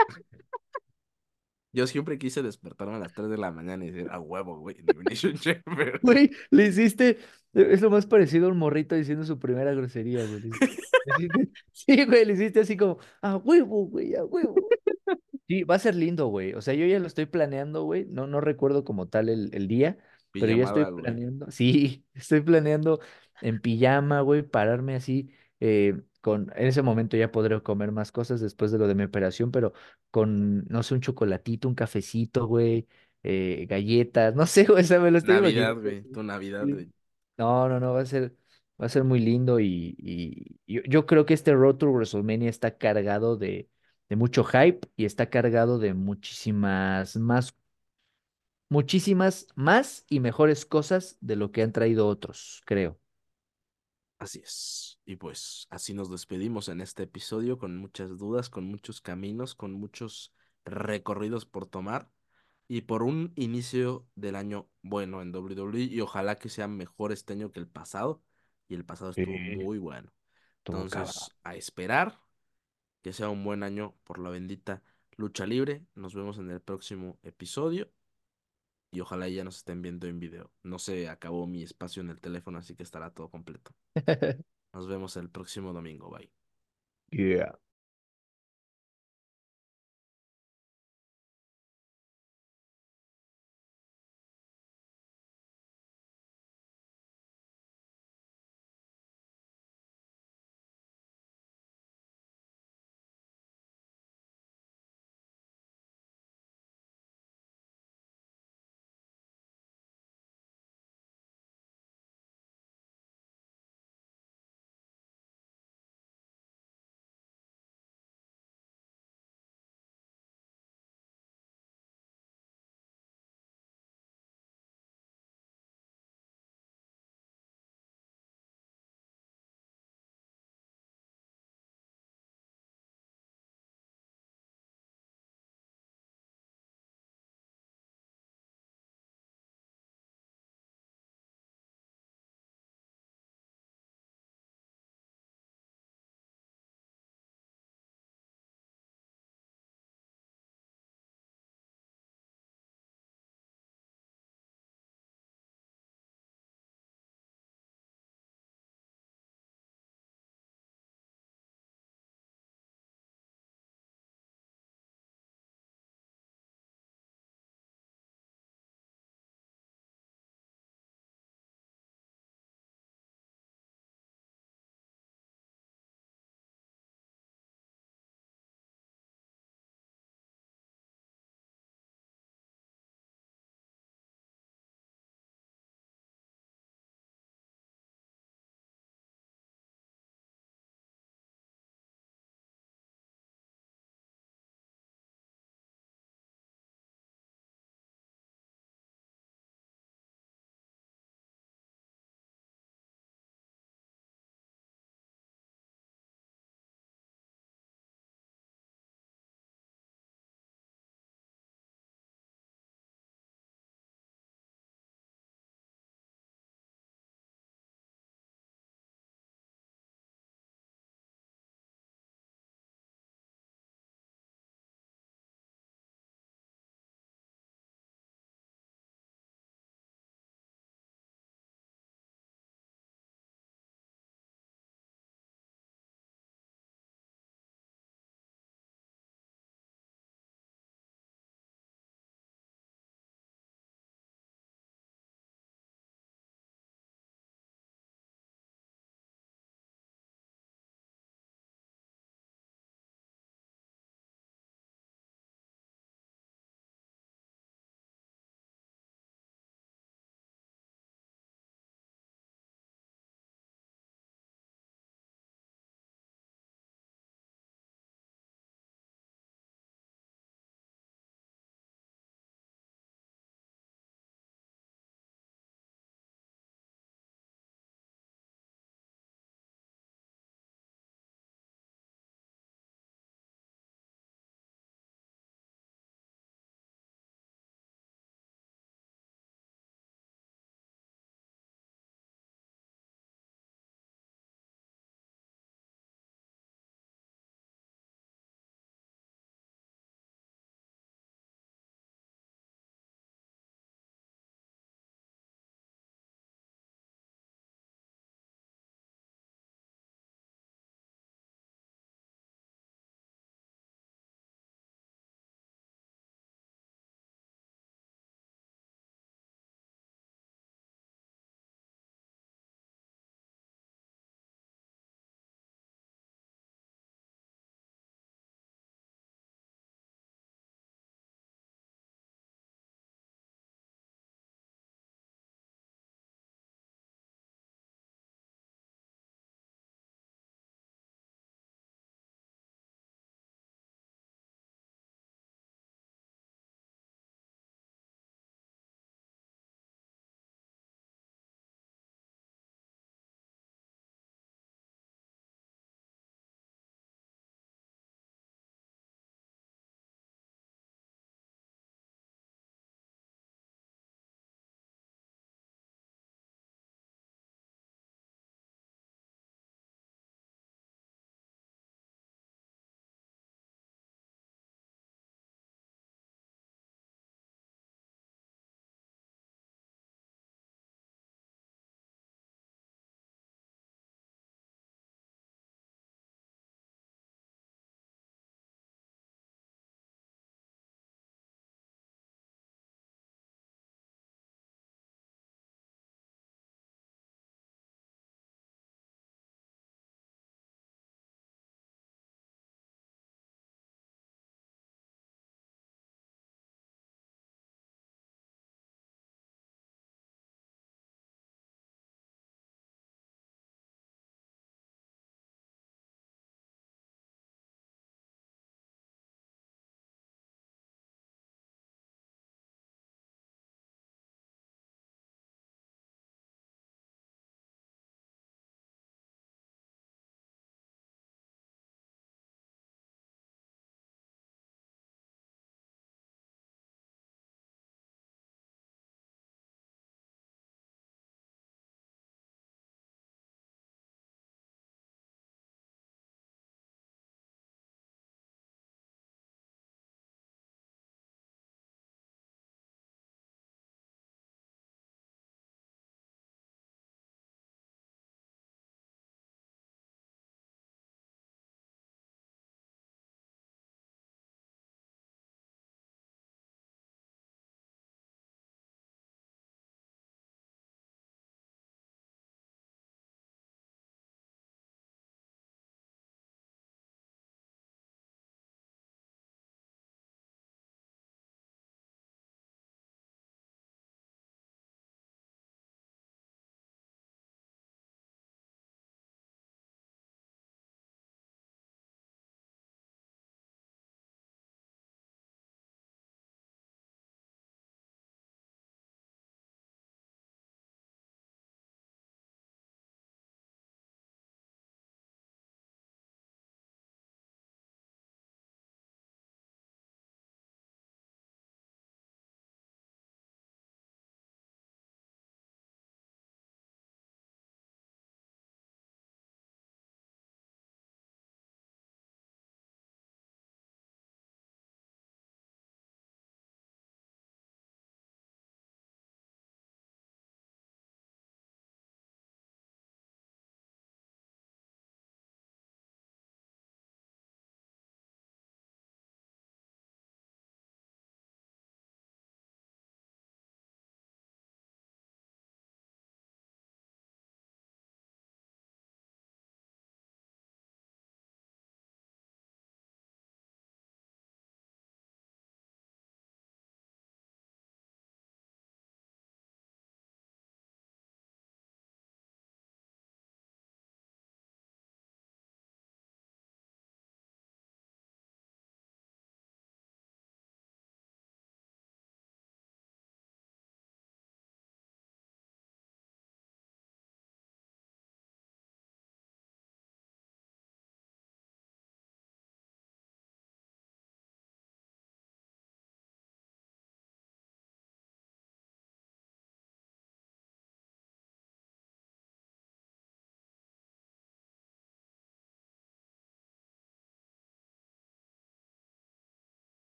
Yo siempre quise despertarme a las 3 de la mañana y decir, a huevo, güey, Elimination Chamber.
Güey, le hiciste, es lo más parecido a un morrito diciendo su primera grosería, güey. Sí, güey, le hiciste así como, a huevo, güey, a huevo. Sí, va a ser lindo, güey. O sea, yo ya lo estoy planeando, güey. No recuerdo como tal el día, pero ya estoy
Pijamada, güey.
planeando. Sí, estoy planeando en pijama, güey, pararme así. En ese momento ya podré comer más cosas después de lo de mi operación, pero con, no sé, un chocolatito, un cafecito, güey, galletas, no sé, güey, o sea, me lo estoy
Navidad,
imaginando.
güey, tu Navidad,
Sí.
güey.
No, no, no, va a ser muy lindo y yo creo que este Road to WrestleMania está cargado de mucho hype y está cargado de muchísimas más y mejores cosas de lo que han traído otros, creo.
Así es. Y pues así nos despedimos en este episodio con muchas dudas, con muchos caminos, con muchos recorridos por tomar y por un inicio del año bueno en WWE y ojalá que sea mejor este año que el pasado. Y el pasado estuvo
Sí,
muy bueno.
estuvo cabrón.
Entonces, a esperar que sea un buen año por la bendita lucha libre. Nos vemos en el próximo episodio y ojalá ya nos estén viendo en video. No se acabó mi espacio en el teléfono, así que estará todo completo. Nos vemos el próximo domingo. Bye.
Yeah.